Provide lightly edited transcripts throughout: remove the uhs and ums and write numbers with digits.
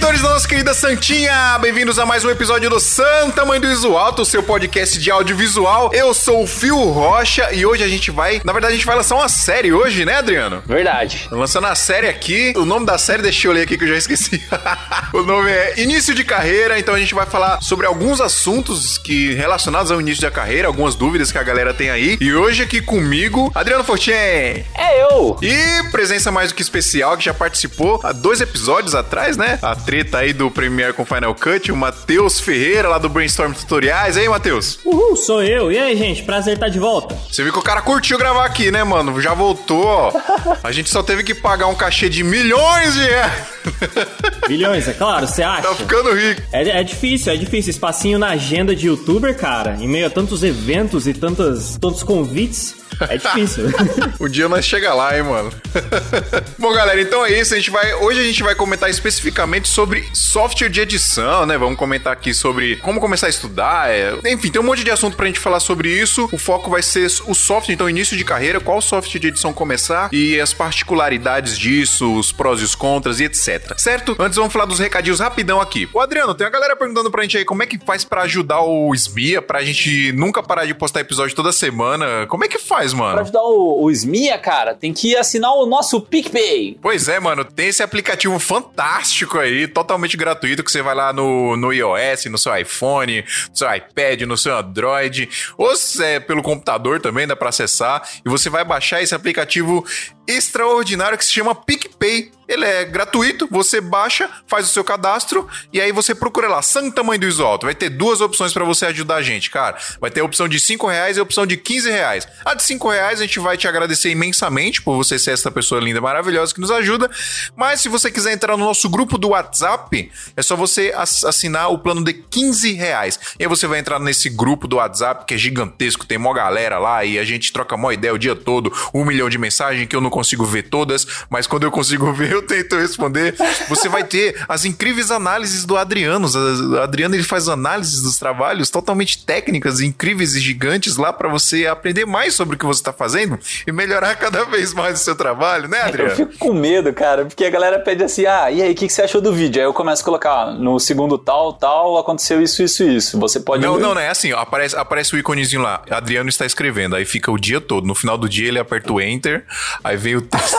Seguidores da nossa querida Santinha, bem-vindos a mais um episódio do Santa Mãe do Iso Alto, o seu podcast de audiovisual. Eu sou o Fio Rocha e hoje a gente vai lançar uma série hoje, né, Adriano? Verdade. Lançando a série aqui, o nome da série, deixa eu ler aqui que eu já esqueci. O nome é Início de Carreira, então a gente vai falar sobre alguns assuntos relacionados ao início da carreira, algumas dúvidas que a galera tem aí. E hoje aqui comigo, Adriano Fortin. É eu! E presença mais do que especial, que já participou há 2 episódios atrás, né? A treta aí do Premiere com Final Cut, o Matheus Ferreira, lá do Brainstorm Tutoriais. E aí, Matheus? Uhul, sou eu. E aí, gente? Prazer estar de volta. Você viu que o cara curtiu gravar aqui, né, mano? Já voltou, ó. A gente só teve que pagar um cachê de milhões de reais. Milhões, é claro, você acha? Tá ficando rico. É difícil. Espacinho na agenda de youtuber, cara. Em meio a tantos eventos e tantos convites. É difícil. Um dia nós chega lá, hein, mano. Bom, galera, então é isso. Hoje a gente vai comentar especificamente sobre software de edição, né? Vamos comentar aqui sobre como começar a estudar. Enfim, tem um monte de assunto pra gente falar sobre isso. O foco vai ser o software, então, início de carreira, qual software de edição começar e as particularidades disso, os prós e os contras e etc. Certo? Antes, vamos falar dos recadinhos rapidão aqui. Ô, Adriano, tem uma galera perguntando pra gente aí como é que faz pra ajudar o Esmia, pra gente nunca parar de postar episódio toda semana. Como é que faz, mano? Pra ajudar o Esmia, cara, tem que assinar o nosso PicPay. Pois é, mano, tem esse aplicativo fantástico aí, totalmente gratuito, que você vai lá no iOS, no seu iPhone, no seu iPad, no seu Android, ou se é pelo computador também, dá pra acessar, e você vai baixar esse aplicativo extraordinário que se chama PicPay. Ele é gratuito, você baixa, faz o seu cadastro e aí você procura lá, Santa Mãe do Iso Alto. Vai ter 2 opções pra você ajudar a gente, cara. Vai ter a opção de R$5 e a opção de R$15. A de R$5 a gente vai te agradecer imensamente por você ser essa pessoa linda, maravilhosa que nos ajuda. Mas se você quiser entrar no nosso grupo do WhatsApp, é só você assinar o plano de R$15. E aí você vai entrar nesse grupo do WhatsApp que é gigantesco, tem mó galera lá e a gente troca mó ideia o dia todo, 1 milhão de mensagens que eu não consigo ver todas, mas quando eu consigo ver, eu tento responder. Você vai ter as incríveis análises do Adriano. O Adriano, ele faz análises dos trabalhos totalmente técnicas, incríveis e gigantes lá pra você aprender mais sobre o que você tá fazendo e melhorar cada vez mais o seu trabalho, né, Adriano? Eu fico com medo, cara, porque a galera pede assim, e aí, o que você achou do vídeo? Aí eu começo a colocar, no segundo tal, aconteceu isso. Você pode... Não, é assim, ó, aparece o íconezinho lá, Adriano está escrevendo, aí fica o dia todo, no final do dia ele aperta o Enter, aí vem o texto.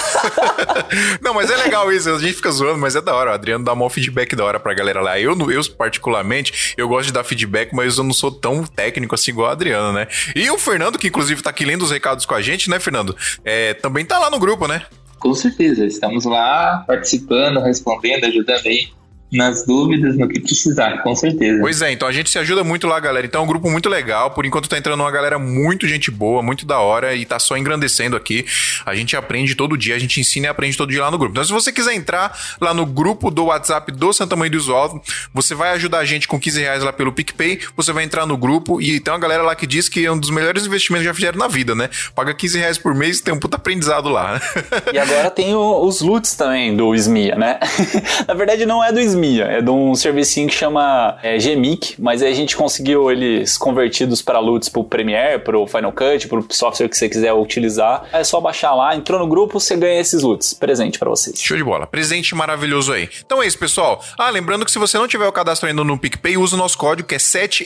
Não, mas é legal isso, a gente fica zoando, mas é da hora, o Adriano dá um feedback da hora pra galera lá. Eu particularmente, eu gosto de dar feedback, mas eu não sou tão técnico assim igual o Adriano, né? E o Fernando, que inclusive tá aqui lendo os recados com a gente, né, Fernando? Também tá lá no grupo, né? Com certeza, estamos lá participando, respondendo, ajudando aí nas dúvidas, no que precisar, com certeza. Pois é, então a gente se ajuda muito lá, galera. Então é um grupo muito legal. Por enquanto tá entrando uma galera muito gente boa, muito da hora e tá só engrandecendo aqui. A gente aprende todo dia, a gente ensina e aprende todo dia lá no grupo. Então se você quiser entrar lá no grupo do WhatsApp do Santa Mãe do Iso Alto, você vai ajudar a gente com R$15 lá pelo PicPay, você vai entrar no grupo e tem uma galera lá que diz que é um dos melhores investimentos que já fizeram na vida, né? Paga R$15 por mês e tem um puta aprendizado lá. E agora tem os loots também do Esmia, né? Na verdade não é do Esmia, é de um servicinho que chama Gmic, mas aí a gente conseguiu eles convertidos para LUTs pro Premiere, pro Final Cut, pro software que você quiser utilizar. É só baixar lá, entrou no grupo, você ganha esses LUTs. Presente para vocês. Show de bola. Presente maravilhoso aí. Então é isso, pessoal. Lembrando que se você não tiver o cadastro ainda no PicPay, usa o nosso código que é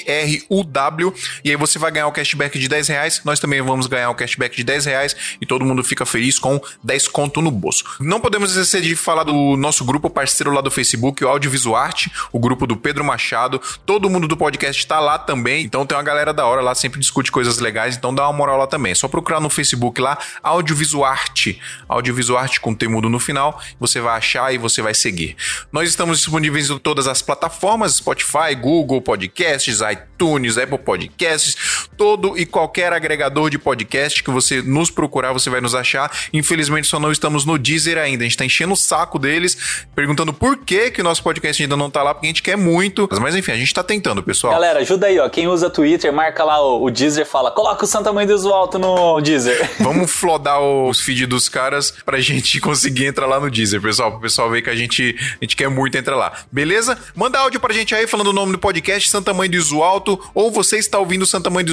7RUW e aí você vai ganhar o cashback de R$10. Nós também vamos ganhar o cashback de R$10 e todo mundo fica feliz com 10 conto no bolso. Não podemos esquecer de falar do nosso grupo parceiro lá do Facebook, o Audiovisuarte, o grupo do Pedro Machado. Todo mundo do podcast tá lá também, então tem uma galera da hora lá, sempre discute coisas legais, então dá uma moral lá também. É só procurar no Facebook lá, Audiovisuarte com T mudo no final, você vai achar e você vai seguir. Nós estamos disponíveis em todas as plataformas, Spotify, Google Podcasts, iTunes, Apple Podcasts, todo e qualquer agregador de podcast que você nos procurar, você vai nos achar. Infelizmente só não estamos no Deezer ainda, a gente tá enchendo o saco deles, perguntando por que o nosso podcast ainda não tá lá, porque a gente quer muito. Mas enfim, a gente tá tentando, pessoal. Galera, ajuda aí, ó. Quem usa Twitter, marca lá o Deezer, fala, coloca o Santa Mãe do Iso Alto no Deezer. Vamos flodar os feeds dos caras pra gente conseguir entrar lá no Deezer, pessoal. Pro pessoal ver que a gente quer muito entrar lá. Beleza? Manda áudio pra gente aí falando o nome do podcast, Santa Mãe do Iso Alto, ou você está ouvindo Santa Mãe do Iso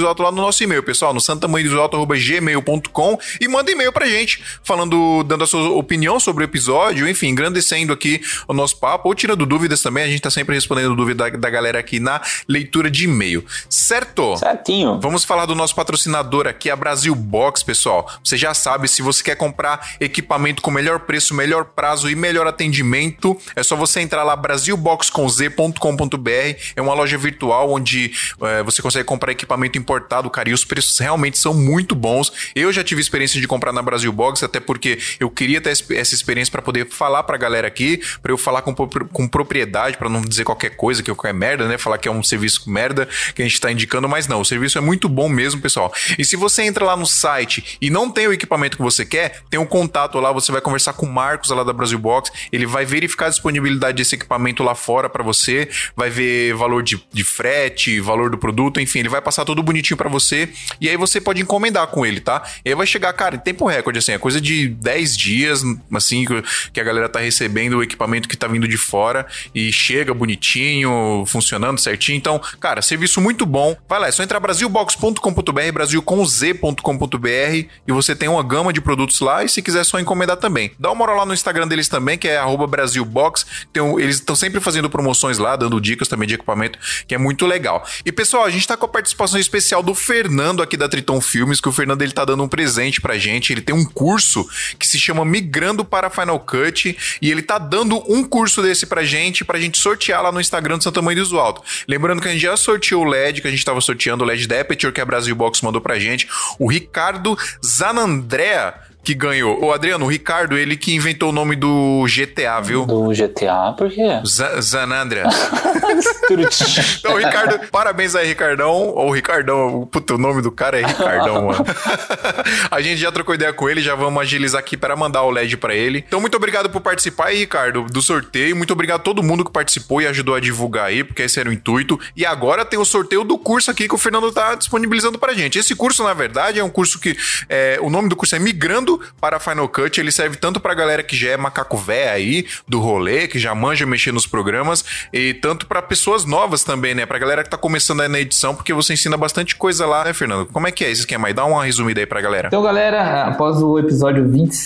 Alto lá no nosso e-mail, pessoal, no santamanhodosalto@gmail.com, e manda e-mail pra gente, dando a sua opinião sobre o episódio, enfim, engrandecendo aqui o nosso papo, ou tirando dúvidas também, a gente tá sempre respondendo dúvidas da galera aqui na leitura de e-mail. Certo? Certinho. Vamos falar do nosso patrocinador aqui, a Brasil Box, pessoal. Você já sabe, se você quer comprar equipamento com melhor preço, melhor prazo e melhor atendimento, é só você entrar lá, brasilboxconz.com.br. É uma loja virtual onde você consegue comprar equipamento importado, cara, e os preços realmente são muito bons. Eu já tive experiência de comprar na Brasil Box, até porque eu queria ter essa experiência para poder falar pra galera aqui, para eu falar com propriedade, para não dizer qualquer coisa, que é merda, né? Falar que é um serviço merda que a gente tá indicando, mas não, o serviço é muito bom mesmo, pessoal. E se você entra lá no site e não tem o equipamento que você quer, tem um contato lá, você vai conversar com o Marcos lá da Brasil Box, ele vai verificar a disponibilidade desse equipamento lá fora para você, vai ver valor de frete, valor do produto, enfim, ele vai passar tudo bonitinho para você, e aí você pode encomendar com ele, tá? E aí vai chegar, cara, em tempo recorde, assim, é coisa de 10 dias, assim, que a galera tá recebendo o equipamento que tá vindo de fora, e chega bonitinho, funcionando certinho. Então, cara, serviço muito bom. Vai lá, é só entrar brasilbox.com.br, brasilconz.com.br, e você tem uma gama de produtos lá, e se quiser só encomendar também. Dá uma moral lá no Instagram deles também, que é @brasilbox. Eles estão sempre fazendo promoções lá, dando dicas também de equipamento, que é muito legal. E pessoal, a gente tá com a participação especial do Fernando aqui da Triton Filmes, que o Fernando ele tá dando um presente pra gente. Ele tem um curso que se chama Migrando para Final Cut, e ele tá dando um curso desse pra gente sortear lá no Instagram do Santa Mãe do Iso Alto. Lembrando que a gente já sorteou o LED, que a gente tava sorteando, o LED da Aperture, que a Brasil Box mandou pra gente. O Ricardo Zanandrea que ganhou. Ô, Adriano, o Ricardo, ele que inventou o nome do GTA, viu? Do GTA? Por quê? Zanandrea. Então, Ricardo, parabéns aí, Ricardão. Ou Ricardão, puta, o nome do cara é Ricardão, mano. A gente já trocou ideia com ele, já vamos agilizar aqui para mandar o LED pra ele. Então, muito obrigado por participar aí, Ricardo, do sorteio. Muito obrigado a todo mundo que participou e ajudou a divulgar aí, porque esse era o intuito. E agora tem o sorteio do curso aqui que o Fernando tá disponibilizando pra gente. Esse curso, na verdade, é um curso que... o nome do curso é Migrando para Final Cut. Ele serve tanto pra galera que já é macaco véia aí, do rolê, que já manja mexer nos programas, e tanto pra pessoas novas também, né? Pra galera que tá começando aí na edição, porque você ensina bastante coisa lá, né, Fernando? Como é que é esse esquema aí? Dá uma resumida aí pra galera. Então, galera, após o episódio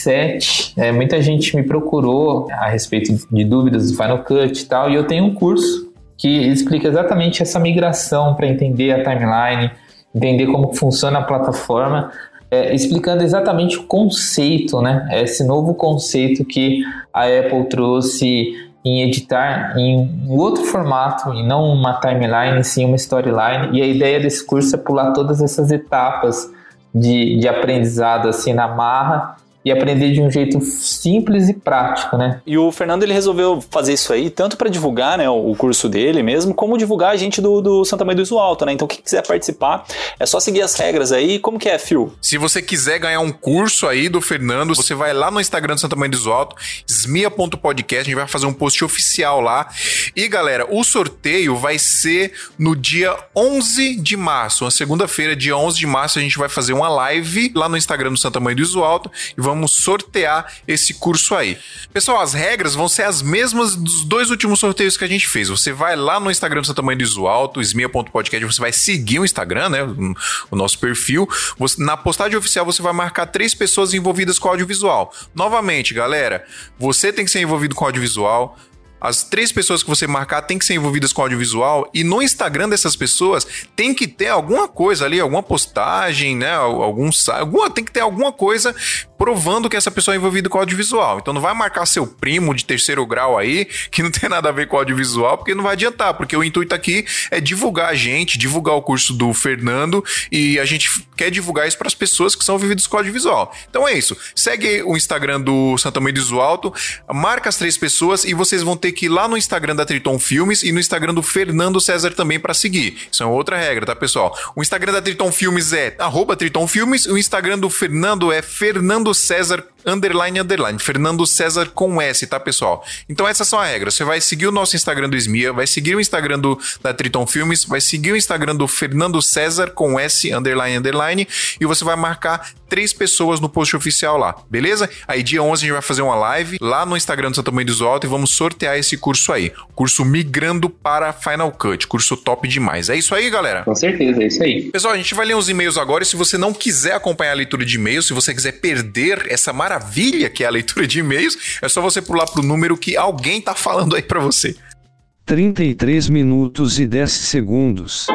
27, muita gente me procurou a respeito de dúvidas do Final Cut e tal, e eu tenho um curso que explica exatamente essa migração para entender a timeline, entender como funciona a plataforma, explicando exatamente o conceito, né? Esse novo conceito que a Apple trouxe em editar em um outro formato, e não uma timeline, sim uma storyline. E a ideia desse curso é pular todas essas etapas de aprendizado assim na marra, e aprender de um jeito simples e prático, né? E o Fernando, ele resolveu fazer isso aí, tanto para divulgar, né, o curso dele mesmo, como divulgar a gente do Santa Mãe do Iso Alto, né? Então, quem quiser participar, é só seguir as regras aí. Como que é, Phil? Se você quiser ganhar um curso aí do Fernando, você vai lá no Instagram do Santa Mãe do Iso Alto, smia.podcast, a gente vai fazer um post oficial lá. E, galera, o sorteio vai ser no dia 11 de março, uma segunda-feira, dia 11 de março, a gente vai fazer uma live lá no Instagram do Santa Mãe do Iso Alto, e vamos sortear esse curso aí. Pessoal, as regras vão ser as mesmas dos dois últimos sorteios que a gente fez. Você vai lá no Instagram do Santa Mãe do Iso Alto, smia.podcast, você vai seguir o Instagram, né, o nosso perfil. Na postagem oficial você vai marcar 3 pessoas envolvidas com audiovisual. Novamente, galera, você tem que ser envolvido com audiovisual. As 3 pessoas que você marcar tem que ser envolvidas com audiovisual, e no Instagram dessas pessoas tem que ter alguma coisa ali, alguma postagem, né? Tem que ter alguma coisa provando que essa pessoa é envolvida com audiovisual. Então não vai marcar seu primo de 3º grau aí, que não tem nada a ver com audiovisual, porque não vai adiantar, porque o intuito aqui é divulgar a gente, divulgar o curso do Fernando, e a gente quer divulgar isso para as pessoas que são envolvidas com audiovisual. Então é isso. Segue o Instagram do Santa Mãe do Iso Alto, marca as 3 pessoas, e vocês vão ter que ir lá no Instagram da Triton Filmes e no Instagram do Fernando César também para seguir. Isso é outra regra, tá, pessoal? O Instagram da Triton Filmes é @Triton Filmes, o Instagram do Fernando é Fernando César underline, underline. Fernando César com S, tá, pessoal? Então essas são as regras. Você vai seguir o nosso Instagram do Esmia, vai seguir o Instagram da Triton Filmes, vai seguir o Instagram do Fernando César com S, underline, underline, e você vai marcar 3 pessoas no post oficial lá, beleza? Aí dia 11 a gente vai fazer uma live lá no Instagram do Santa Mãe do Alto e vamos sortear esse curso aí. Curso Migrando para Final Cut. Curso top demais. É isso aí, galera? Com certeza, é isso aí. Pessoal, a gente vai ler uns e-mails agora e se você não quiser acompanhar a leitura de e-mails, se você quiser perder essa maravilha que é a leitura de e-mails, é só você pular pro número que alguém tá falando aí pra você. 33 minutos e 10 segundos.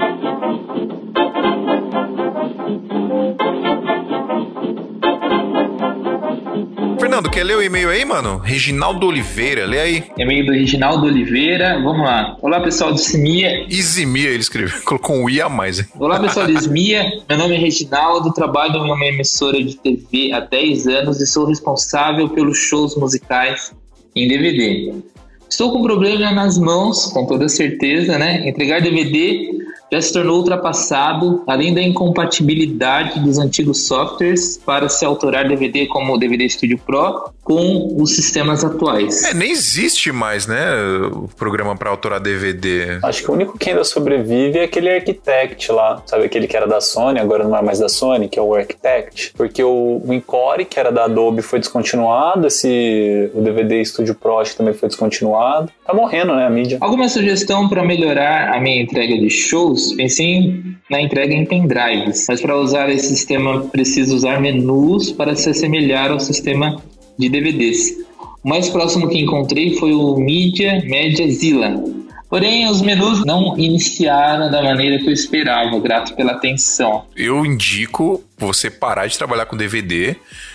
Fernando, quer ler o e-mail aí, mano? Reginaldo Oliveira, lê aí. E-mail do Reginaldo Oliveira, vamos lá. Olá, pessoal do Esmia. Ismia, ele escreveu, colocou um I a mais, hein? Olá, pessoal do Esmia. Meu nome é Reginaldo, trabalho em uma emissora de TV há 10 anos e sou responsável pelos shows musicais em DVD. Estou com um problema nas mãos, com toda certeza, né? Entregar DVD já se tornou ultrapassado, além da incompatibilidade dos antigos softwares para se autorar DVD como o DVD Studio Pro com os sistemas atuais. Nem existe mais, né, o programa para autorar DVD. Acho que o único que ainda sobrevive é aquele Architect lá, sabe, aquele que era da Sony, agora não é mais da Sony, que é o Architect, porque o Encore, que era da Adobe, foi descontinuado, o DVD Studio Pro acho que também foi descontinuado. Tá morrendo, né, a mídia. Alguma sugestão para melhorar a minha entrega de shows? Pensei na entrega em pendrives, mas para usar esse sistema preciso usar menus para se assemelhar ao sistema de DVDs. O mais próximo que encontrei foi o Media Zilla. Porém, os menus não iniciaram da maneira que eu esperava. Grato pela atenção. Eu indico você parar de trabalhar com DVD,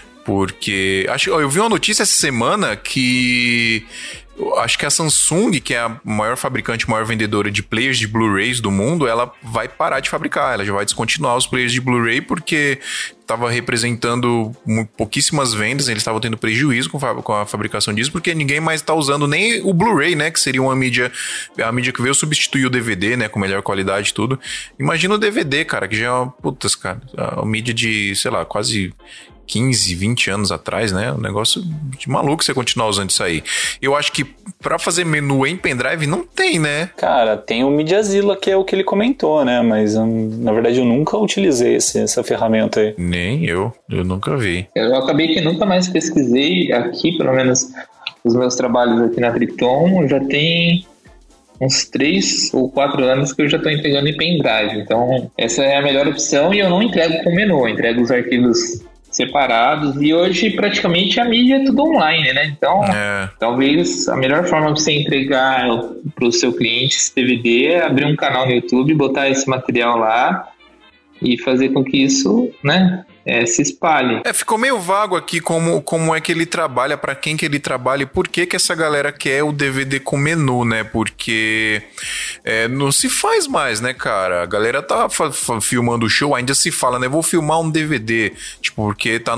porque eu vi uma notícia essa semana que acho que a Samsung, que é a maior fabricante, maior vendedora de players de Blu-rays do mundo, ela vai parar de fabricar, ela já vai descontinuar os players de Blu-ray porque estava representando pouquíssimas vendas, eles estavam tendo prejuízo com a fabricação disso, porque ninguém mais está usando nem o Blu-ray, né, que seria a mídia que veio substituir o DVD, né, com melhor qualidade e tudo. Imagina o DVD, cara, que já é uma mídia de, sei lá, quase 15, 20 anos atrás, né? Um negócio de maluco você continuar usando isso aí. Eu acho que pra fazer menu em pendrive não tem, né? Cara, tem o Mediazilla, que é o que ele comentou, né? Mas na verdade eu nunca utilizei essa ferramenta aí. Nem eu nunca vi. Eu acabei que nunca mais pesquisei aqui, pelo menos os meus trabalhos aqui na Triton, já tem uns 3 ou 4 anos que eu já estou entregando em pendrive. Então, essa é a melhor opção e eu não entrego com menu, eu entrego os arquivos separados, e hoje praticamente a mídia é tudo online, né? Então, talvez a melhor forma de você entregar para o seu cliente esse DVD é abrir um canal no YouTube, botar esse material lá e fazer com que isso, né, se espalhe. Ficou meio vago aqui como é que ele trabalha, pra quem que ele trabalha e por que essa galera quer o DVD com menu, né? Porque não se faz mais, né, cara? A galera tá filmando o show, ainda se fala, né? Vou filmar um DVD, tipo, porque tá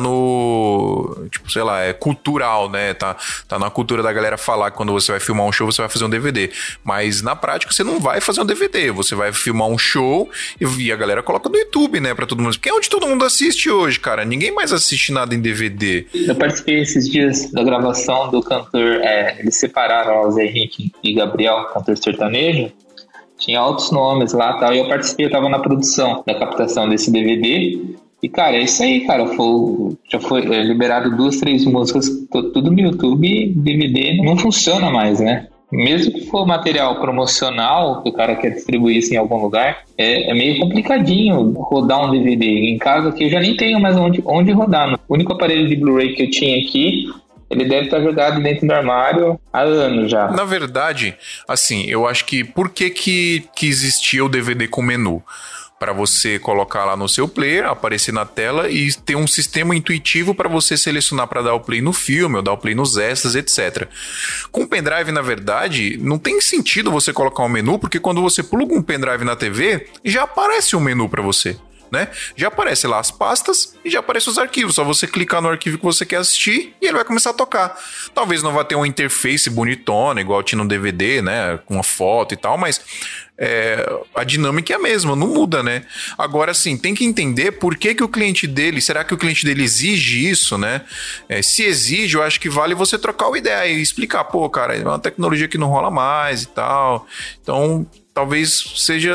no, tipo, sei lá, é cultural, né? Tá na cultura da galera falar que quando você vai filmar um show, você vai fazer um DVD. Mas na prática, você não vai fazer um DVD, você vai filmar um show e a galera coloca no YouTube, né? Pra todo mundo, porque é onde todo mundo assiste hoje, cara. Ninguém mais assiste nada em DVD. Eu participei esses dias da gravação do cantor, eles separaram o Zé Henrique e Gabriel, cantor sertanejo. Tinha altos nomes lá e tal, e eu participei, eu tava na produção da captação desse DVD. E, cara, é isso aí, cara. Já foi liberado 2, 3 músicas, tudo no YouTube, DVD não funciona mais, né? Mesmo que for material promocional, que o cara quer distribuir isso em algum lugar, é meio complicadinho rodar um DVD. Em casa aqui eu já nem tenho mais onde rodar. O único aparelho de Blu-ray que eu tinha aqui, ele deve estar jogado dentro do armário há anos já. Na verdade, assim, eu acho que por que existia o DVD com menu? Para você colocar lá no seu player, aparecer na tela e ter um sistema intuitivo para você selecionar para dar o play no filme ou dar o play nos extras, etc. Com o pendrive, na verdade, não tem sentido você colocar um menu, porque quando você pluga um pendrive na TV, já aparece um menu para você. né? Já aparece lá as pastas e já aparece os arquivos. Só você clicar no arquivo que você quer assistir e ele vai começar a tocar. Talvez não vá ter uma interface bonitona, igual tinha no DVD, né? Com uma foto e tal, mas a dinâmica é a mesma, não muda, né? Agora, assim, tem que entender por que o cliente dele, será que o cliente dele exige isso, né? Se exige, eu acho que vale você trocar uma ideia e explicar, pô, cara, é uma tecnologia que não rola mais e tal. Então, talvez seja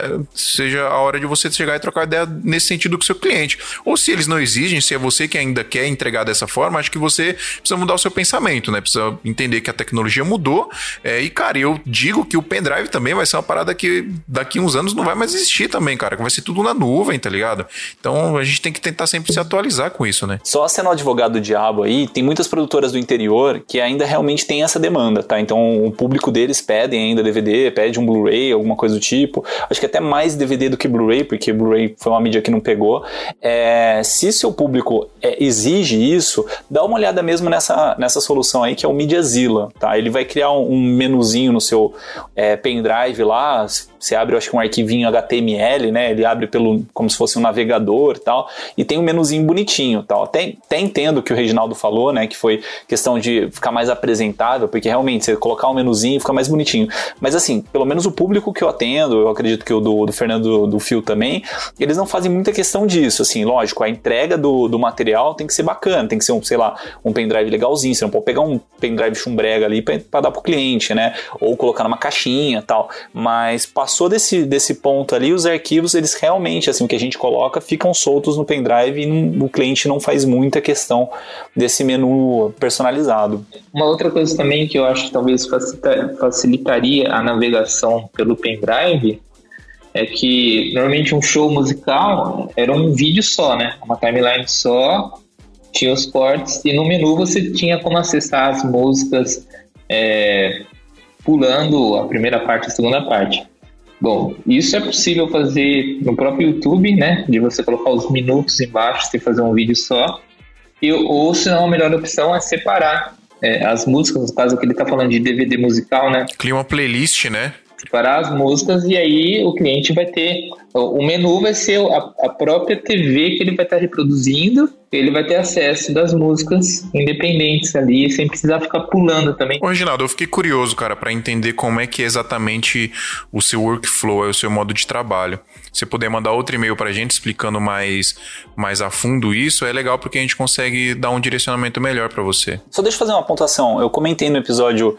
a hora de você chegar e trocar ideia nesse sentido com o seu cliente. Ou se eles não exigem, se é você que ainda quer entregar dessa forma, acho que você precisa mudar o seu pensamento, né? Precisa entender que a tecnologia mudou. E, cara, eu digo que o pendrive também vai ser uma parada que daqui uns anos não vai mais existir também, cara. Que vai ser tudo na nuvem, tá ligado? Então, a gente tem que tentar sempre se atualizar com isso, né? Só sendo advogado do diabo aí, tem muitas produtoras do interior que ainda realmente tem essa demanda, tá? Então, o público deles pedem ainda DVD, pede um Blu-ray, alguma coisa do tipo. Acho que até mais DVD do que Blu-ray, porque Blu-ray foi uma mídia que não pegou. Se seu público exige isso, dá uma olhada mesmo nessa solução aí, que é o Mediazilla, tá? Ele vai criar um menuzinho no seu pendrive lá. Você abre, eu acho que um arquivinho HTML, né? Ele abre como se fosse um navegador e tal, e tem um menuzinho bonitinho, tal. Até entendo o que o Reginaldo falou, né? Que foi questão de ficar mais apresentável, porque realmente você colocar um menuzinho fica mais bonitinho. Mas assim, pelo menos o público que eu atendo, eu acredito que o do Fernando do Fio também, eles não fazem muita questão disso, assim, lógico, a entrega do material tem que ser bacana, tem que ser um pendrive legalzinho, você não pode pegar um pendrive chumbrega ali pra dar pro cliente, né? Ou colocar numa caixinha e tal, mas passou desse ponto ali, os arquivos, eles realmente, assim, o que a gente coloca, ficam soltos no pendrive e o cliente não faz muita questão desse menu personalizado. Uma outra coisa também que eu acho que talvez facilitaria a navegação pelo pendrive é que normalmente um show musical era um vídeo só, né? Uma timeline só, tinha os cortes e no menu você tinha como acessar as músicas pulando a primeira parte e a segunda parte. Bom, isso é possível fazer no próprio YouTube, né? De você colocar os minutos embaixo e fazer um vídeo só. Ou se não, a melhor opção é separar as músicas, no caso que ele está falando de DVD musical, né? Cria uma playlist, né? Separar as músicas e aí o cliente vai ter... O menu vai ser a própria TV que ele vai estar reproduzindo, ele vai ter acesso das músicas independentes ali, sem precisar ficar pulando também. Ô, Reginaldo, eu fiquei curioso, cara, para entender como é que é exatamente o seu workflow, o seu modo de trabalho. Se puder mandar outro e-mail pra gente explicando mais a fundo isso, é legal porque a gente consegue dar um direcionamento melhor para você. Só deixa eu fazer uma pontuação. Eu comentei no episódio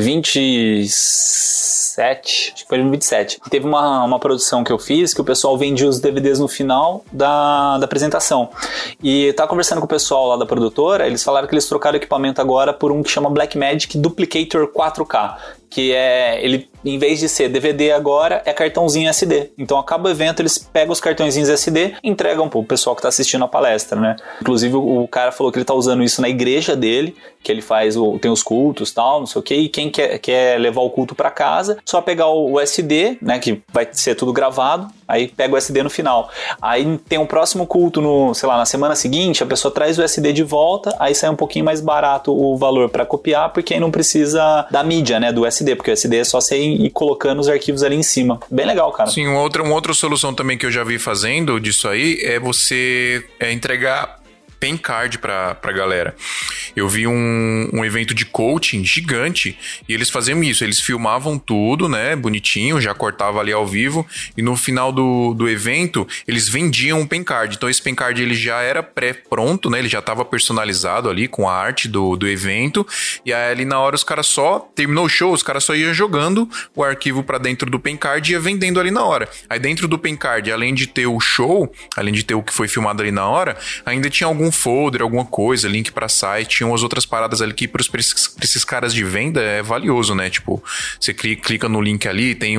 27, acho que foi no 27. Teve uma produção que eu fiz que o pessoal vendia os DVDs no final da apresentação. E eu tava conversando com o pessoal lá da produtora, eles falaram que eles trocaram o equipamento agora por um que chama Blackmagic Duplicator 4K. Que ele, em vez de ser DVD agora, é cartãozinho SD. Então, acaba o evento, eles pegam os cartõezinhos SD e entregam pro pessoal que tá assistindo a palestra, né? Inclusive, o cara falou que ele tá usando isso na igreja dele, que ele tem os cultos e tal, não sei o quê, e quem quer levar o culto pra casa, só pegar o SD, né, que vai ser tudo gravado, aí pega o SD no final. Aí tem um próximo culto na semana seguinte, a pessoa traz o SD de volta, aí sai um pouquinho mais barato o valor pra copiar, porque aí não precisa da mídia, né, do SD, porque o SD é só você ir colocando os arquivos ali em cima. Bem legal, cara. Sim, uma outra solução também que eu já vi fazendo disso aí é você entregar pen card pra galera. Eu vi um evento de coaching gigante e eles faziam isso, eles filmavam tudo, né, bonitinho, já cortava ali ao vivo e no final do evento eles vendiam um pen card. Então esse pen card ele já era pré-pronto, né, ele já estava personalizado ali com a arte do evento e aí ali na hora os caras terminou o show, os caras só iam jogando o arquivo pra dentro do pen card e ia vendendo ali na hora. Aí dentro do pen card, além de ter o show, além de ter o que foi filmado ali na hora, ainda tinha algum folder, alguma coisa, link pra site, tinha umas outras paradas ali que pra esses caras de venda é valioso, né? Tipo, você clica no link ali, tem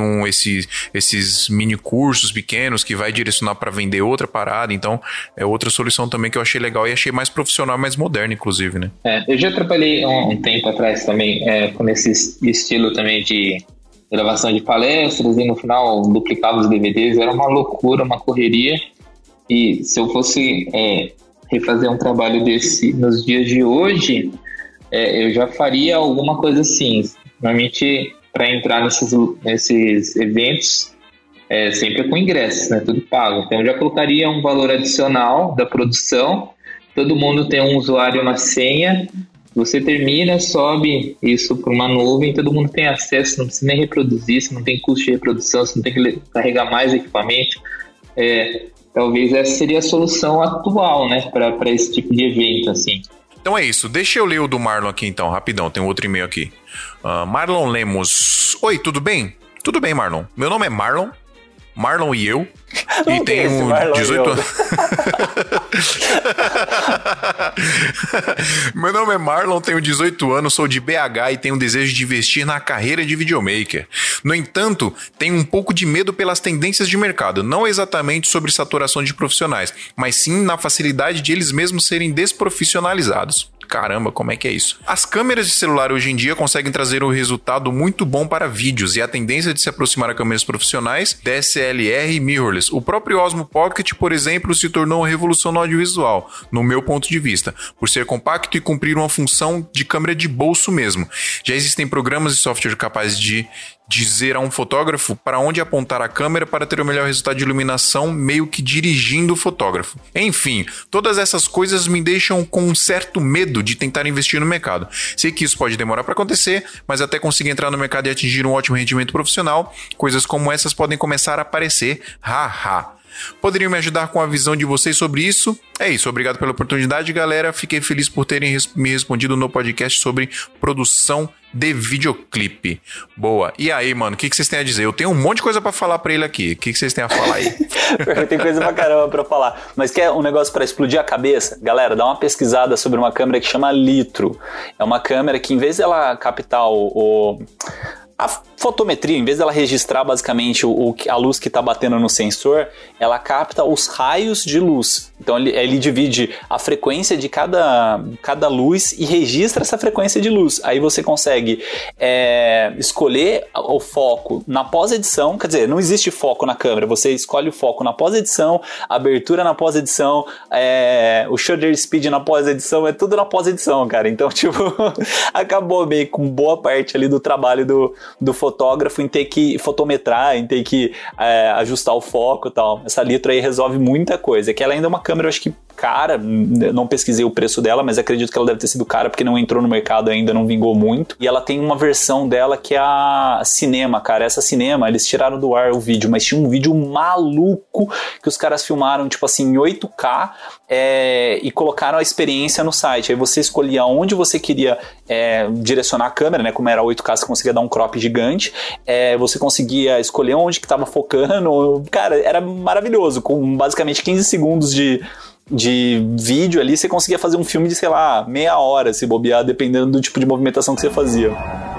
esses mini cursos pequenos que vai direcionar pra vender outra parada, então é outra solução também que eu achei legal e achei mais profissional, mais moderna, inclusive, né? Eu já trabalhei um tempo atrás também com esse estilo também de gravação de palestras e no final duplicava os DVDs, era uma loucura, uma correria, e se eu fosse refazer um trabalho desse nos dias de hoje, eu já faria alguma coisa assim. Normalmente, para entrar nesses eventos, sempre com ingressos, né? Tudo pago. Então eu já colocaria um valor adicional da produção, todo mundo tem um usuário e uma senha, você termina, sobe isso para uma nuvem, todo mundo tem acesso, não precisa nem reproduzir, você não tem custo de reprodução, você não tem que carregar mais equipamento. Talvez essa seria a solução atual, né, para esse tipo de evento, assim. Então é isso, deixa eu ler o do Marlon aqui então, rapidão, tem um outro e-mail aqui. Marlon Lemos. Oi, tudo bem? Tudo bem, Marlon. Meu nome é Marlon e eu. E tenho 18 anos. Meu nome é Marlon, tenho 18 anos, sou de BH e tenho desejo de investir na carreira de videomaker. No entanto, tenho um pouco de medo pelas tendências de mercado, não exatamente sobre saturação de profissionais, mas sim na facilidade de eles mesmos serem desprofissionalizados. Caramba, como é que é isso? As câmeras de celular hoje em dia conseguem trazer um resultado muito bom para vídeos e a tendência de se aproximar a câmeras profissionais, DSLR e mirrorless. O próprio Osmo Pocket, por exemplo, se tornou uma revolução no audiovisual, no meu ponto de vista, por ser compacto e cumprir uma função de câmera de bolso mesmo. Já existem programas e software capazes de dizer a um fotógrafo para onde apontar a câmera para ter o melhor resultado de iluminação, meio que dirigindo o fotógrafo. Enfim, todas essas coisas me deixam com um certo medo de tentar investir no mercado. Sei que isso pode demorar para acontecer, mas até conseguir entrar no mercado e atingir um ótimo rendimento profissional, coisas como essas podem começar a aparecer. Haha. Poderiam me ajudar com a visão de vocês sobre isso? É isso, obrigado pela oportunidade, galera. Fiquei feliz por terem me respondido no podcast sobre produção de videoclipe. Boa. E aí, mano, o que vocês têm a dizer? Eu tenho um monte de coisa pra falar pra ele aqui. O que vocês têm a falar aí? Tem coisa pra caramba pra falar. Mas quer um negócio pra explodir a cabeça? Galera, dá uma pesquisada sobre uma câmera que chama Litro. É uma câmera que, em vez dela captar a fotometria, em vez dela registrar basicamente a luz que está batendo no sensor, ela capta os raios de luz. Então ele divide a frequência de cada luz e registra essa frequência de luz. Aí você consegue escolher o foco na pós-edição, quer dizer, não existe foco na câmera, você escolhe o foco na pós-edição, abertura na pós-edição, o shutter speed na pós-edição, é tudo na pós-edição, cara. Então, tipo, acabou meio com boa parte ali do trabalho do fotógrafo em ter que fotometrar, em ter que ajustar o foco e tal. Essa Litro aí resolve muita coisa. Que ela ainda é uma câmera, eu acho que cara, não pesquisei o preço dela, mas acredito que ela deve ter sido cara porque não entrou no mercado ainda, não vingou muito. E ela tem uma versão dela que é a Cinema, cara. Essa Cinema, eles tiraram do ar o vídeo, mas tinha um vídeo maluco que os caras filmaram, tipo assim, em 8K e colocaram a experiência no site. Aí você escolhia onde você queria direcionar a câmera, né? Como era 8K, você conseguia dar um crop gigante. Você conseguia escolher onde que tava focando. Cara, era maravilhoso. Com basicamente 15 segundos de vídeo ali, você conseguia fazer um filme de, sei lá, meia hora, se bobear, dependendo do tipo de movimentação que você fazia.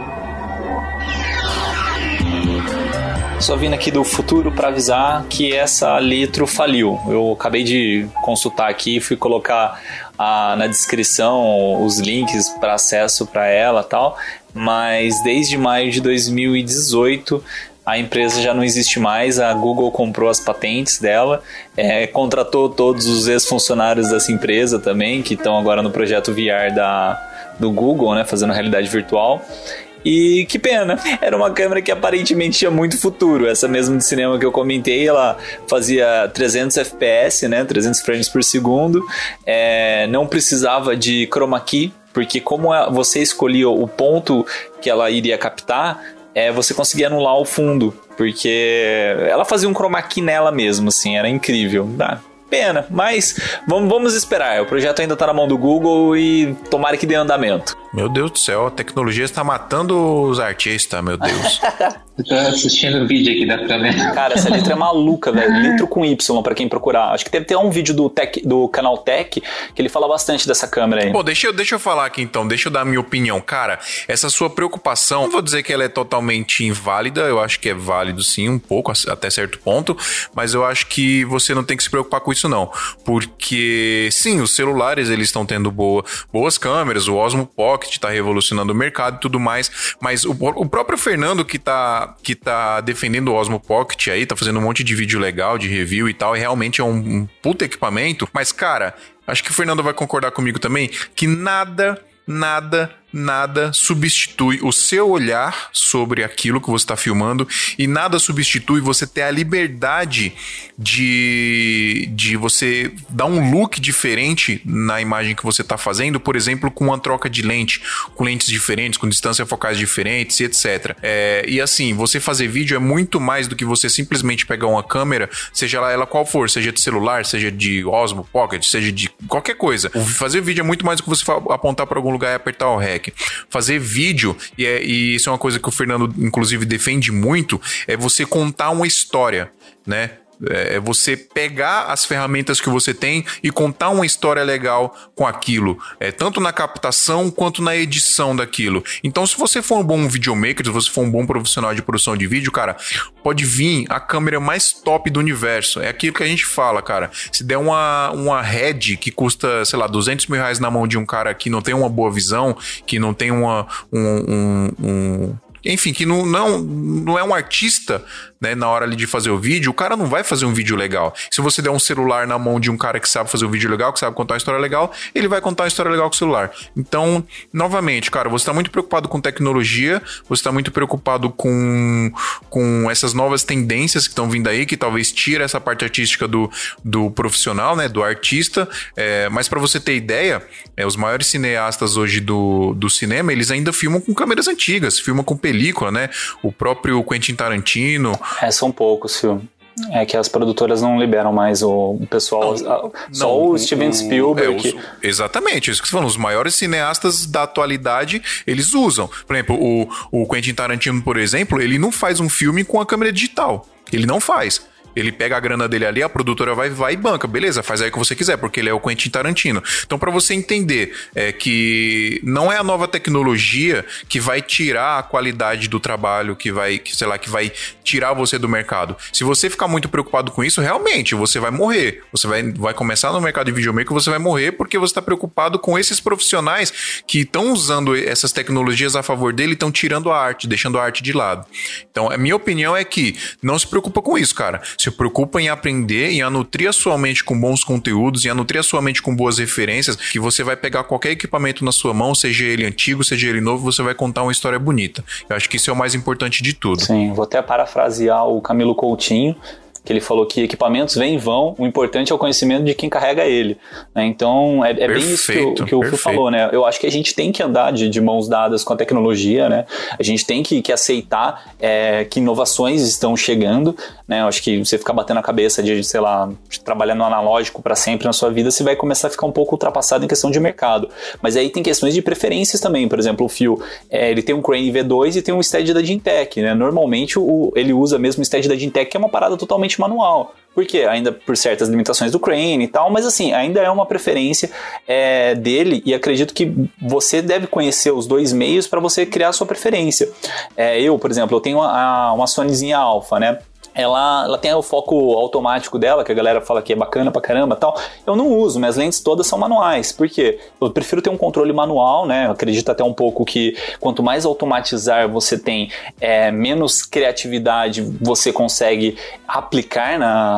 Só vindo aqui do futuro para avisar que essa Litro faliu. Eu acabei de consultar aqui, fui colocar na descrição os links para acesso para ela e tal, mas desde maio de 2018 a empresa já não existe mais, a Google comprou as patentes dela, contratou todos os ex-funcionários dessa empresa também, que estão agora no projeto VR do Google, né, fazendo realidade virtual. E que pena, era uma câmera que aparentemente tinha muito futuro. Essa mesma de cinema que eu comentei, ela fazia 300 FPS, né, 300 frames por segundo, não precisava de chroma key, porque como você escolhia o ponto que ela iria captar, você conseguia anular o fundo, porque ela fazia um chroma key nela mesmo, assim, era incrível. Pena, mas vamos esperar. O projeto ainda tá na mão do Google e tomara que dê andamento. Meu Deus do céu, a tecnologia está matando os artistas, meu Deus. Eu tô assistindo o vídeo aqui da câmera. Cara, essa Litro é maluca, velho. Litro com Y, pra quem procurar. Acho que deve ter um vídeo do canal Tech que ele fala bastante dessa câmera aí. Pô, deixa eu falar aqui então, deixa eu dar a minha opinião. Cara, essa sua preocupação, não vou dizer que ela é totalmente inválida, eu acho que é válido sim, um pouco, até certo ponto, mas eu acho que você não tem que se preocupar com isso não, porque sim, os celulares eles estão tendo boas câmeras, o Osmo Pocket tá revolucionando o mercado e tudo mais, mas o próprio Fernando que tá defendendo o Osmo Pocket aí, tá fazendo um monte de vídeo legal, de review e tal, e realmente é um puta equipamento, mas cara, acho que o Fernando vai concordar comigo também, que nada nada substitui o seu olhar sobre aquilo que você está filmando e nada substitui você ter a liberdade de você dar um look diferente na imagem que você está fazendo, por exemplo, com uma troca de lente, com lentes diferentes, com distâncias focais diferentes e etc. E assim, você fazer vídeo é muito mais do que você simplesmente pegar uma câmera, seja ela qual for, seja de celular, seja de Osmo Pocket, seja de qualquer coisa. Fazer vídeo é muito mais do que você apontar para algum lugar e apertar o REC. Fazer vídeo, e isso é uma coisa que o Fernando inclusive defende muito, é você contar uma história, né? É você pegar as ferramentas que você tem e contar uma história legal com aquilo, tanto na captação quanto na edição daquilo. Então, se você for um bom videomaker, se você for um bom profissional de produção de vídeo, cara, pode vir a câmera mais top do universo. É aquilo que a gente fala, cara. Se der uma Red que custa, sei lá, R$200 mil na mão de um cara que não tem uma boa visão, que não tem enfim, que não é um artista, né, na hora ali de fazer o vídeo, o cara não vai fazer um vídeo legal. Se você der um celular na mão de um cara que sabe fazer um vídeo legal, que sabe contar uma história legal, ele vai contar uma história legal com o celular. Então, novamente, cara, você tá muito preocupado com tecnologia, você tá muito preocupado com essas novas tendências que estão vindo aí, que talvez tire essa parte artística do profissional, né, do artista. Mas pra você ter ideia, os maiores cineastas hoje do cinema, eles ainda filmam com câmeras antigas, filmam com película, né? O próprio Quentin Tarantino. São poucos filmes. É que as produtoras não liberam mais o pessoal. Só o Steven Spielberg. Exatamente, isso que você falou. Os maiores cineastas da atualidade, eles usam. Por exemplo, o Quentin Tarantino, por exemplo, ele não faz um filme com a câmera digital. Ele não faz. Ele pega a grana dele ali, a produtora vai e banca. Beleza, faz aí o que você quiser, porque ele é o Quentin Tarantino. Então, pra você entender que não é a nova tecnologia que vai tirar a qualidade do trabalho, que vai tirar você do mercado. Se você ficar muito preocupado com isso, realmente, você vai morrer. Você vai começar no mercado de videomaker, você vai morrer porque você está preocupado com esses profissionais que estão usando essas tecnologias a favor dele e estão tirando a arte, deixando a arte de lado. Então, a minha opinião é que não se preocupa com isso, cara. Se preocupa em aprender e a nutrir a sua mente com bons conteúdos e a nutrir a sua mente com boas referências, que você vai pegar qualquer equipamento na sua mão, seja ele antigo, seja ele novo, você vai contar uma história bonita. Eu acho que isso é o mais importante de tudo. Sim, vou até parafrasear o Camilo Coutinho, que ele falou que equipamentos vêm e vão, o importante é o conhecimento de quem carrega ele, né? Então é bem isso que o Phil falou, né? Eu acho que a gente tem que andar de mãos dadas com a tecnologia, né? A gente tem que aceitar que inovações estão chegando, né? Eu acho que você ficar batendo a cabeça de, sei lá, trabalhar no analógico para sempre na sua vida, você vai começar a ficar um pouco ultrapassado em questão de mercado. Mas aí tem questões de preferências também. Por exemplo, o Phil, ele tem um Crane V2 e tem um Steady da Gintec, né? Normalmente ele usa mesmo o Steady da Gintec, que é uma parada totalmente manual. Por quê? Ainda por certas limitações do Crane e tal, mas assim, ainda é uma preferência dele, e acredito que você deve conhecer os dois meios para você criar a sua preferência. Eu, por exemplo, eu tenho uma Sonyzinha Alpha, né? Ela tem o foco automático dela, que a galera fala que é bacana pra caramba e tal. Eu não uso, minhas lentes todas são manuais. Por quê? Eu prefiro ter um controle manual, né? Eu acredito até um pouco que quanto mais automatizar você tem, menos criatividade você consegue aplicar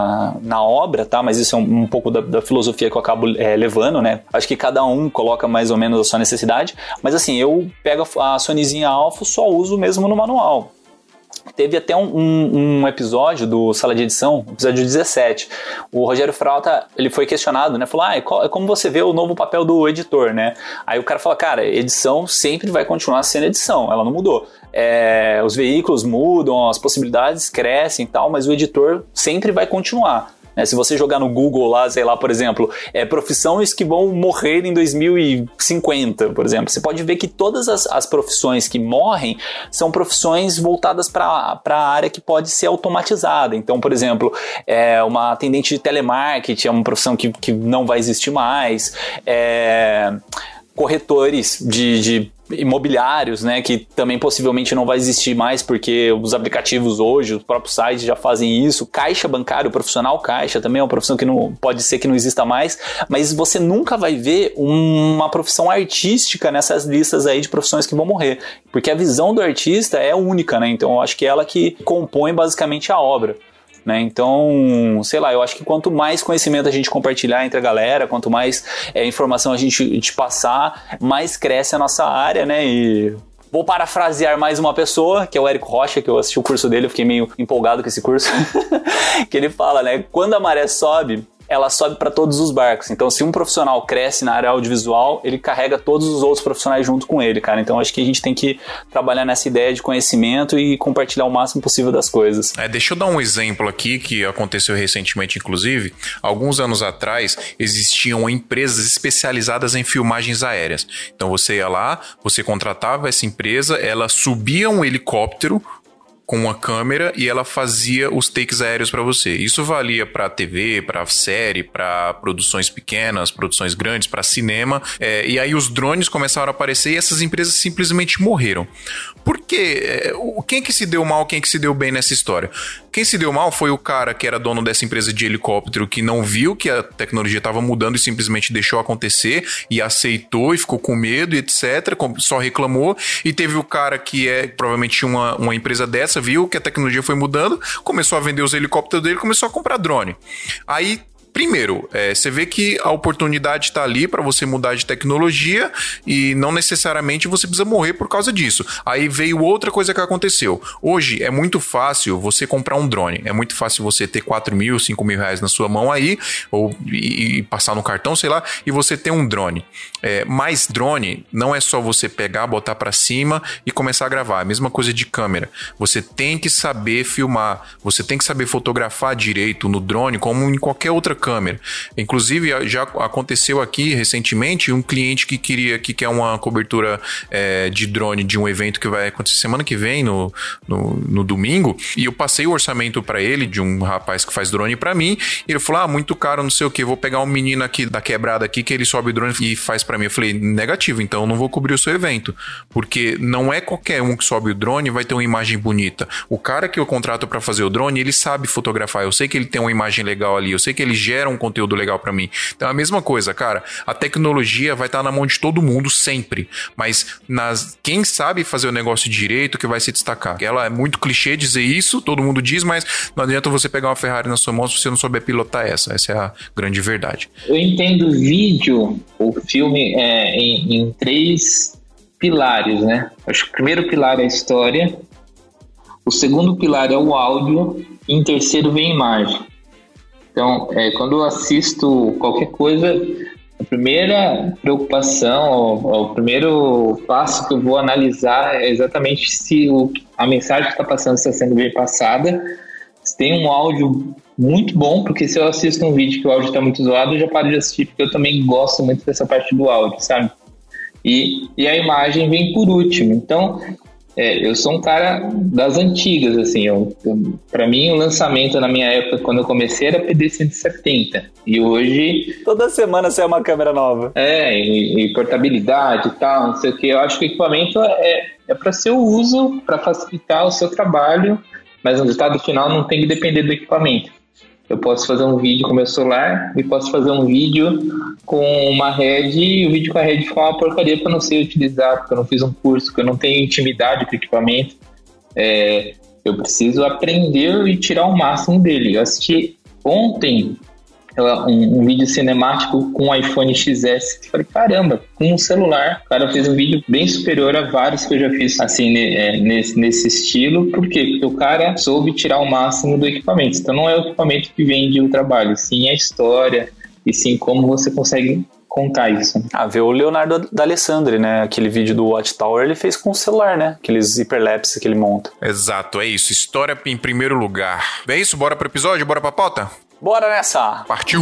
na obra, tá? Mas isso é um pouco da filosofia que eu acabo levando, né? Acho que cada um coloca mais ou menos a sua necessidade. Mas assim, eu pego a Sonyzinha Alpha, só uso mesmo no manual. Teve até um episódio do Sala de Edição, episódio 17. O Rogério Frauta, ele foi questionado, né? Falou, como você vê o novo papel do editor, né? Aí o cara fala, cara, edição sempre vai continuar sendo edição, ela não mudou. Os veículos mudam, as possibilidades crescem e tal, mas o editor sempre vai continuar. Se você jogar no Google lá, sei lá, por exemplo, profissões que vão morrer em 2050, por exemplo, você pode ver que todas as profissões que morrem são profissões voltadas para a área que pode ser automatizada. Então, por exemplo, uma atendente de telemarketing é uma profissão que não vai existir mais, corretores de imobiliários, né, que também possivelmente não vai existir mais porque os aplicativos hoje, os próprios sites já fazem isso. Caixa bancário, profissional caixa também é uma profissão que não pode ser que não exista mais, mas você nunca vai ver uma profissão artística nessas listas aí de profissões que vão morrer, porque a visão do artista é única, né? Então eu acho que é ela que compõe basicamente a obra. né? Então, sei lá, eu acho que quanto mais conhecimento a gente compartilhar entre a galera, quanto mais informação a gente passar, mais cresce a nossa área, né? E vou parafrasear mais uma pessoa, que é o Érico Rocha, que eu assisti o curso dele, eu fiquei meio empolgado com esse curso, que ele fala, né? Quando a maré sobe, ela sobe para todos os barcos. Então, se um profissional cresce na área audiovisual, ele carrega todos os outros profissionais junto com ele, cara. Então, acho que a gente tem que trabalhar nessa ideia de conhecimento e compartilhar o máximo possível das coisas. Deixa eu dar um exemplo aqui que aconteceu recentemente, inclusive. Alguns anos atrás, existiam empresas especializadas em filmagens aéreas. Então, você ia lá, você contratava essa empresa, ela subia um helicóptero com uma câmera e ela fazia os takes aéreos para você. Isso valia para TV, para série, para produções pequenas, produções grandes, para cinema. E aí os drones começaram a aparecer e essas empresas simplesmente morreram. Por quê? Quem que se deu mal, quem que se deu bem nessa história? Quem se deu mal foi o cara que era dono dessa empresa de helicóptero, que não viu que a tecnologia estava mudando e simplesmente deixou acontecer e aceitou e ficou com medo e etc, só reclamou. E teve o cara que provavelmente tinha uma empresa dessa, viu que a tecnologia foi mudando, começou a vender os helicópteros dele, começou a comprar drone. Aí, primeiro, você vê que a oportunidade está ali para você mudar de tecnologia e não necessariamente você precisa morrer por causa disso. Aí veio outra coisa que aconteceu. Hoje é muito fácil você comprar um drone. É muito fácil você ter 4 mil, 5 mil reais na sua mão aí, e passar no cartão, sei lá, e você ter um drone. Mas drone não é só você pegar, botar para cima e começar a gravar. É a mesma coisa de câmera. Você tem que saber filmar. Você tem que saber fotografar direito no drone, como em qualquer outra câmera. Inclusive, já aconteceu aqui recentemente um cliente que quer uma cobertura de drone de um evento que vai acontecer semana que vem, no domingo, e eu passei o orçamento para ele, de um rapaz que faz drone para mim, e ele falou, muito caro, não sei o que, vou pegar um menino aqui da quebrada aqui, que ele sobe o drone e faz para mim. Eu falei, negativo, então eu não vou cobrir o seu evento, porque não é qualquer um que sobe o drone e vai ter uma imagem bonita. O cara que eu contrato para fazer o drone, ele sabe fotografar, eu sei que ele tem uma imagem legal ali, eu sei que ele gera um conteúdo legal pra mim. Então é a mesma coisa, cara. A tecnologia vai estar na mão de todo mundo sempre, mas quem sabe fazer o negócio direito que vai se destacar. Ela é muito clichê dizer isso, todo mundo diz, mas não adianta você pegar uma Ferrari na sua mão se você não souber pilotar essa. Essa é a grande verdade. Eu entendo o vídeo, o filme, em 3 pilares, né? Acho que o primeiro pilar é a história, o segundo pilar é o áudio e em terceiro vem a imagem. Então, quando eu assisto qualquer coisa, a primeira preocupação, o primeiro passo que eu vou analisar é exatamente se a mensagem que está passando está sendo bem passada, se tem um áudio muito bom, porque se eu assisto um vídeo que o áudio está muito zoado, eu já paro de assistir, porque eu também gosto muito dessa parte do áudio, sabe? E a imagem vem por último. Então, eu sou um cara das antigas, assim, pra mim o lançamento na minha época, quando eu comecei, era PD-170, e hoje... Toda semana sai uma câmera nova. E portabilidade e tal, não sei o que, eu acho que o equipamento é para seu uso, para facilitar o seu trabalho, mas no resultado final não tem que depender do equipamento. Eu posso fazer um vídeo com meu celular e posso fazer um vídeo com uma Red e o vídeo com a Red ficar uma porcaria porque eu não sei utilizar, porque eu não fiz um curso, porque eu não tenho intimidade com o equipamento. Eu preciso aprender e tirar o máximo dele. Eu assisti ontem um vídeo cinemático com o iPhone XS. Falei, caramba, com um celular, o cara fez um vídeo bem superior a vários que eu já fiz assim, nesse estilo. Por quê? Porque o cara soube tirar o máximo do equipamento. Então não é o equipamento que vende o trabalho, sim a história, e sim como você consegue contar isso. Vê o Leonardo D'Alessandri, né? Aquele vídeo do Watchtower ele fez com o celular, né? Aqueles hiperlapses que ele monta. Exato, é isso. História em primeiro lugar. É isso? Bora pro episódio? Bora pra pauta? Bora nessa! Partiu!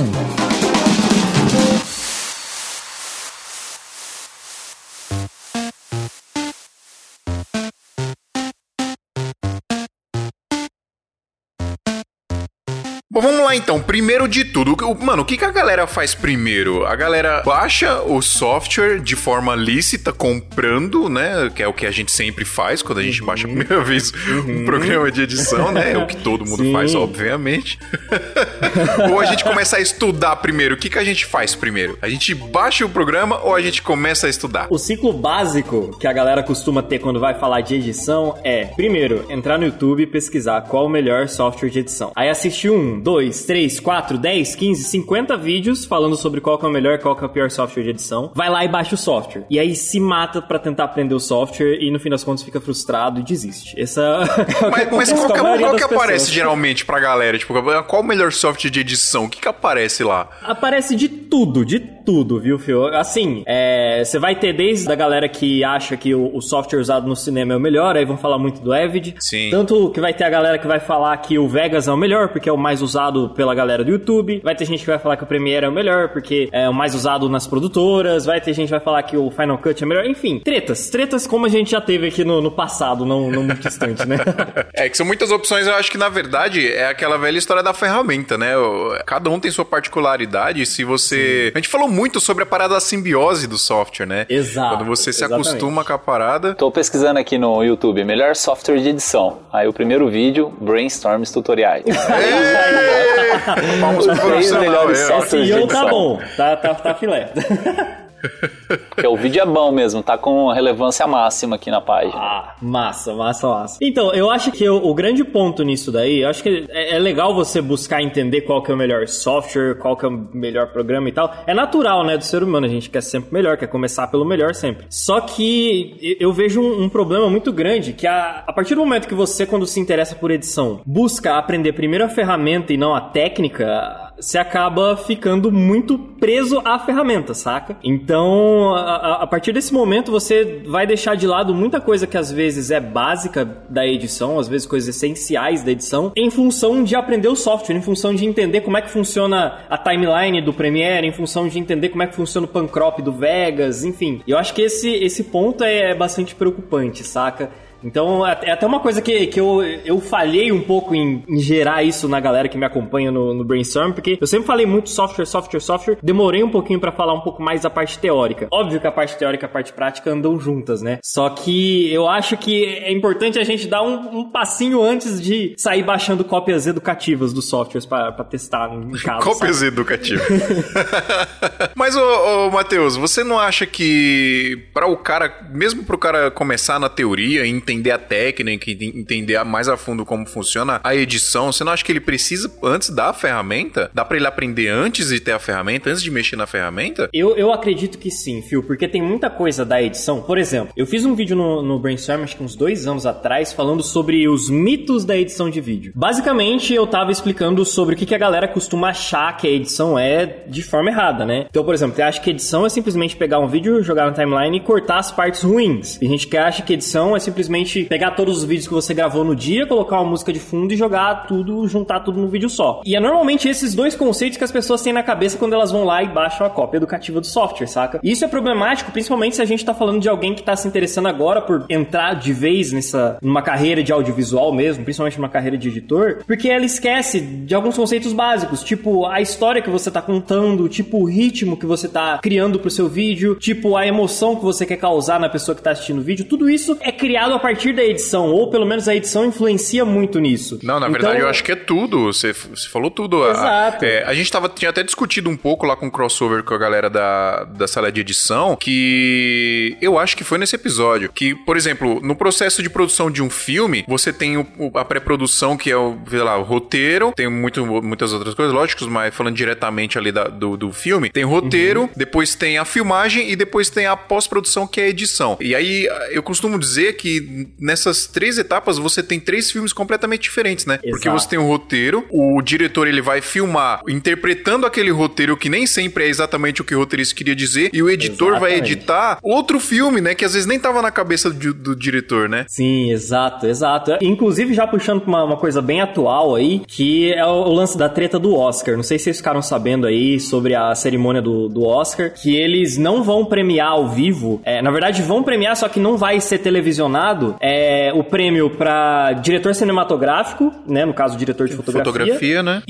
Bom, vamos lá então, primeiro de tudo, mano, o que a galera faz primeiro? A galera baixa o software de forma lícita, comprando, né? Que é o que a gente sempre faz quando a gente baixa a primeira vez um programa de edição, né? É o que todo mundo faz, obviamente. Ou a gente começa a estudar primeiro? O que a gente faz primeiro? A gente baixa o programa ou a gente começa a estudar? O ciclo básico que a galera costuma ter quando vai falar de edição é, primeiro, entrar no YouTube e pesquisar qual o melhor software de edição. Aí assistir 1, 2, 3, 4, 10, 15, 50 vídeos falando sobre qual que é o melhor e qual que é o pior software de edição. Vai lá e baixa o software. E aí se mata pra tentar aprender o software e no fim das contas fica frustrado e desiste. Mas qual que aparece geralmente pra galera? Tipo, qual o melhor software de edição? O que aparece lá? Aparece de tudo, viu, Fio? Assim, você vai ter desde a galera que acha que o software usado no cinema é o melhor, aí vão falar muito do Avid. Sim. Tanto que vai ter a galera que vai falar que o Vegas é o melhor, porque é o mais usado pela galera do YouTube. Vai ter gente que vai falar que o Premiere é o melhor, porque é o mais usado nas produtoras. Vai ter gente que vai falar que o Final Cut é o melhor. Enfim, tretas como a gente já teve aqui no passado, não muito distante, né? Que são muitas opções. Eu acho que, na verdade, é aquela velha história da ferramenta, né? Cada um tem sua particularidade. Se você... A gente falou muito sobre a parada da simbiose do software, né? Exato. Quando você se acostuma com a parada... Tô pesquisando aqui no YouTube, melhor software de edição. Aí o primeiro vídeo, Brainstorms Tutoriais. Vamos pro profissional. Esse CEO tá bom, tá filé. Porque o vídeo é bom mesmo, tá com relevância máxima aqui na página. Ah, massa. Então, eu acho que o grande ponto nisso daí, eu acho que é legal você buscar entender qual que é o melhor software, qual que é o melhor programa e tal. É natural, né, do ser humano, a gente quer sempre melhor, quer começar pelo melhor sempre. Só que eu vejo um problema muito grande, que a partir do momento que você, quando se interessa por edição, busca aprender primeiro a ferramenta e não a técnica, você acaba ficando muito preso à ferramenta, saca? Então, a partir desse momento, você vai deixar de lado muita coisa que às vezes é básica da edição, às vezes coisas essenciais da edição, em função de aprender o software, em função de entender como é que funciona a timeline do Premiere, em função de entender como é que funciona o pancrop do Vegas, enfim. Eu acho que esse ponto é bastante preocupante, saca? Então, é até uma coisa que eu falhei um pouco em gerar isso na galera que me acompanha no Brainstorm, porque eu sempre falei muito software, demorei um pouquinho pra falar um pouco mais da parte teórica. Óbvio que a parte teórica e a parte prática andam juntas, né? Só que eu acho que é importante a gente dar um passinho antes de sair baixando cópias educativas dos softwares pra testar em casa. Cópias educativas. Mas, ô Matheus, você não acha que mesmo pro cara começar na teoria, entender a técnica, entender mais a fundo como funciona a edição, você não acha que ele precisa antes da ferramenta? Dá pra ele aprender antes de ter a ferramenta, antes de mexer na ferramenta? Eu acredito que sim, Phil, porque tem muita coisa da edição. Por exemplo, eu fiz um vídeo no Brainstorm, acho que uns 2 anos atrás, falando sobre os mitos da edição de vídeo. Basicamente, eu tava explicando sobre o que a galera costuma achar que a edição é de forma errada, né? Então, por exemplo, você acha que edição é simplesmente pegar um vídeo, jogar na timeline e cortar as partes ruins. Tem gente que acha que edição é simplesmente pegar todos os vídeos que você gravou no dia, colocar uma música de fundo e jogar tudo, juntar tudo num vídeo só. E é normalmente esses dois conceitos que as pessoas têm na cabeça quando elas vão lá e baixam a cópia educativa do software, saca? E isso é problemático, principalmente se a gente tá falando de alguém que tá se interessando agora por entrar de vez numa carreira de audiovisual mesmo, principalmente numa carreira de editor, porque ela esquece de alguns conceitos básicos, tipo a história que você tá contando, tipo o ritmo que você tá criando pro seu vídeo, tipo a emoção que você quer causar na pessoa que tá assistindo o vídeo. Tudo isso é criado a partir da edição, ou pelo menos a edição influencia muito nisso. Não, na verdade eu acho que é tudo. Você falou tudo. Exato. A gente tinha até discutido um pouco lá com o crossover com a galera da sala de edição, que eu acho que foi nesse episódio, que, por exemplo, no processo de produção de um filme, você tem a pré-produção, que é o roteiro, tem muitas outras coisas, lógicos, mas falando diretamente ali do filme, tem roteiro, depois tem a filmagem e depois tem a pós-produção, que é a edição. E aí, eu costumo dizer que nessas 3 etapas você tem 3 filmes completamente diferentes, né? Exato. Porque você tem o roteiro, o diretor ele vai filmar interpretando aquele roteiro que nem sempre é exatamente o que o roteirista queria dizer, e o editor vai editar outro filme, né? Que às vezes nem tava na cabeça do diretor, né? Sim, exato. Inclusive, já puxando pra uma coisa bem atual aí, que é o lance da treta do Oscar. Não sei se vocês ficaram sabendo aí sobre a cerimônia do Oscar, que eles não vão premiar ao vivo. Na verdade, vão premiar, só que não vai ser televisionado indicado o prêmio pra diretor cinematográfico, né? No caso, diretor de fotografia, né?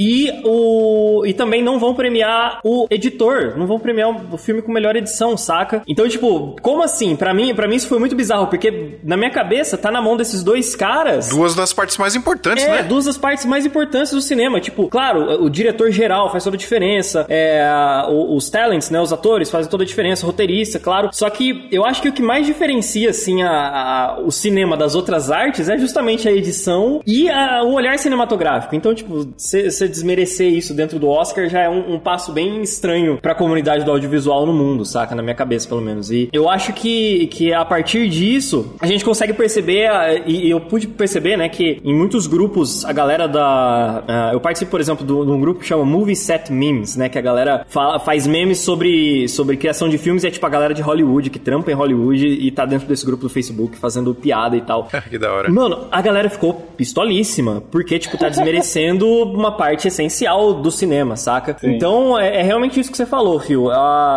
E também não vão premiar o editor, não vão premiar o filme com melhor edição, saca? Então, tipo, como assim? Pra mim isso foi muito bizarro, porque na minha cabeça tá na mão desses dois caras. Duas das partes mais importantes, né? Duas das partes mais importantes do cinema. Tipo, claro, o diretor geral faz toda a diferença, os talents, né, os atores fazem toda a diferença, o roteirista, claro. Só que eu acho que o que mais diferencia, assim, o cinema das outras artes é justamente a edição e o olhar cinematográfico. Então, tipo, você desmerecer isso dentro do Oscar já é um passo bem estranho pra comunidade do audiovisual no mundo, saca? Na minha cabeça, pelo menos. E eu acho que a partir disso, a gente consegue perceber, e eu pude perceber, né, que em muitos grupos, a galera eu participo, por exemplo, de um grupo que chama Movie Set Memes, né, que a galera faz memes sobre criação de filmes, e é tipo a galera de Hollywood, que trampa em Hollywood e tá dentro desse grupo do Facebook fazendo piada e tal. Que da hora. Mano, a galera ficou pistolíssima, porque, tipo, tá desmerecendo uma parte essencial do cinema, saca? Sim. Então, é realmente isso que você falou, Phil.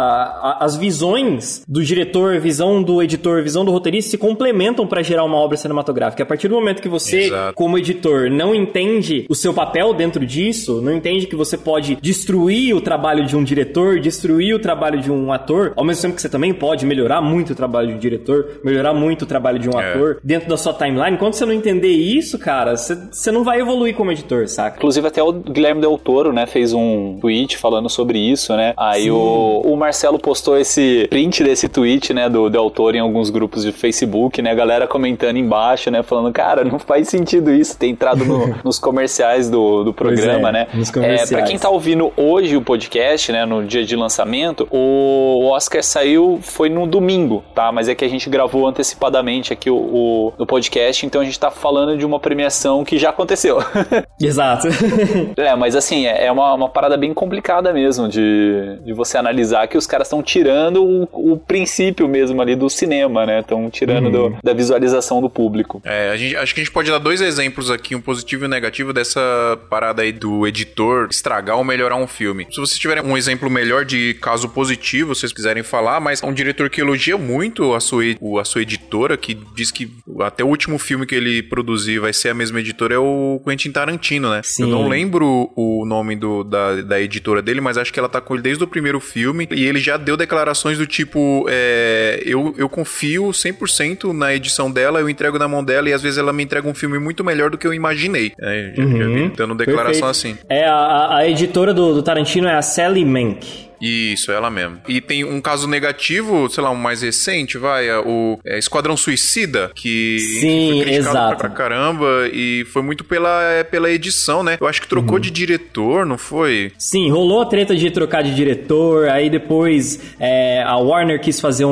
As visões do diretor, visão do editor, visão do roteirista se complementam pra gerar uma obra cinematográfica. A partir do momento que você, como editor, não entende o seu papel dentro disso, não entende que você pode destruir o trabalho de um diretor, destruir o trabalho de um ator, ao mesmo tempo que você também pode melhorar muito o trabalho de um diretor, melhorar muito o trabalho de um ator dentro da sua timeline. Enquanto você não entender isso, cara, você não vai evoluir como editor, saca? Inclusive até o Guilherme Del Toro, né, fez um tweet falando sobre isso, né? Aí o Marcelo postou esse print desse tweet, né, do Del Toro em alguns grupos de Facebook, né? A galera comentando embaixo, né, falando, cara, não faz sentido isso ter entrado nos comerciais do programa, né? Nos comerciais. Pra quem tá ouvindo hoje o podcast, né, no dia de lançamento, o Oscar foi no domingo, tá? Mas é que a gente gravou antecipadamente aqui o podcast, então a gente tá falando de uma premiação que já aconteceu. Exato. Mas assim, é uma parada bem complicada mesmo de você analisar que os caras estão tirando o princípio mesmo ali do cinema, né? Estão tirando da visualização do público. Acho que a gente pode dar dois exemplos aqui, um positivo e um negativo dessa parada aí do editor estragar ou melhorar um filme. Se vocês tiverem um exemplo melhor de caso positivo, se vocês quiserem falar, mas um diretor que elogia muito a sua editora, que diz que até o último filme que ele produzir vai ser a mesma editora, é o Quentin Tarantino, né? Sim. Eu não lembro o nome da editora dele, mas acho que ela tá com ele desde o primeiro filme, e ele já deu declarações do tipo, eu confio 100% na edição dela, eu entrego na mão dela, e às vezes ela me entrega um filme muito melhor do que eu imaginei. Já vi dando declaração assim. A editora do Tarantino é a Sally Mank. Isso, ela mesmo. E tem um caso negativo, sei lá, um mais recente, o Esquadrão Suicida, que foi criticado pra caramba, e foi muito pela edição, né? Eu acho que trocou de diretor, não foi? Sim, rolou a treta de trocar de diretor, aí depois a Warner quis fazer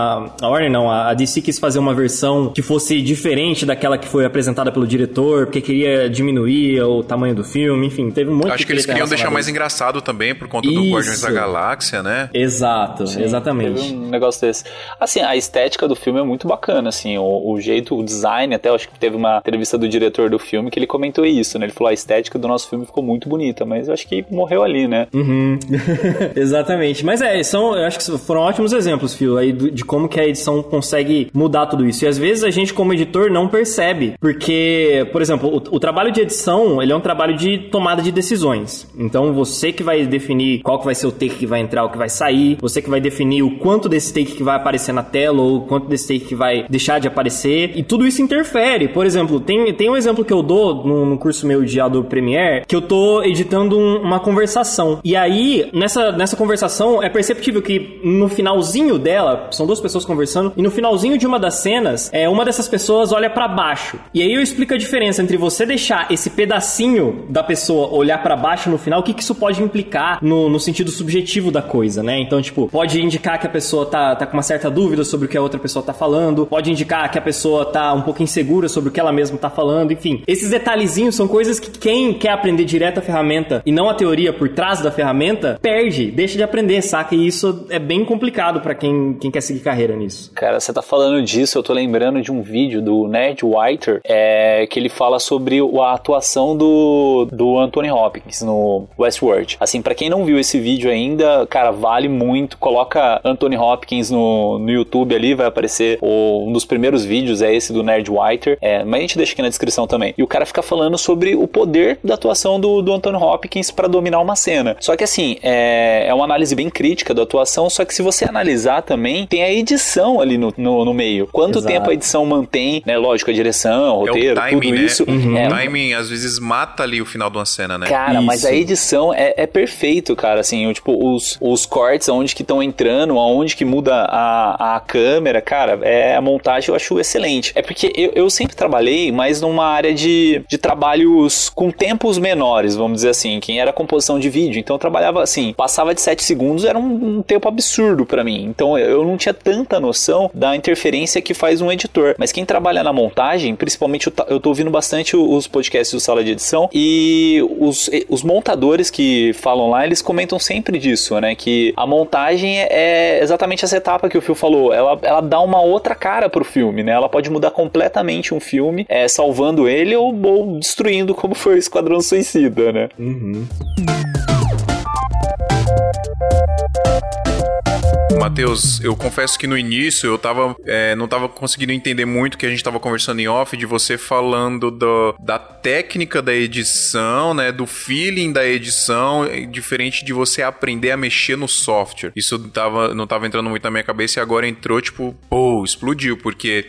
a DC quis fazer uma versão que fosse diferente daquela que foi apresentada pelo diretor, porque queria diminuir o tamanho do filme, enfim, teve um monte de Acho que eles queriam deixar mais engraçado também, por conta do Guardiões da Galáxia, né? Exato, sim, exatamente. Teve um negócio desse. Assim, a estética do filme é muito bacana, assim, o jeito, o design, até eu acho que teve uma entrevista do diretor do filme que ele comentou isso, né? Ele falou, a estética do nosso filme ficou muito bonita, mas eu acho que morreu ali, né? Exatamente. Mas eu acho que foram ótimos exemplos, Phil, aí de como que a edição consegue mudar tudo isso. E às vezes a gente, como editor, não percebe, porque, por exemplo, o trabalho de edição, ele é um trabalho de tomada de decisões. Então, você que vai definir qual que vai ser o take que vai entrar, o que vai sair, você que vai definir o quanto desse take que vai aparecer na tela ou o quanto desse take que vai deixar de aparecer, e tudo isso interfere. Por exemplo, tem um exemplo que eu dou no curso meu de Adobe Premiere, que eu tô editando uma conversação, e aí nessa conversação é perceptível que no finalzinho dela, são duas pessoas conversando, e no finalzinho de uma das cenas, uma dessas pessoas olha pra baixo, e aí eu explico a diferença entre você deixar esse pedacinho da pessoa olhar pra baixo no final, o que isso pode implicar no sentido subjetivo da coisa, né? Então, tipo, pode indicar que a pessoa tá com uma certa dúvida sobre o que a outra pessoa tá falando, pode indicar que a pessoa tá um pouco insegura sobre o que ela mesma tá falando, enfim. Esses detalhezinhos são coisas que quem quer aprender direto a ferramenta e não a teoria por trás da ferramenta, deixa de aprender, saca? E isso é bem complicado pra quem quer seguir carreira nisso. Cara, você tá falando disso, eu tô lembrando de um vídeo do Ned Whiter, que ele fala sobre a atuação do Anthony Hopkins no Westworld. Assim, pra quem não viu esse vídeo ainda, ainda, cara, vale muito. Coloca Anthony Hopkins no YouTube ali, vai aparecer um dos primeiros vídeos, é esse do Nerdwriter, mas a gente deixa aqui na descrição também. E o cara fica falando sobre o poder da atuação do Anthony Hopkins pra dominar uma cena. Só que assim, é uma análise bem crítica da atuação, só que se você analisar também, tem a edição ali no meio. Quanto tempo a edição mantém, né? Lógico, a direção, o roteiro, timing, tudo né? isso. O timing, às vezes, mata ali o final de uma cena, né? Cara, mas a edição é perfeito, cara, assim, tipo, os cortes, aonde que estão entrando, aonde que muda a câmera, cara, a montagem eu acho excelente. É porque eu sempre trabalhei mais numa área de trabalhos com tempos menores, vamos dizer assim, quem era composição de vídeo, então eu trabalhava assim, passava de 7 segundos, era um tempo absurdo pra mim, então eu não tinha tanta noção da interferência que faz um editor, mas quem trabalha na montagem, principalmente eu tô ouvindo bastante os podcasts do Sala de Edição, e os montadores que falam lá, eles comentam sempre disso, né, que a montagem é exatamente essa etapa que o Phil falou, ela dá uma outra cara pro filme, né, ela pode mudar completamente um filme, salvando ele ou destruindo, como foi o Esquadrão Suicida, né. Matheus, eu confesso que no início eu não tava conseguindo entender muito o que a gente tava conversando em off, de você falando da técnica da edição, né, do feeling da edição, diferente de você aprender a mexer no software. Isso não tava entrando muito na minha cabeça e agora entrou, tipo, explodiu, porque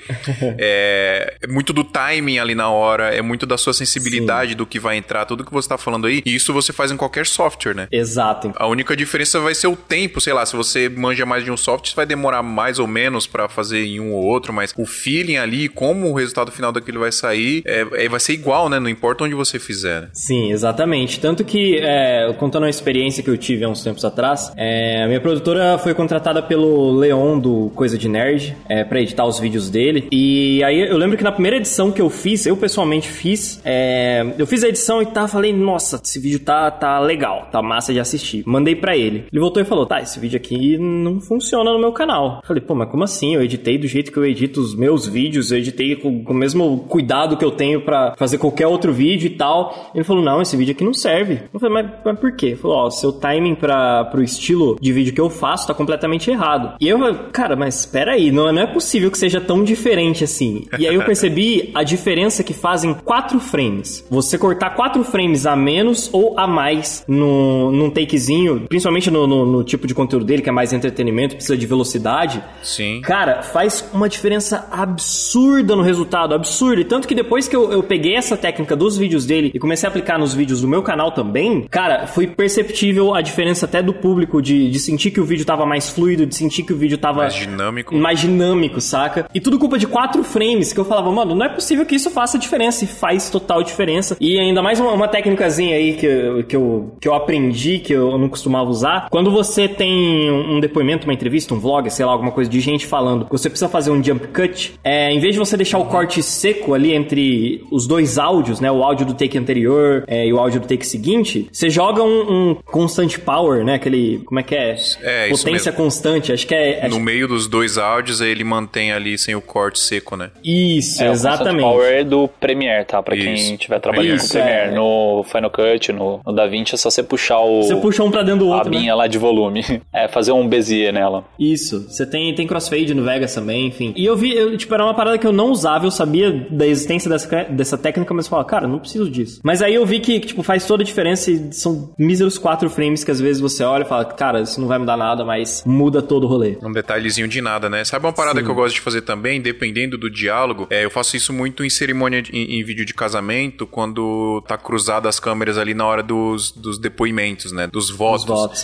é muito do timing ali na hora, é muito da sua sensibilidade. Sim. Do que vai entrar, tudo que você tá falando aí, e isso você faz em qualquer software, né? Exato. A única diferença vai ser o tempo, sei lá, se você manja mais de um software, vai demorar mais ou menos pra fazer em um ou outro, mas o feeling ali, como o resultado final daquilo vai sair, vai ser igual, né? Não importa onde você fizer. Né? Sim, exatamente. Tanto que, contando uma experiência que eu tive há uns tempos atrás, a minha produtora foi contratada pelo Leon do Coisa de Nerd, pra editar os vídeos dele, e aí eu lembro que na primeira edição que eu fiz, eu pessoalmente fiz, eu fiz a edição e falei, nossa, esse vídeo tá legal, tá massa de assistir. Mandei pra ele. Ele voltou e falou, esse vídeo aqui não funciona no meu canal. Falei, mas como assim? Eu editei do jeito que eu edito os meus vídeos, eu editei com o mesmo cuidado que eu tenho pra fazer qualquer outro vídeo e tal. Ele falou, não, esse vídeo aqui não serve. Eu falei, mas por quê? Ele falou, seu timing pro estilo de vídeo que eu faço tá completamente errado. E eu falei, cara, mas peraí, não é possível que seja tão diferente assim. E aí eu percebi a diferença que fazem 4 frames. Você cortar 4 frames a menos ou a mais num takezinho, principalmente no tipo de conteúdo dele, que é mais entretenimento, precisa de velocidade. Sim. Cara, faz uma diferença absurda no resultado, absurda. E tanto que depois que eu peguei essa técnica dos vídeos dele e comecei a aplicar nos vídeos do meu canal também, cara, foi perceptível a diferença até do público de sentir que o vídeo tava mais fluido, de sentir que o vídeo tava mais dinâmico, saca? E tudo culpa de 4 frames, que eu falava, mano, não é possível que isso faça diferença, e faz total diferença. E ainda mais uma técnicazinha aí que eu aprendi, que eu não costumava usar. Quando você tem um depoimento, uma entrevista, um vlog, sei lá, alguma coisa de gente falando, você precisa fazer um jump cut, em vez de você deixar o corte seco ali entre os dois áudios, né, o áudio do take anterior e o áudio do take seguinte, você joga um constant power, né, aquele, como é que é? Potência constante, acho que é... No meio dos dois áudios, ele mantém ali sem o corte seco, né? Isso, exatamente. O constant power é do Premiere, tá? Pra quem estiver trabalhando com o Premiere. No Final Cut, no DaVinci, é só você puxar Você puxa um pra dentro do outro, a abinha lá de volume. Fazer um Bezier nela. Isso. Você tem crossfade no Vegas também, enfim. E eu vi, era uma parada que eu não usava, eu sabia da existência dessa técnica, mas eu falava, cara, não preciso disso. Mas aí eu vi que, tipo, faz toda a diferença e são míseros 4 frames que às vezes você olha e fala, cara, isso não vai mudar nada, mas muda todo o rolê. Um detalhezinho de nada, né? Sabe uma parada que eu gosto de fazer também, dependendo do diálogo? Eu faço isso muito em cerimônia, em vídeo de casamento, quando tá cruzado as câmeras ali na hora dos depoimentos, né? Dos votos.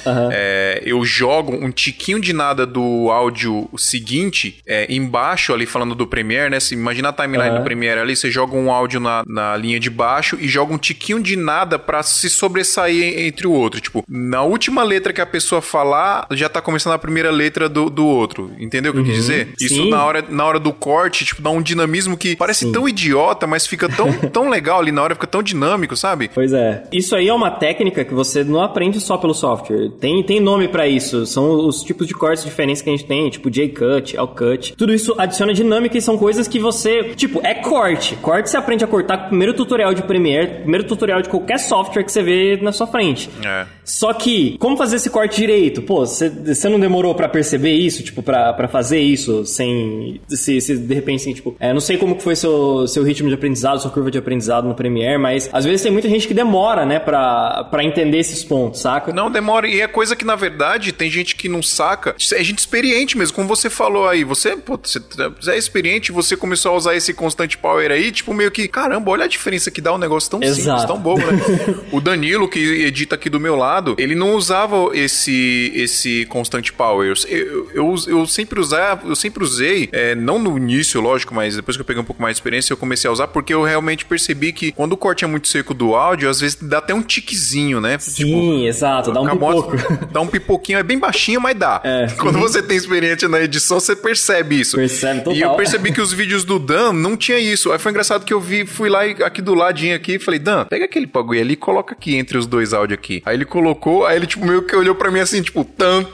Eu jogo um tiquinho de nada do áudio seguinte embaixo ali, falando do Premiere, né? Se imagina a timeline do Premiere ali, você joga um áudio na linha de baixo e joga um tiquinho de nada pra se sobressair entre o outro. Tipo, na última letra que a pessoa falar, já tá começando a primeira letra do outro. Entendeu o que eu quis dizer? Sim. Isso na hora do corte, tipo, dá um dinamismo que parece tão idiota, mas fica tão legal ali na hora, fica tão dinâmico, sabe? Pois é. Isso aí é uma técnica que você não aprende só pelo software. Tem nome pra isso. São os tipos de cortes diferentes que a gente tem, tipo J-Cut, L-Cut. Tudo isso adiciona dinâmica e são coisas que você... Tipo, é corte. Corte você aprende a cortar com o primeiro tutorial de Premiere, primeiro tutorial de qualquer software que você vê na sua frente. Só que, como fazer esse corte direito? Pô, você não demorou pra perceber isso? Tipo, pra fazer isso sem... Se de repente, assim, tipo... não sei como que foi seu ritmo de aprendizado, sua curva de aprendizado no Premiere, mas às vezes tem muita gente que demora, né, pra entender esses pontos, saca? Não, demora. E é coisa que, na verdade, tem gente que não saca. É gente experiente mesmo, como você falou aí. Você é experiente, você começou a usar esse Constant Power aí, tipo, meio que, caramba, olha a diferença que dá um negócio tão simples, tão bobo, né? O Danilo, que edita aqui do meu lado, ele não usava esse Constant Power. Eu sempre usei, não no início, lógico, mas depois que eu peguei um pouco mais de experiência, eu comecei a usar, porque eu realmente percebi que quando o corte é muito seco do áudio, às vezes dá até um tiquezinho, né? Sim, tipo, exato, dá um pipoco. Dá um pipoquinho, é bem baixinho, mas dá. Quando você tem experiência na edição, você percebe isso. Percebe total. E eu percebi que os vídeos do Dan não tinha isso. Aí foi engraçado que eu fui lá aqui do ladinho aqui e falei, Dan, pega aquele bagulho ali e coloca aqui entre os dois áudios aqui. Aí ele colocou, aí ele tipo meio que olhou pra mim assim, tipo, tan.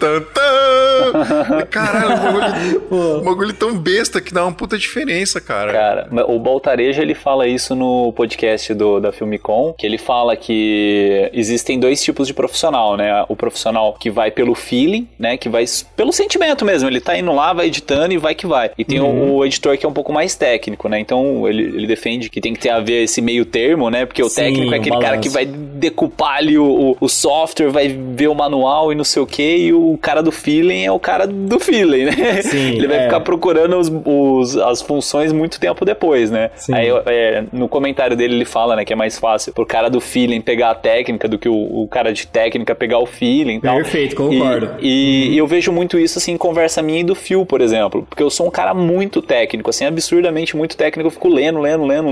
Falei, caralho, um bagulho tão besta que dá uma puta diferença, cara. Cara, o Baltareja, ele fala isso no podcast da Filmicom, que ele fala que existem dois tipos de profissional, né? O profissional que vai pelo feeling, né? Que vai pelo sentimento mesmo. Ele tá indo lá, vai editando e vai que vai. E tem o editor que é um pouco mais técnico, né? Então, ele defende que tem que ter a ver esse meio termo, né? Porque o técnico é aquele cara que vai decupar ali o software, vai ver o manual e não sei o que, e o cara do feeling é o cara do feeling, né? Sim, ele vai ficar procurando as funções muito tempo depois, né? Sim. Aí, no comentário dele, ele fala, né, que é mais fácil pro cara do feeling pegar a técnica do que o cara de técnica pegar o feeling e tal. Perfeito, concordo. E eu vejo muito isso, assim, em conversa minha e do Phil, por exemplo, porque eu sou um cara muito técnico, assim, absurdamente muito técnico, eu fico lendo.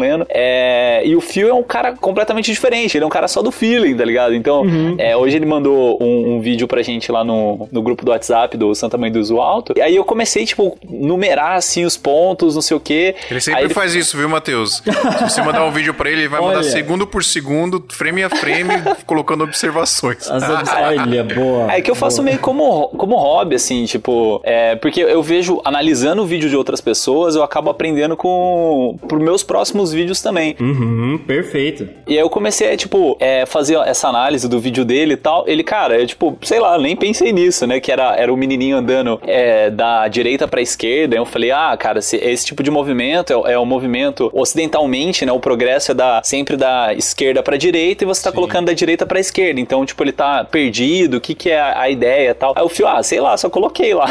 E o Phil é um cara completamente diferente, ele é um cara só do feeling, tá ligado? Então, hoje ele mandou um vídeo pra gente lá no grupo do WhatsApp do Santa Mãe do Uso Alto, e aí eu comecei, tipo, numerar, assim, os pontos, não sei o quê. Ele sempre faz isso, viu, Matheus? Se você mandar um vídeo pra ele vai mandar segundo por segundo, frame a frame, colocando observações. Olha, boa. É que eu faço meio como hobby, assim, tipo, porque eu vejo, analisando o vídeo de outras pessoas, eu acabo aprendendo pros meus próximos vídeos também. Perfeito. E aí eu comecei a, fazer essa análise do vídeo dele e tal. Ele, cara, sei lá, nem pensei nisso, né? Que era o menininho andando da direita pra esquerda. Eu falei, cara, esse tipo de movimento é um movimento ocidentalmente, né? O progresso é sempre da esquerda pra direita e você tá colocando da direita pra esquerda. Então, tipo, ele tá perdido, o que é a ideia e tal. Aí eu fui, sei lá, só coloquei lá.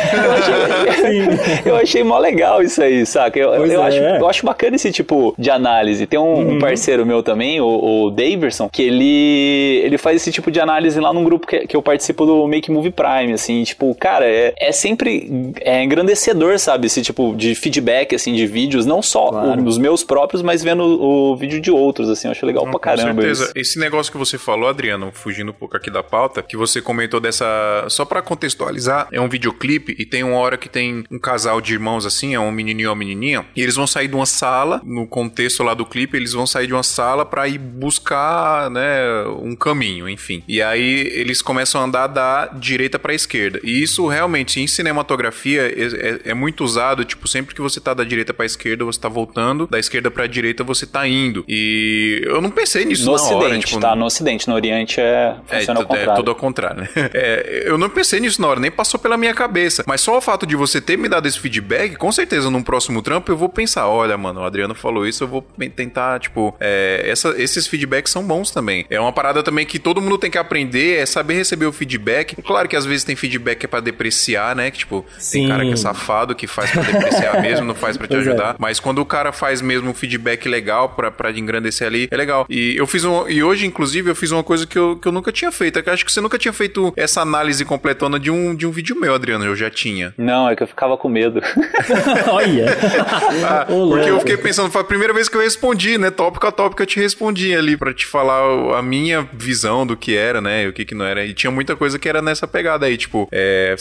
eu achei mó legal isso aí, saca? Eu acho bacana esse tipo de análise. Tem um parceiro meu também, o Daverson, que ele faz esse tipo de análise lá num grupo que eu participo do Make Movie Prime, assim, tipo, cara, é sempre engrandecedor, sabe? Esse tipo de feedback, assim, de vídeos, não só os meus próprios, mas vendo o vídeo de outros, assim, eu acho legal pra caramba. Com certeza. Isso. Esse negócio que você falou, Adriano, fugindo um pouco aqui da pauta, que você comentou só pra contextualizar, é um videoclipe e tem uma hora que tem um casal de irmãos, assim, é um menininho e uma menininha, e eles vão sair de uma sala, no contexto lá do clipe, eles vão sair de uma sala pra ir buscar, né, um caminho, enfim. E aí eles começam a andar da direita pra esquerda. E isso realmente, em cinematografia, é muito usado, tipo, sempre que você tá da direita pra esquerda, você tá voltando, da esquerda pra direita você tá indo. E eu não pensei nisso no Ocidente, tá? No Ocidente, no Oriente funciona ao contrário. É tudo ao contrário, né? Eu não pensei nisso na hora, nem passou pela minha cabeça. Mas só o fato de você ter me dado esse feedback, com certeza num próximo trampo eu vou pensar, olha, mano, o Adriano falou isso, eu vou tentar, tipo, esses feedbacks são bons também. É uma parada também que todo mundo tem que aprender, é saber receber o feedback. Claro que às vezes tem feedback que é pra depreciar, né? Que, tipo, tem cara que é safado, que faz pra depreciar mesmo, não faz pra te ajudar. Mas quando o cara faz mesmo um feedback legal pra engrandecer ali, é legal. E hoje, inclusive, eu fiz uma coisa que eu nunca tinha feito. É que eu acho que você nunca tinha feito essa análise completona de um vídeo meu, Adriano. Eu já tinha. Não, é que eu ficava com medo. Olha! Porque eu fiquei pensando, foi a primeira vez que eu respondi, né? Tópico a tópico eu te respondi ali pra te falar a minha visão do que era, né? E o que não era. E tinha muita coisa que era nessa pegada aí, tipo,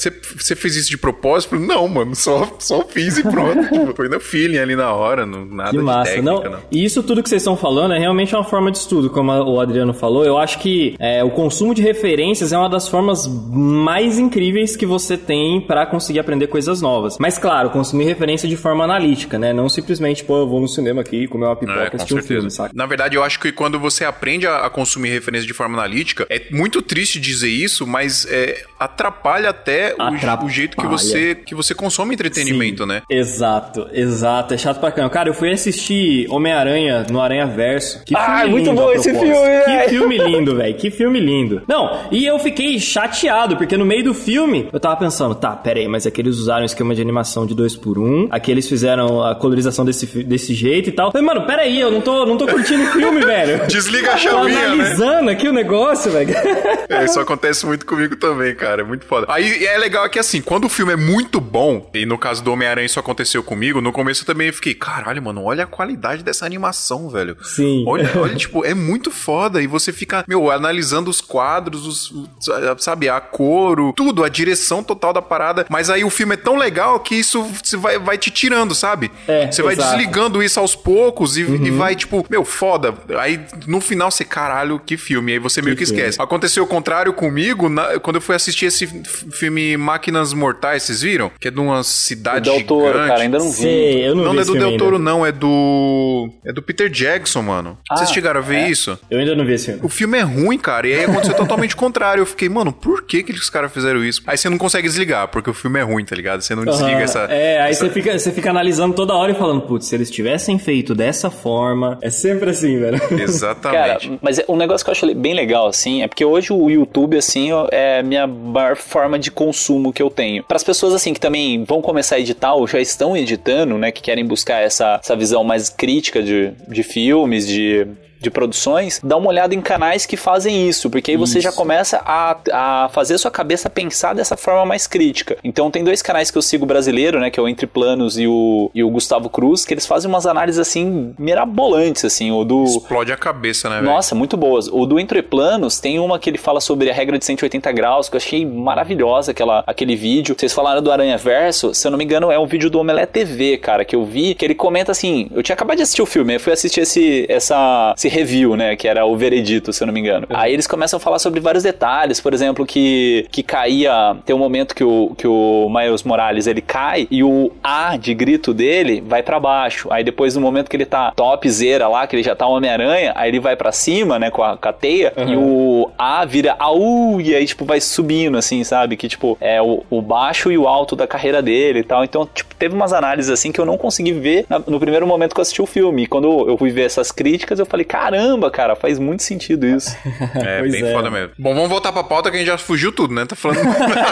você fez isso de propósito? Eu falei, não, mano, só fiz e pronto. Tipo, foi no feeling ali na hora, nada que massa. de técnica, não. E isso tudo que vocês estão falando é realmente uma forma de estudo, como o Adriano falou. Eu acho que o consumo de referências é uma das formas mais incríveis que você tem pra conseguir aprender coisas novas. Mas, claro, consumir referência de forma analítica, né? Não simplesmente, pô, eu vou no cinema aqui, comer uma pipoca e assistir um filme, saca? Na verdade, eu acho que quando você aprende a consumir referência de forma analítica, é muito triste dizer isso, mas atrapalha até o jeito que você consome entretenimento, sim, né? Exato. É chato pra caramba. Cara, eu fui assistir Homem-Aranha no Aranhaverso. Que filme muito lindo, bom esse filme, velho. Que filme lindo, velho. Que filme lindo. Não, e eu fiquei chateado, porque no meio do filme, eu tava pensando, tá, pera aí, mas aqueles usaram um esquema de animação de 2x1, aqueles fizeram a colorização desse jeito e tal. Eu falei, mano, pera aí, eu não tô curtindo o filme, velho. Desliga a chavinha, tô analisando aqui o negócio, velho. Isso acontece muito comigo também, cara. É muito foda. Aí é legal que assim, quando o filme é muito bom, e no caso do Homem-Aranha isso aconteceu comigo, no começo eu também fiquei, caralho, mano, olha a qualidade dessa animação, velho. Sim. Olha, tipo, é muito foda. E você fica, analisando os quadros, sabe, a cor, tudo, a direção total da parada. Mas aí o filme é tão legal que isso vai te tirando, sabe? Você vai desligando isso aos poucos e vai, tipo, foda. Aí no final você, caralho, que filme. Aí você meio que esquece. Aconteceu o contrário comigo quando eu fui assistir esse filme Máquinas Mortais, vocês viram? Que é de uma cidade gigante. Del Toro, cara, ainda não vi. Sei, eu não vi. Não é do Del Toro, não. É do Peter Jackson, mano. Vocês chegaram a ver isso? Eu ainda não vi esse filme. O filme é ruim, cara. E aí aconteceu totalmente o contrário. Eu fiquei, mano, por que os caras fizeram isso? Aí você não consegue desligar, porque o filme é ruim, tá ligado? Você não desliga essa... aí você fica analisando toda hora e falando, putz, se eles tivessem feito dessa forma... É sempre assim, velho. Exatamente. Cara, mas um negócio que eu acho bem legal, assim, é porque hoje o YouTube, assim, é a minha maior forma de consumo que eu tenho. Para as pessoas, assim, que também vão começar a editar ou já estão editando, né, que querem buscar essa visão mais crítica de filmes, de produções, dá uma olhada em canais que fazem isso, porque aí você já começa a fazer a sua cabeça pensar dessa forma mais crítica. Então tem 2 canais que eu sigo brasileiro, né, que é o Entre Planos e o Gustavo Cruz, que eles fazem umas análises, assim, mirabolantes, assim, o do... Explode a cabeça, né, velho? Nossa, muito boas. O do Entre Planos tem uma que ele fala sobre a regra de 180 graus, que eu achei maravilhosa aquele vídeo. Vocês falaram do Aranhaverso, se eu não me engano, é um vídeo do Omelete TV, cara, que eu vi, que ele comenta assim, eu tinha acabado de assistir o filme, eu fui assistir esse review, né, que era o veredito, se eu não me engano. Aí eles começam a falar sobre vários detalhes, por exemplo, que caía, tem um momento que o Miles Morales, ele cai e o A de grito dele vai pra baixo. Aí depois, no momento que ele tá topzera lá, que ele já tá um Homem-Aranha, aí ele vai pra cima, né, com a teia, e o A vira AU, e aí, tipo, vai subindo, assim, sabe? Que, tipo, é o baixo e o alto da carreira dele e tal. Então, tipo, teve umas análises, assim, que eu não consegui ver no primeiro momento que eu assisti o filme. E quando eu fui ver essas críticas, eu falei, caramba, cara, faz muito sentido isso. É, bem foda mesmo. Bom, vamos voltar pra pauta que a gente já fugiu tudo, né? Tá falando...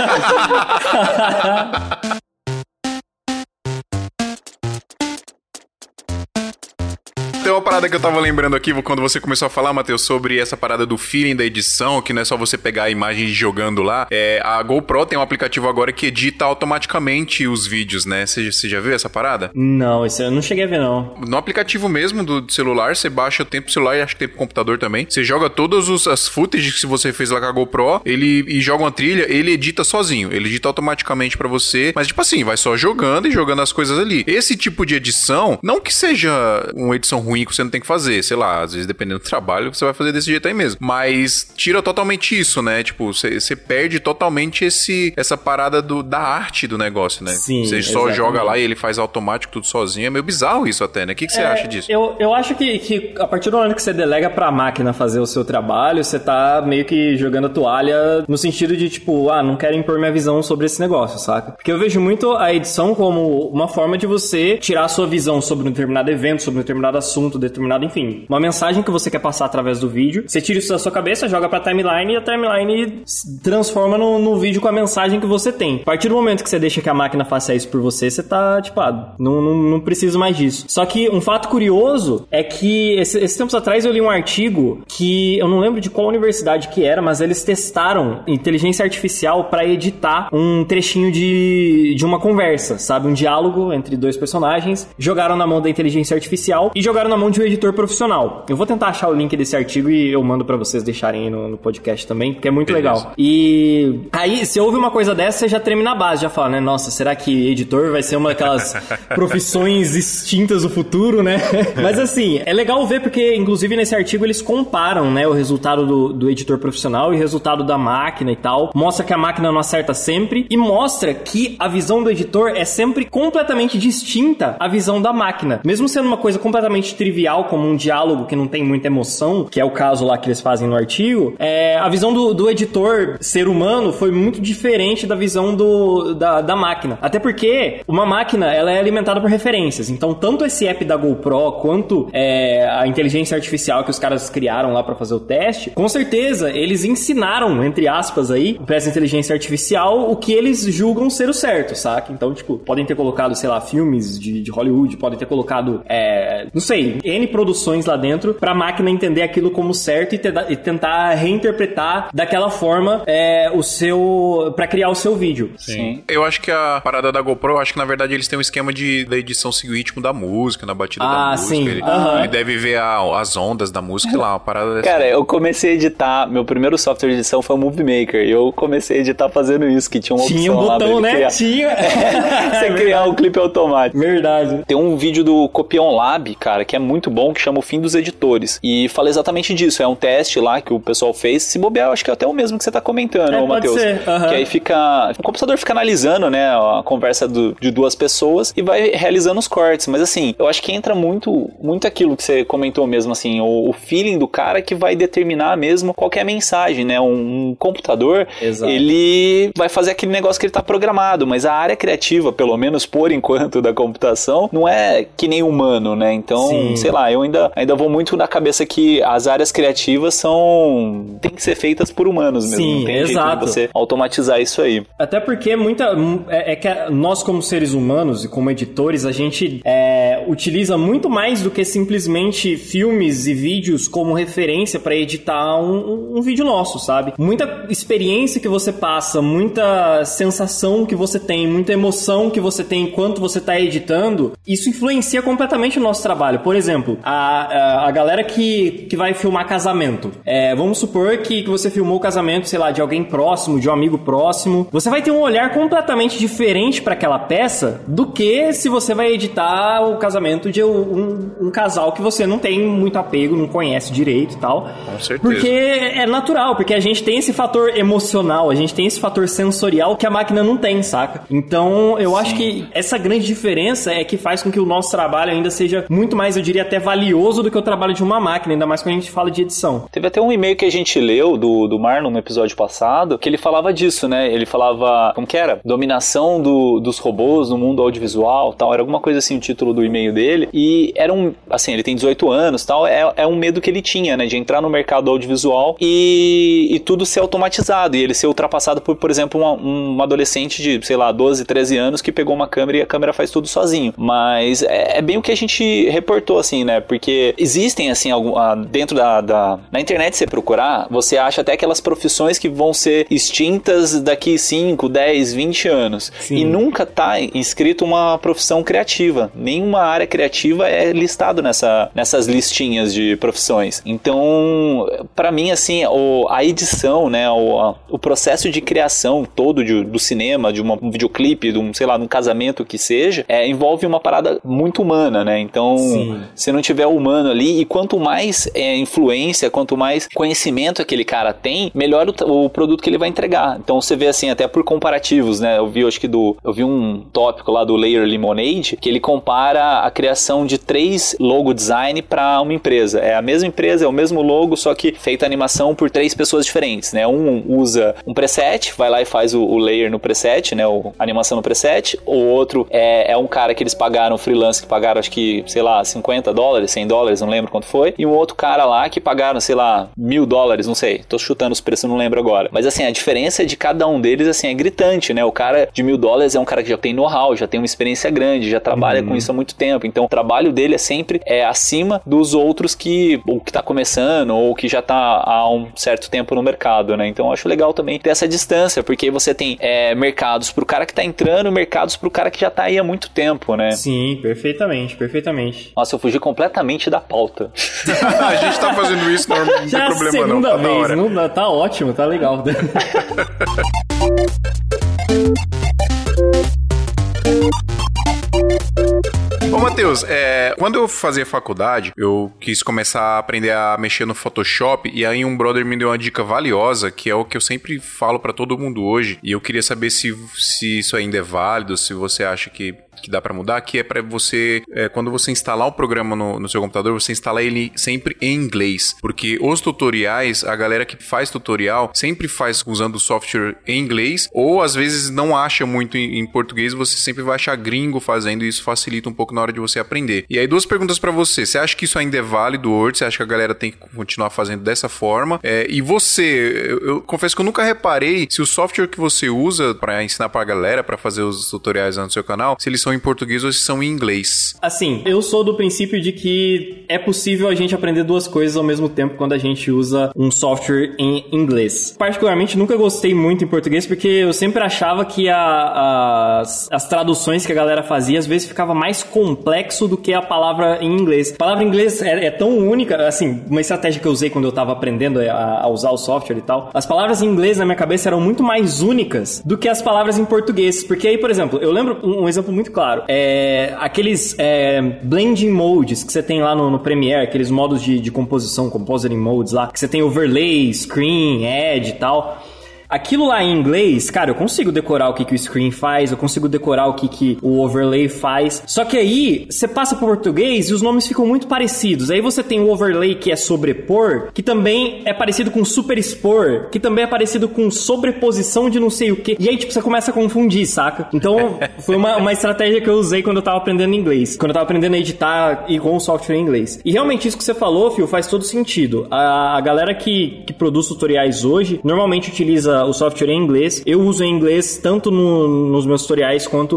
Tem uma parada que eu tava lembrando aqui, quando você começou a falar, Matheus, sobre essa parada do feeling da edição, que não é só você pegar a imagem e jogando lá. A GoPro tem um aplicativo agora que edita automaticamente os vídeos, né? Você já viu essa parada? Não, isso eu não cheguei a ver, não. No aplicativo mesmo do celular, você baixa o tempo celular e acho que tem pro computador também. Você joga todas as footages que você fez lá com a GoPro, e joga uma trilha, ele edita sozinho. Ele edita automaticamente pra você, mas tipo assim, vai só jogando e jogando as coisas ali. Esse tipo de edição, não que seja uma edição ruim que você não tem que fazer, sei lá, às vezes dependendo do trabalho, você vai fazer desse jeito aí mesmo. Mas tira totalmente isso, né? Tipo, você perde totalmente essa parada da arte do negócio, né? Sim, você só joga lá e ele faz automático tudo sozinho. É meio bizarro isso até, né? O que você acha disso? Eu acho que a partir do momento que você delega pra máquina fazer o seu trabalho, você tá meio que jogando a toalha no sentido de, tipo, não quero impor minha visão sobre esse negócio, saca? Porque eu vejo muito a edição como uma forma de você tirar a sua visão sobre um determinado evento, sobre um determinado assunto, determinado, enfim, uma mensagem que você quer passar através do vídeo. Você tira isso da sua cabeça, joga pra timeline e a timeline transforma no vídeo com a mensagem que você tem. A partir do momento que você deixa que a máquina faça isso por você, você tá, tipo, não preciso mais disso. Só que um fato curioso é que esses tempos atrás eu li um artigo que eu não lembro de qual universidade que era, mas eles testaram inteligência artificial pra editar um trechinho de uma conversa, sabe? Um diálogo entre 2 personagens, jogaram na mão da inteligência artificial e jogaram na mão de um editor profissional. Eu vou tentar achar o link desse artigo e eu mando pra vocês deixarem aí no podcast também, porque é muito legal. E aí, se ouve uma coisa dessa, você já treme na base, já fala, né? Nossa, será que editor vai ser uma daquelas profissões extintas do futuro, né? Mas assim, é legal ver porque, inclusive, nesse artigo eles comparam, né, o resultado do editor profissional e o resultado da máquina e tal. Mostra que a máquina não acerta sempre e mostra que a visão do editor é sempre completamente distinta à visão da máquina. Mesmo sendo uma coisa completamente trivial, como um diálogo que não tem muita emoção, que é o caso lá que eles fazem no artigo, a visão do editor ser humano foi muito diferente da visão da máquina. Até porque uma máquina, ela é alimentada por referências. Então, tanto esse app da GoPro, quanto a inteligência artificial que os caras criaram lá pra fazer o teste, com certeza, eles ensinaram, entre aspas aí, pra essa inteligência artificial, o que eles julgam ser o certo, saca? Então, tipo, podem ter colocado, sei lá, filmes de Hollywood, podem ter colocado, não sei, N produções lá dentro, pra máquina entender aquilo como certo e tentar reinterpretar daquela forma pra criar o seu vídeo. Sim. Eu acho que a parada da GoPro, acho que na verdade eles têm um esquema da edição seguir o ritmo da música, na batida da música. Sim. Ele deve ver as ondas da música lá, uma parada dessa. Cara, eu comecei a editar, meu primeiro software de edição foi o Movie Maker, e eu comecei a editar fazendo isso, que tinha uma opção tinha um botão, lá, né? Tinha. Você criar um clipe automático. Verdade. Tem um vídeo do Copion Lab, cara, que é muito bom, que chama O Fim dos Editores. E fala exatamente disso. É um teste lá que o pessoal fez. Se bobear, eu acho que é até o mesmo que você tá comentando, Matheus. Que aí o computador fica analisando, né, a conversa de duas pessoas e vai realizando os cortes. Mas assim, eu acho que entra muito aquilo que você comentou mesmo, assim, o feeling do cara que vai determinar mesmo qual que é a mensagem, né? Um computador, exato, ele vai fazer aquele negócio que ele tá programado, mas a área criativa, pelo menos por enquanto, da computação, não é que nem humano, né? Então, sim, sei lá, eu ainda vou muito na cabeça que as áreas criativas tem que ser feitas por humanos mesmo. Sim, não tem exato, jeito de você automatizar isso aí. Até porque que nós, como seres humanos e como editores, a gente utiliza muito mais do que simplesmente filmes e vídeos como referência para editar um vídeo nosso, sabe? Muita experiência que você passa, muita sensação que você tem, muita emoção que você tem enquanto você tá editando, isso influencia completamente o nosso trabalho. Por exemplo, a galera que vai filmar casamento. Vamos supor que você filmou o casamento, sei lá, de alguém próximo, de um amigo próximo. Você vai ter um olhar completamente diferente para aquela peça do que se você vai editar o casamento de um casal que você não tem muito apego, não conhece direito e tal. Com certeza. Porque é natural, porque a gente tem esse fator emocional, a gente tem esse fator sensorial que a máquina não tem, saca? Então, eu acho que essa grande diferença é que faz com que o nosso trabalho ainda seja muito mais, eu diria, até valioso do que o trabalho de uma máquina, ainda mais quando a gente fala de edição. Teve até um e-mail que a gente leu do Marlon no episódio passado, que ele falava disso, né? Ele falava, como que era? Dominação dos robôs no mundo audiovisual, tal. Era alguma coisa assim o título do e-mail dele. E era assim, ele tem 18 anos, tal. É um medo que ele tinha, né? De entrar no mercado audiovisual e tudo ser automatizado. E ele ser ultrapassado por exemplo, um adolescente de, sei lá, 12, 13 anos que pegou uma câmera e a câmera faz tudo sozinho. Mas é bem o que a gente reportou, assim, né? Porque existem, assim, dentro na internet, você procurar, você acha até aquelas profissões que vão ser extintas daqui 5, 10, 20 anos. Sim. E nunca tá inscrito uma profissão criativa. Nenhuma área criativa é listado nessas listinhas de profissões. Então, pra mim, assim, a edição, né? O processo de criação todo do cinema, de um videoclipe, de um casamento que seja, envolve uma parada muito humana, né? Então, se não tiver o humano ali, e quanto mais influência, quanto mais conhecimento aquele cara tem, melhor o produto que ele vai entregar. Então, você vê assim, até por comparativos, né? Eu vi um tópico lá do Layer Lemonade, que ele compara a criação de 3 logo design para uma empresa. É a mesma empresa, é o mesmo logo, só que feita animação por 3 pessoas diferentes, né? Um usa um preset, vai lá e faz o layer no preset, né? A animação no preset. O outro é um cara que eles pagaram, freelance, que pagaram, acho que, sei lá, $50, $100, não lembro quanto foi. E um outro cara lá que pagaram, sei lá, $1.000, não sei. Tô chutando os preços, não lembro agora. Mas assim, a diferença de cada um deles, assim, é gritante, né? O cara de $1.000 é um cara que já tem know-how, já tem uma experiência grande, já trabalha com isso há muito tempo. tempo. Então o trabalho dele é sempre acima dos outros que tá começando ou que já tá há um certo tempo no mercado, né? Então eu acho legal também ter essa distância, porque aí você tem mercados pro cara que tá entrando, mercados pro cara que já tá aí há muito tempo, né? Sim, perfeitamente. Nossa, eu fugi completamente da pauta. A gente tá fazendo isso, não tem já problema segunda não. vez, não dá, tá ótimo, tá legal. Ô, Matheus, quando eu fazia faculdade, eu quis começar a aprender a mexer no Photoshop, e aí um brother me deu uma dica valiosa, que é o que eu sempre falo pra todo mundo hoje, e eu queria saber se isso ainda é válido, se você acha que dá pra mudar, que é pra você, quando você instalar o programa no seu computador, você instala ele sempre em inglês, porque os tutoriais, a galera que faz tutorial, sempre faz usando o software em inglês, ou às vezes não acha muito em português, você sempre vai achar gringo fazendo, e isso facilita um pouco na hora de você aprender. E aí, duas perguntas pra você: você acha que isso ainda é válido hoje? Você acha que a galera tem que continuar fazendo dessa forma? E você, eu confesso que eu nunca reparei se o software que você usa pra ensinar pra galera, pra fazer os tutoriais no seu canal, se eles são em português ou se são em inglês. Assim, eu sou do princípio de que é possível a gente aprender duas coisas ao mesmo tempo quando a gente usa um software em inglês. Particularmente, nunca gostei muito em português, porque eu sempre achava que as traduções que a galera fazia, às vezes ficava mais complexo do que a palavra em inglês. A palavra em inglês é tão única, assim, uma estratégia que eu usei quando eu tava aprendendo a usar o software e tal. As palavras em inglês na minha cabeça eram muito mais únicas do que as palavras em português. Porque aí, por exemplo, eu lembro um exemplo muito claro. Aqueles blending modes que você tem lá no Premiere, aqueles modos de composição, compositing modes lá, que você tem overlay, screen, edge e tal. Aquilo lá em inglês, cara, eu consigo decorar o que o screen faz, eu consigo decorar o que o overlay faz. Só que aí, você passa pro português e os nomes ficam muito parecidos. Aí você tem o overlay, que é sobrepor, que também é parecido com superexpor, que também é parecido com sobreposição de não sei o que. E aí, tipo, você começa a confundir, saca? Então, foi uma estratégia que eu usei quando eu tava aprendendo inglês. Quando eu tava aprendendo a editar e com o software em inglês. E realmente, isso que você falou, Phil, faz todo sentido. A galera que produz tutoriais hoje, normalmente utiliza o software em inglês. Eu uso em inglês tanto nos meus tutoriais quanto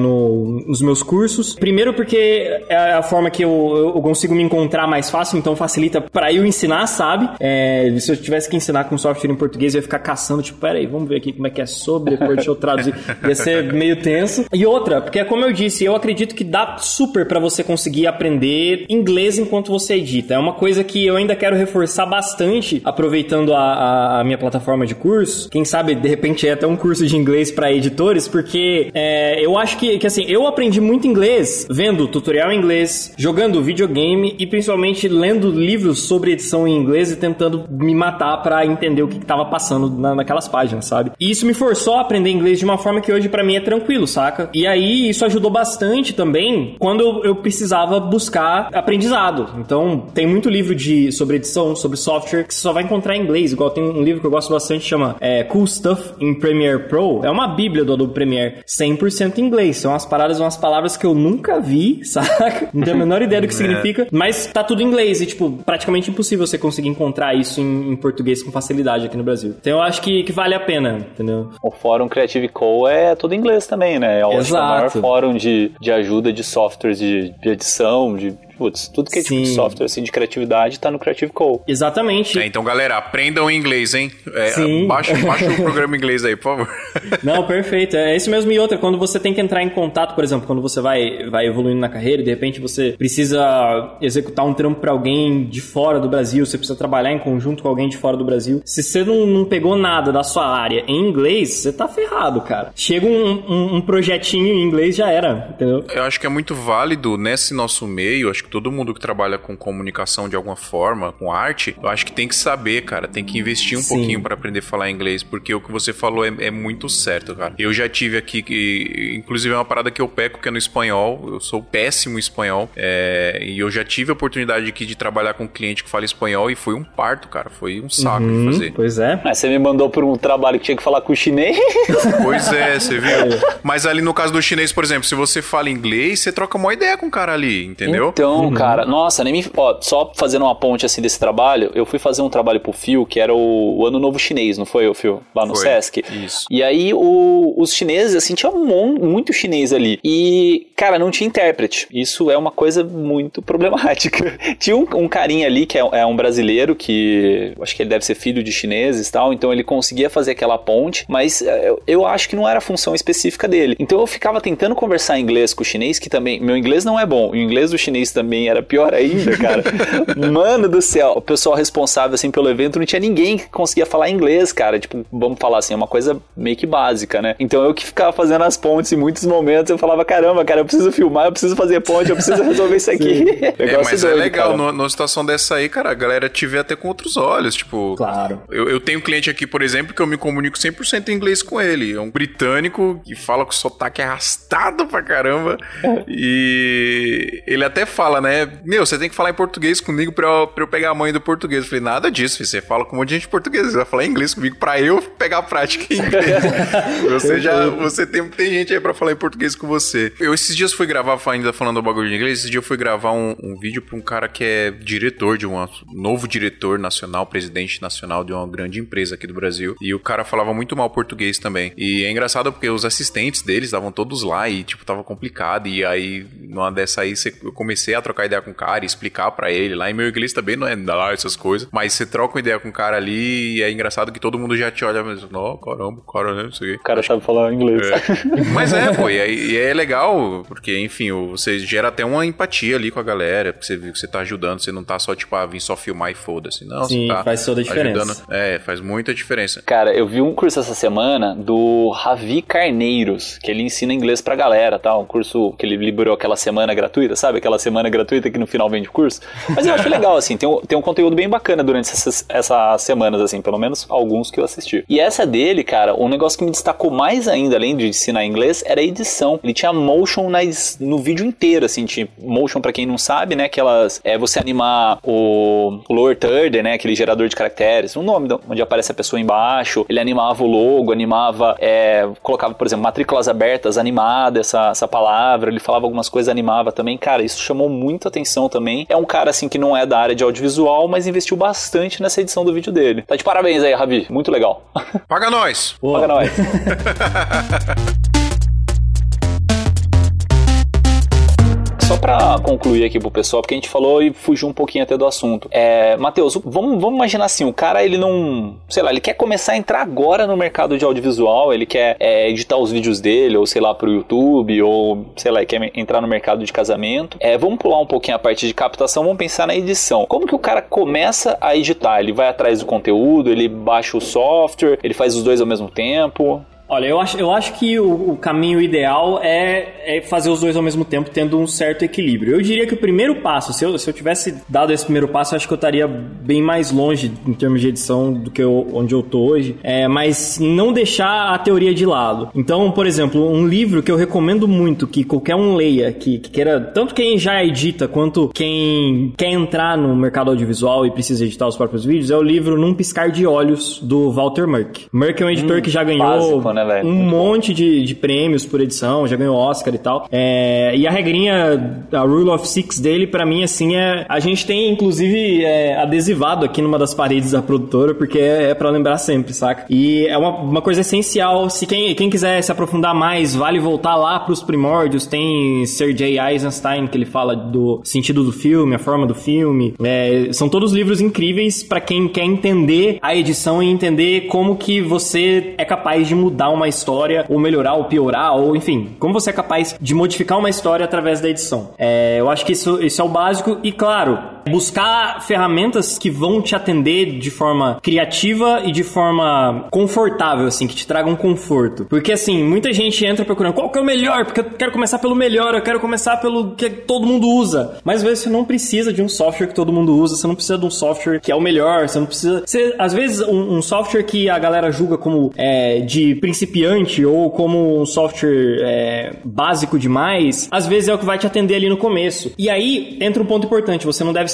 nos meus cursos. Primeiro porque é a forma que eu consigo me encontrar mais fácil, então facilita pra eu ensinar, sabe? Se eu tivesse que ensinar com software em português, eu ia ficar caçando, tipo, peraí, vamos ver aqui como é que é sobre, depois deixa eu traduzir. Ia ser meio tenso. E outra, porque como eu disse, eu acredito que dá super pra você conseguir aprender inglês enquanto você edita. É uma coisa que eu ainda quero reforçar bastante, aproveitando a minha plataforma de curso. Quem sabe, de repente, é até um curso de inglês para editores, porque eu acho que assim, eu aprendi muito inglês vendo tutorial em inglês, jogando videogame e principalmente lendo livros sobre edição em inglês e tentando me matar para entender o que tava passando naquelas páginas, sabe? E isso me forçou a aprender inglês de uma forma que hoje para mim é tranquilo, saca? E aí, isso ajudou bastante também quando eu precisava buscar aprendizado. Então, tem muito livro sobre edição, sobre software, que você só vai encontrar em inglês. Igual tem um livro que eu gosto bastante, chama Cool Stuff in Premiere Pro. É uma bíblia do Adobe Premiere, 100% em inglês. São umas palavras que eu nunca vi, saca? Não tenho a menor ideia do que significa, mas tá tudo em inglês e, tipo, praticamente impossível você conseguir encontrar isso em português com facilidade aqui no Brasil. Então eu acho que vale a pena, entendeu? O fórum Creative Co é todo em inglês também, né? Eu acho que é o maior fórum de ajuda de softwares de edição, tudo que é tipo de software assim, de criatividade tá no Creative Co. Exatamente. Então, galera, aprendam inglês, hein? Sim. Baixa o programa em inglês aí, por favor. Não, perfeito. É isso mesmo. E outra, quando você tem que entrar em contato, por exemplo, quando você vai evoluindo na carreira e de repente você precisa executar um trampo pra alguém de fora do Brasil, você precisa trabalhar em conjunto com alguém de fora do Brasil. Se você não pegou nada da sua área em inglês, você tá ferrado, cara. Chega um projetinho em inglês, já era, entendeu? Eu acho que é muito válido nesse nosso meio, acho que todo mundo que trabalha com comunicação de alguma forma, com arte, eu acho que tem que saber, cara, tem que investir um pouquinho pra aprender a falar inglês, porque o que você falou é muito certo, cara. Eu já tive aqui, inclusive é uma parada que eu peco, que é no espanhol, eu sou péssimo em espanhol, e eu já tive a oportunidade aqui de trabalhar com um cliente que fala espanhol e foi um parto, cara, foi um saco de fazer. Pois é. Mas você me mandou por um trabalho que tinha que falar com o chinês. Pois é, você viu? Mas ali no caso do chinês, por exemplo, se você fala inglês, você troca uma ideia com o cara ali, entendeu? Então, Não, cara, nossa, nem me... Ó, só fazendo uma ponte assim desse trabalho, eu fui fazer um trabalho pro Phil, que era o Ano Novo Chinês, não foi, Phil? Lá no Sesc. Isso. E aí os chineses, assim, tinha muito chinês ali. E, cara, não tinha intérprete. Isso é uma coisa muito problemática. Tinha um carinha ali, que é um brasileiro, que acho que ele deve ser filho de chineses e tal, então ele conseguia fazer aquela ponte, mas eu acho que não era a função específica dele. Então eu ficava tentando conversar em inglês com o chinês, que também, meu inglês não é bom, o inglês do chinês também era pior ainda, cara. Mano do céu, o pessoal responsável, assim, pelo evento, não tinha ninguém que conseguia falar inglês, cara, tipo, vamos falar assim, é uma coisa meio que básica, né? Então eu que ficava fazendo as pontes em muitos momentos, eu falava, caramba, cara, eu preciso filmar, eu preciso fazer ponte, eu preciso resolver isso aqui. Mas doido, é legal, numa situação dessa aí, cara, a galera te vê até com outros olhos, tipo... Claro. Eu tenho um cliente aqui, por exemplo, que eu me comunico 100% em inglês com ele. É um britânico que fala com sotaque arrastado pra caramba. E ele até fala, né? Meu, você tem que falar em português comigo pra eu pegar a mãe do português. Eu falei, nada disso, filho. Você fala com um monte de gente português. Você vai falar inglês comigo pra eu pegar a prática em inglês. Você tem gente aí pra falar em português com você. Eu esses dias fui gravar, ainda falando do bagulho de inglês, esses dias eu fui gravar um vídeo pra um cara que é diretor de um novo diretor nacional, presidente nacional de uma grande empresa aqui do Brasil. E o cara falava muito mal português também. E é engraçado porque os assistentes deles estavam todos lá e, tipo, tava complicado. E aí, numa dessa aí, eu comecei a trocar ideia com o cara e explicar pra ele lá. E meu inglês também não é lá essas coisas. Mas você troca uma ideia com o cara ali e é engraçado que todo mundo já te olha mesmo. Ó, caramba, o cara, né? Não sei o quê. O cara sabe falar inglês. Mas pô, e é legal, porque, enfim, você gera até uma empatia ali com a galera, porque você viu que você tá ajudando, você não tá só, tipo, vim só filmar e foda-se. Não, sim, você tá faz toda a diferença. Ajudando. Faz muita diferença. Cara, eu vi um curso essa semana do Ravi Carneiros, que ele ensina inglês pra galera, tá? Um curso que ele liberou aquela semana gratuita, sabe? Aquela semana gratuita que no final vende o curso. Mas eu acho legal, assim, tem um conteúdo bem bacana durante essas semanas, assim, pelo menos alguns que eu assisti. E essa dele, cara, um negócio que me destacou mais ainda, além de ensinar inglês, era a edição. Ele tinha motion no vídeo inteiro, assim, tinha motion, pra quem não sabe, né? Aquelas, você animar o lower third, né? Aquele gerador de caracteres, o nome onde aparece a pessoa embaixo, ele animava o logo, colocava, por exemplo, matrículas abertas, animada essa palavra, ele falava algumas coisas, animava também. Cara, isso chamou muita atenção também. É um cara, assim, que não é da área de audiovisual, mas investiu bastante nessa edição do vídeo dele. Tá de parabéns aí, Ravi. Muito legal. Paga nós! Paga nós! Só pra concluir aqui pro pessoal, porque a gente falou e fugiu um pouquinho até do assunto. Matheus, vamos imaginar assim, o cara, ele não... Sei lá, ele quer começar a entrar agora no mercado de audiovisual, ele quer editar os vídeos dele, ou sei lá, pro YouTube, ou sei lá, ele quer entrar no mercado de casamento. Vamos pular um pouquinho a parte de captação, vamos pensar na edição. Como que o cara começa a editar? Ele vai atrás do conteúdo, ele baixa o software, ele faz os dois ao mesmo tempo... Olha, eu acho que o caminho ideal é fazer os dois ao mesmo tempo, tendo um certo equilíbrio. Eu diria que o primeiro passo, se eu tivesse dado esse primeiro passo, eu acho que eu estaria bem mais longe em termos de edição do que onde eu tô hoje, mas não deixar a teoria de lado. Então, por exemplo, um livro que eu recomendo muito, que qualquer um leia, que queira, tanto quem já edita, quanto quem quer entrar no mercado audiovisual e precisa editar os próprios vídeos, é o livro Num Piscar de Olhos, do Walter Murch. Murch é um editor que já ganhou... Básico, né? Um monte de prêmios por edição, já ganhou Oscar e tal. E a regrinha, a Rule of Six dele, pra mim, assim, a gente tem, inclusive, adesivado aqui numa das paredes da produtora, porque é pra lembrar sempre, saca? E é uma coisa essencial. Se quem quiser se aprofundar mais, vale voltar lá pros primórdios. Tem Sir J. Eisenstein, que ele fala do sentido do filme, a forma do filme. São todos livros incríveis pra quem quer entender a edição e entender como que você é capaz de mudar uma história, ou melhorar, ou piorar, ou enfim, como você é capaz de modificar uma história através da edição. Eu acho que isso é o básico e, claro, buscar ferramentas que vão te atender de forma criativa e de forma confortável, assim, que te tragam conforto. Porque, assim, muita gente entra procurando qual que é o melhor, porque eu quero começar pelo melhor, eu quero começar pelo que todo mundo usa. Mas, às vezes, você não precisa de um software que todo mundo usa, você não precisa de um software que é o melhor, você não precisa... às vezes, um software que a galera julga como de principiante ou como um software básico demais, às vezes é o que vai te atender ali no começo. E aí, entra um ponto importante, você não deve se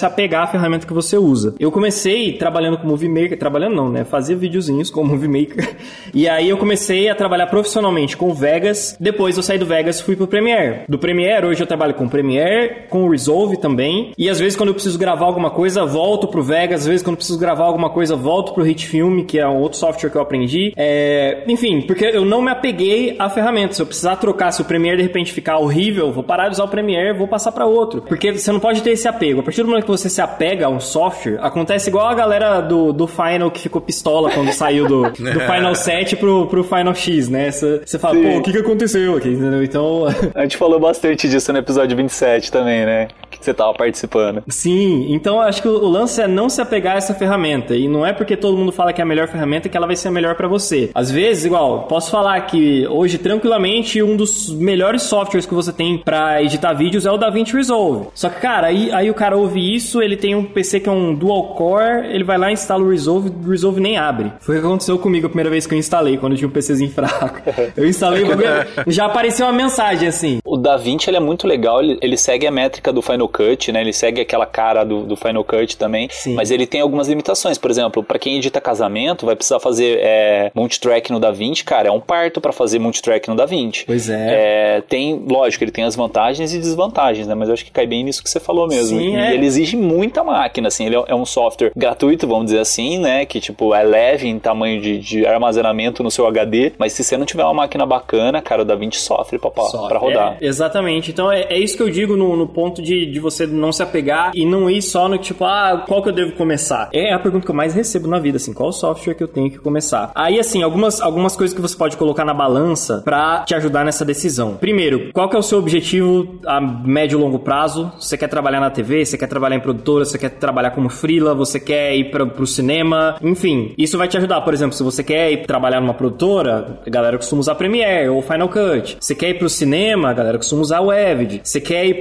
se apegar à ferramenta que você usa. Eu comecei trabalhando com Movie Maker, trabalhando não, né? Fazia videozinhos com Movie Maker. E aí eu comecei a trabalhar profissionalmente com o Vegas. Depois eu saí do Vegas e fui pro Premiere. Do Premiere, hoje eu trabalho com o Premiere, com o Resolve também. E às vezes quando eu preciso gravar alguma coisa, volto pro Vegas. Às vezes quando eu preciso gravar alguma coisa, volto pro HitFilm, que é um outro software que eu aprendi. Enfim, porque eu não me apeguei à ferramenta. Se eu precisar trocar, se o Premiere de repente ficar horrível, vou parar de usar o Premiere, vou passar para outro. Porque você não pode ter esse apego. A partir do momento que você se apega a um software, acontece igual a galera do Final que ficou pistola quando saiu do Final 7 pro Final X, né? Você fala, pô, o que aconteceu aqui? Entendeu? Então... A gente falou bastante disso no episódio 27 também, né? Que você tava participando. Sim, então acho que o lance é não se apegar a essa ferramenta. E não é porque todo mundo fala que é a melhor ferramenta que ela vai ser a melhor para você. Às vezes, igual, posso falar que hoje, tranquilamente, um dos melhores softwares que você tem para editar vídeos é o DaVinci Resolve. Só que, cara, aí o cara ouve isso, ele tem um PC que é um dual core, ele vai lá e instala o Resolve nem abre. Foi o que aconteceu comigo a primeira vez que eu instalei, quando eu tinha um PCzinho fraco. Eu instalei e já apareceu uma mensagem assim. O DaVinci, ele é muito legal, ele segue a métrica do Final Cut, né? Ele segue aquela cara do Final Cut também. Sim. Mas ele tem algumas limitações. Por exemplo, para quem edita casamento, vai precisar fazer multitrack no DaVinci, cara, é um parto para fazer multitrack no DaVinci. Pois é. Lógico, ele tem as vantagens e desvantagens, né? Mas eu acho que cai bem nisso que você falou mesmo. Sim, e ele exige muita máquina, assim. Ele é um software gratuito, vamos dizer assim, né? Que, tipo, é leve em tamanho de armazenamento no seu HD. Mas se você não tiver uma máquina bacana, cara, o DaVinci sofre pra rodar. Exatamente. Então, é isso que eu digo no ponto de você não se apegar e não ir só no tipo, qual que eu devo começar? É a pergunta que eu mais recebo na vida, assim, qual software que eu tenho que começar? Aí, assim, algumas coisas que você pode colocar na balança pra te ajudar nessa decisão. Primeiro, qual que é o seu objetivo a médio e longo prazo? Você quer trabalhar na TV? Você quer trabalhar em produtora? Você quer trabalhar como freela? Você quer ir pro cinema? Enfim, isso vai te ajudar. Por exemplo, se você quer ir trabalhar numa produtora, a galera costuma usar Premiere ou Final Cut. Você quer ir pro cinema, a galera costuma usar o Avid. Você quer ir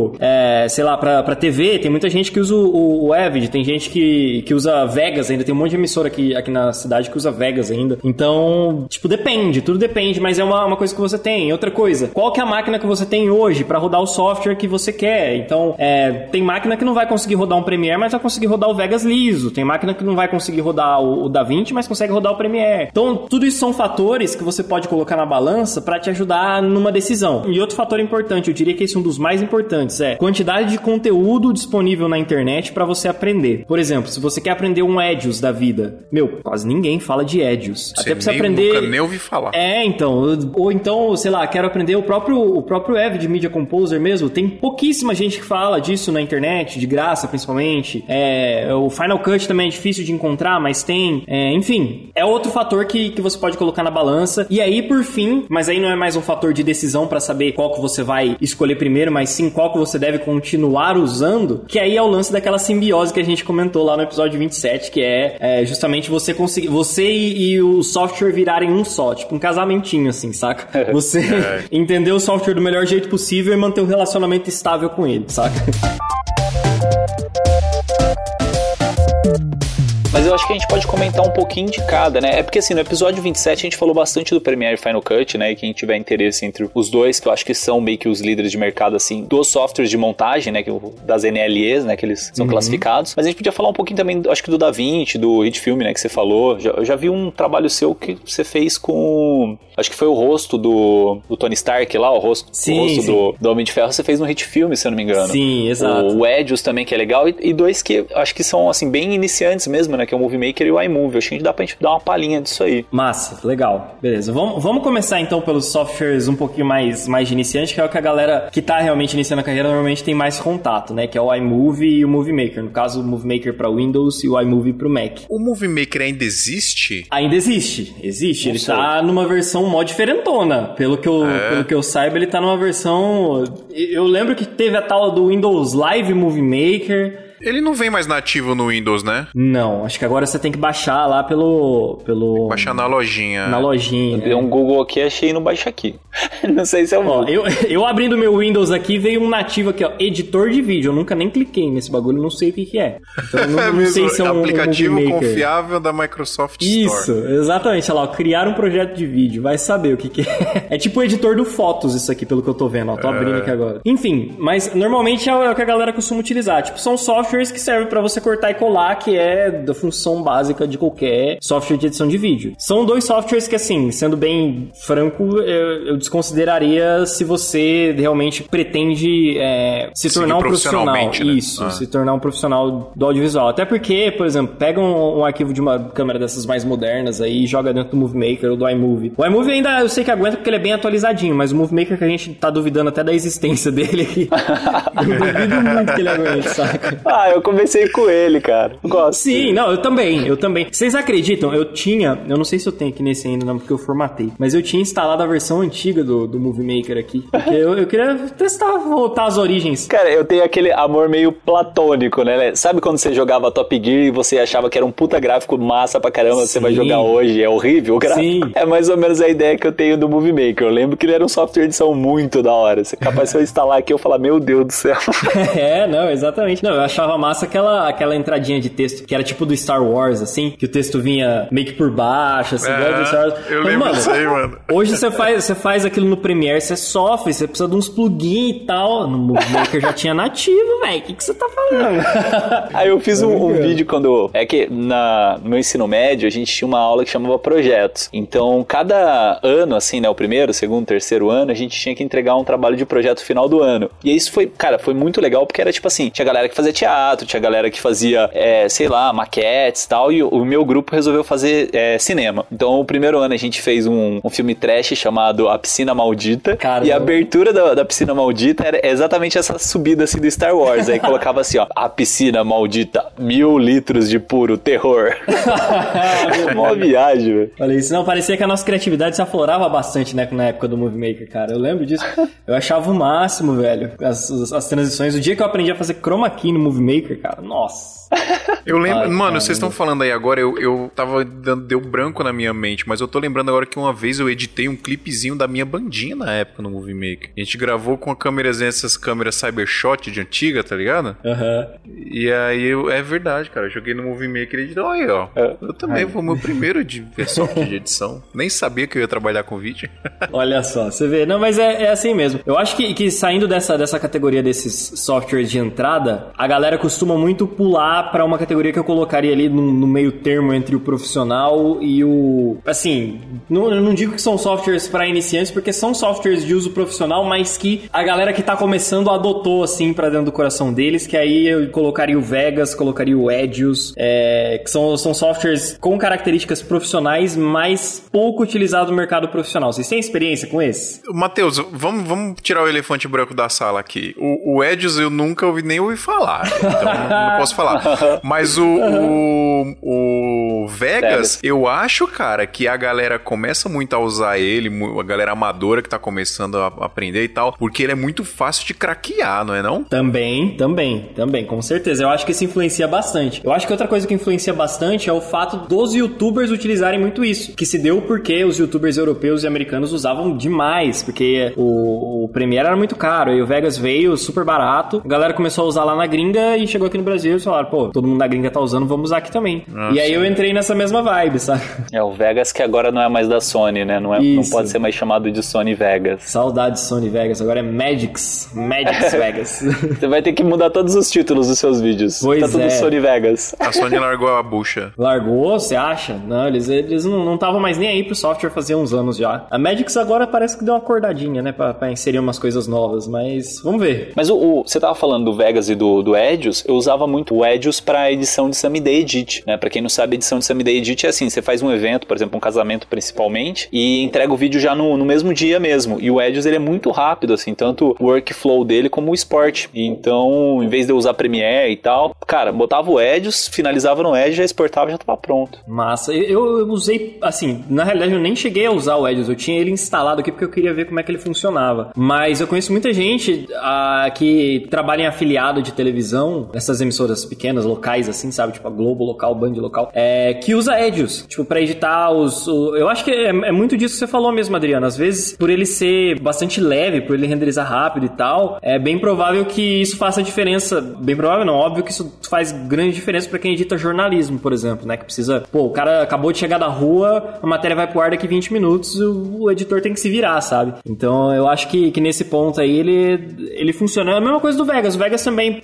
pra TV, tem muita gente que usa o Avid, tem gente que usa Vegas ainda, tem um monte de emissora aqui na cidade que usa Vegas ainda. Então, tipo, depende, tudo depende, mas é uma coisa que você tem. Outra coisa, qual que é a máquina que você tem hoje pra rodar o software que você quer? Então, tem máquina que não vai conseguir rodar um Premiere, mas vai conseguir rodar o Vegas liso. Tem máquina que não vai conseguir rodar o DaVinci, mas consegue rodar o Premiere. Então, tudo isso são fatores que você pode colocar na balança pra te ajudar numa decisão. E outro fator importante, eu diria que esse é um dos mais importantes, é quantidade de conteúdo disponível na internet pra você aprender. Por exemplo, se você quer aprender um Edius da vida, quase ninguém fala de Edius. Até pra você aprender... Nunca nem ouvi falar. Então. Ou então, sei lá, quero aprender o próprio Avid Media Composer mesmo. Tem pouquíssima gente que fala disso na internet, de graça, principalmente. O Final Cut também é difícil de encontrar, mas tem. Enfim, é outro fator que você pode colocar na balança. E aí, por fim, mas aí não é mais um fator de decisão pra saber qual que você vai escolher primeiro, mas sim qual que você deve continuar usando, que aí é o lance daquela simbiose que a gente comentou lá no episódio 27, que é justamente você conseguir, você e o software virarem um só, tipo um casamentinho assim, saca? Você entender o software do melhor jeito possível e manter um relacionamento estável com ele, saca? Mas eu acho que a gente pode comentar um pouquinho de cada, né? É porque assim, no episódio 27 a gente falou bastante do Premiere e Final Cut, né? E quem tiver interesse entre os dois, que eu acho que são meio que os líderes de mercado, assim, dos softwares de montagem, né? Das NLEs, né? Que eles são classificados. Mas a gente podia falar um pouquinho também, acho que do DaVinci, do HitFilm, né? Que você falou. Eu já vi um trabalho seu que você fez com... Acho que foi o rosto do Tony Stark lá, o rosto do Homem de Ferro, você fez no HitFilm, se eu não me engano. Sim, exato. O Edius também, que é legal. E dois que acho que são, assim, bem iniciantes mesmo, né? Que é o Movie Maker e o iMovie. Acho que dá pra gente dar uma palhinha disso aí. Massa, legal. Beleza. Vamos começar então pelos softwares um pouquinho mais de iniciante, que é o que a galera que tá realmente iniciando a carreira normalmente tem mais contato, né? Que é o iMovie e o Movie Maker. No caso, o Movie Maker pra Windows e o iMovie pro Mac. O Movie Maker ainda existe? Ainda existe. Existe. Ele tá numa versão mó diferentona. Pelo que eu saiba, ele tá numa versão... Eu lembro que teve a tal do Windows Live Movie Maker... Ele não vem mais nativo no Windows, né? Não, acho que agora você tem que baixar lá pelo... Baixar na lojinha. Na lojinha. Dei um Google aqui, achei no Baixa Aqui. Não sei se é o... Eu abrindo meu Windows aqui, veio um nativo aqui, ó, editor de vídeo. Eu nunca nem cliquei nesse bagulho, não sei o que é. Então eu não sei se é um aplicativo confiável da Microsoft Store. Isso, exatamente. Olha lá, criar um projeto de vídeo, vai saber o que é. É tipo o editor do Fotos isso aqui, pelo que eu tô vendo, ó. Tô abrindo aqui agora. Enfim, mas normalmente é o que a galera costuma utilizar. Tipo, são softwares softwares que servem pra você cortar e colar, que é da função básica de qualquer software de edição de vídeo. São 2 softwares que, assim, sendo bem franco, eu desconsideraria se você realmente pretende se tornar um profissional. Né? Isso, se tornar um profissional do audiovisual. Até porque, por exemplo, pega um arquivo de uma câmera dessas mais modernas aí e joga dentro do Movie Maker ou do iMovie. O iMovie ainda eu sei que aguenta porque ele é bem atualizadinho, mas o Movie Maker que a gente tá duvidando até da existência dele aqui. Eu duvido muito que ele aguente, saca? Eu comecei com ele, cara. Eu gosto. Sim, não, eu também. Vocês acreditam? Eu não sei se eu tenho aqui nesse ainda não, porque eu formatei, mas eu tinha instalado a versão antiga do Movie Maker aqui, porque eu queria testar, voltar às origens. Cara, eu tenho aquele amor meio platônico, né? Sabe quando você jogava Top Gear e você achava que era um puta gráfico massa pra caramba, Sim. Você vai jogar hoje, é horrível o gráfico? Sim. É mais ou menos a ideia que eu tenho do Movie Maker. Eu lembro que ele era um software de edição muito da hora. Você é capaz de eu instalar aqui e eu falar, meu Deus do céu. Não, exatamente. Não, eu achava massa aquela entradinha de texto, que era tipo do Star Wars, assim, que o texto vinha meio que por baixo, assim, igual do Star Wars. Eu lembro disso aí, mano. Hoje você faz aquilo no Premiere, você sofre, você precisa de uns plugins e tal. No Movie Maker já tinha nativo, velho. O que você tá falando? Aí eu fiz um vídeo quando... É que no meu ensino médio, a gente tinha uma aula que chamava projetos. Então, cada ano, assim, né, o primeiro, segundo, terceiro ano, a gente tinha que entregar um trabalho de projeto final do ano. E isso foi muito legal, porque era tipo assim, tinha galera que fazia teatro, tinha galera que fazia, sei lá, maquetes e tal, e o meu grupo resolveu fazer cinema. Então, o primeiro ano a gente fez um filme trash chamado A Piscina Maldita. Caramba. E a abertura da Piscina Maldita era exatamente essa subida, assim, do Star Wars. Aí colocava assim, ó, A Piscina Maldita, 1000 litros de puro terror. Mó viagem, velho. Olha isso, não, parecia que a nossa criatividade se aflorava bastante, né, na época do Movie Maker, cara. Eu lembro disso. Eu achava o máximo, velho, as transições. O dia que eu aprendi a fazer chroma key no Movie Maker, cara, nossa. Eu lembro, mano, vocês estão falando aí agora, eu tava deu branco na minha mente, mas eu tô lembrando agora que uma vez eu editei um clipezinho da minha bandinha na época no Movie Maker. A gente gravou com essas câmeras Cybershot de antiga, tá ligado? E aí, é verdade, cara, eu joguei no Movie Maker e editei, olha aí, ó. Eu também fui o meu primeiro software de edição. Nem sabia que eu ia trabalhar com vídeo. Olha só, você vê. Não, mas é assim mesmo. Eu acho que saindo dessa categoria desses softwares de entrada, a galera costuma muito pular pra uma categoria que eu colocaria ali no meio termo entre o profissional e o... Assim, eu não digo que são softwares pra iniciantes, porque são softwares de uso profissional, mas que a galera que tá começando adotou, assim, pra dentro do coração deles, que aí eu colocaria o Vegas, colocaria o Edius, que são softwares com características profissionais, mas pouco utilizados no mercado profissional. Vocês têm experiência com esse? Matheus, vamos tirar o elefante branco da sala aqui. O Edius eu nunca nem ouvi falar, então não posso falar. Mas o Vegas, eu acho, cara, que a galera começa muito a usar ele, a galera amadora que tá começando a aprender e tal, porque ele é muito fácil de craquear, não é não? Também, com certeza. Eu acho que isso influencia bastante. Eu acho que outra coisa que influencia bastante é o fato dos youtubers utilizarem muito isso, que se deu porque os youtubers europeus e americanos usavam demais, porque o Premiere era muito caro, e o Vegas veio super barato, a galera começou a usar lá na gringa e chegou aqui no Brasil e falaram, pô, todo mundo da gringa tá usando, vamos usar aqui também. Nossa. E aí eu entrei nessa mesma vibe, sabe? O Vegas que agora não é mais da Sony, né? Não pode ser mais chamado de Sony Vegas. Saudade de Sony Vegas, agora é Magix Vegas. Você vai ter que mudar todos os títulos dos seus vídeos. Pois tá tudo Sony Vegas. A Sony largou a bucha. Largou, você acha? Não, eles não estavam mais nem aí pro software fazia uns anos já. A Magix agora parece que deu uma acordadinha, né? Pra inserir umas coisas novas, mas vamos ver. Mas você tava falando do Vegas e do Edius, eu usava muito o Edius pra edição de Samiday Edit, né? Pra quem não sabe, edição de Samiday Edit é assim, você faz um evento, por exemplo, um casamento principalmente, e entrega o vídeo já no mesmo dia mesmo. E o Edius, ele é muito rápido, assim, tanto o workflow dele como o Sport. Então, em vez de eu usar Premiere e tal, cara, botava o Edius, finalizava no Edius, já exportava e já tava pronto. Massa. Eu usei, assim, na realidade eu nem cheguei a usar o Edius, eu tinha ele instalado aqui porque eu queria ver como é que ele funcionava. Mas eu conheço muita gente que trabalha em afiliado de televisão, essas emissoras pequenas, locais, assim, sabe? Tipo a Globo local, Band local, que usa Edius, tipo, pra editar eu acho que é muito disso que você falou mesmo, Adriano. Às vezes, por ele ser bastante leve, por ele renderizar rápido e tal, é bem provável que isso faça diferença. Bem provável não, óbvio que isso faz grande diferença pra quem edita jornalismo, por exemplo, né? Que precisa, o cara acabou de chegar da rua, a matéria vai pro ar daqui 20 minutos, o editor tem que se virar, sabe? Então, eu acho que nesse ponto aí, ele funciona. É a mesma coisa do Vegas. O Vegas também, por ser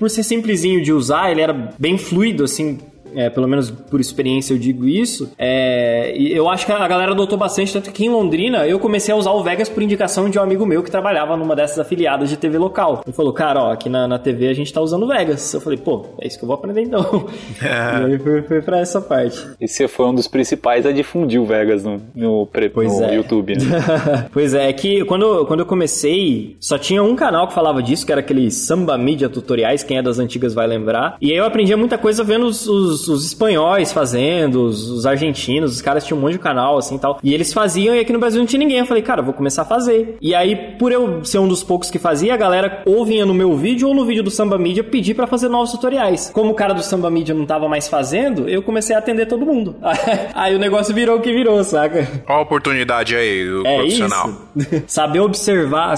simplesinho de usar, ele era bem fluido, assim, pelo menos por experiência eu digo isso, e eu acho que a galera adotou bastante, tanto que em Londrina eu comecei a usar o Vegas por indicação de um amigo meu que trabalhava numa dessas afiliadas de TV local. Ele falou, cara, ó, aqui na TV a gente tá usando o Vegas. Eu falei, pô, é isso que eu vou aprender então. E aí foi pra essa parte. E você foi um dos principais a difundir o Vegas no YouTube, né? Pois é que quando eu comecei, só tinha um canal que falava disso, que era aquele Samba Mídia Tutoriais, quem é das antigas vai lembrar. E aí eu aprendia muita coisa vendo os espanhóis fazendo, os argentinos, os caras tinham um monte de canal, assim, e tal. E eles faziam, e aqui no Brasil não tinha ninguém. Eu falei, cara, eu vou começar a fazer. E aí, por eu ser um dos poucos que fazia, a galera ou vinha no meu vídeo ou no vídeo do Samba Mídia pedir pra fazer novos tutoriais. Como o cara do Samba Mídia não tava mais fazendo, eu comecei a atender todo mundo. Aí o negócio virou o que virou, saca? Qual a oportunidade aí do profissional? Isso. Saber observar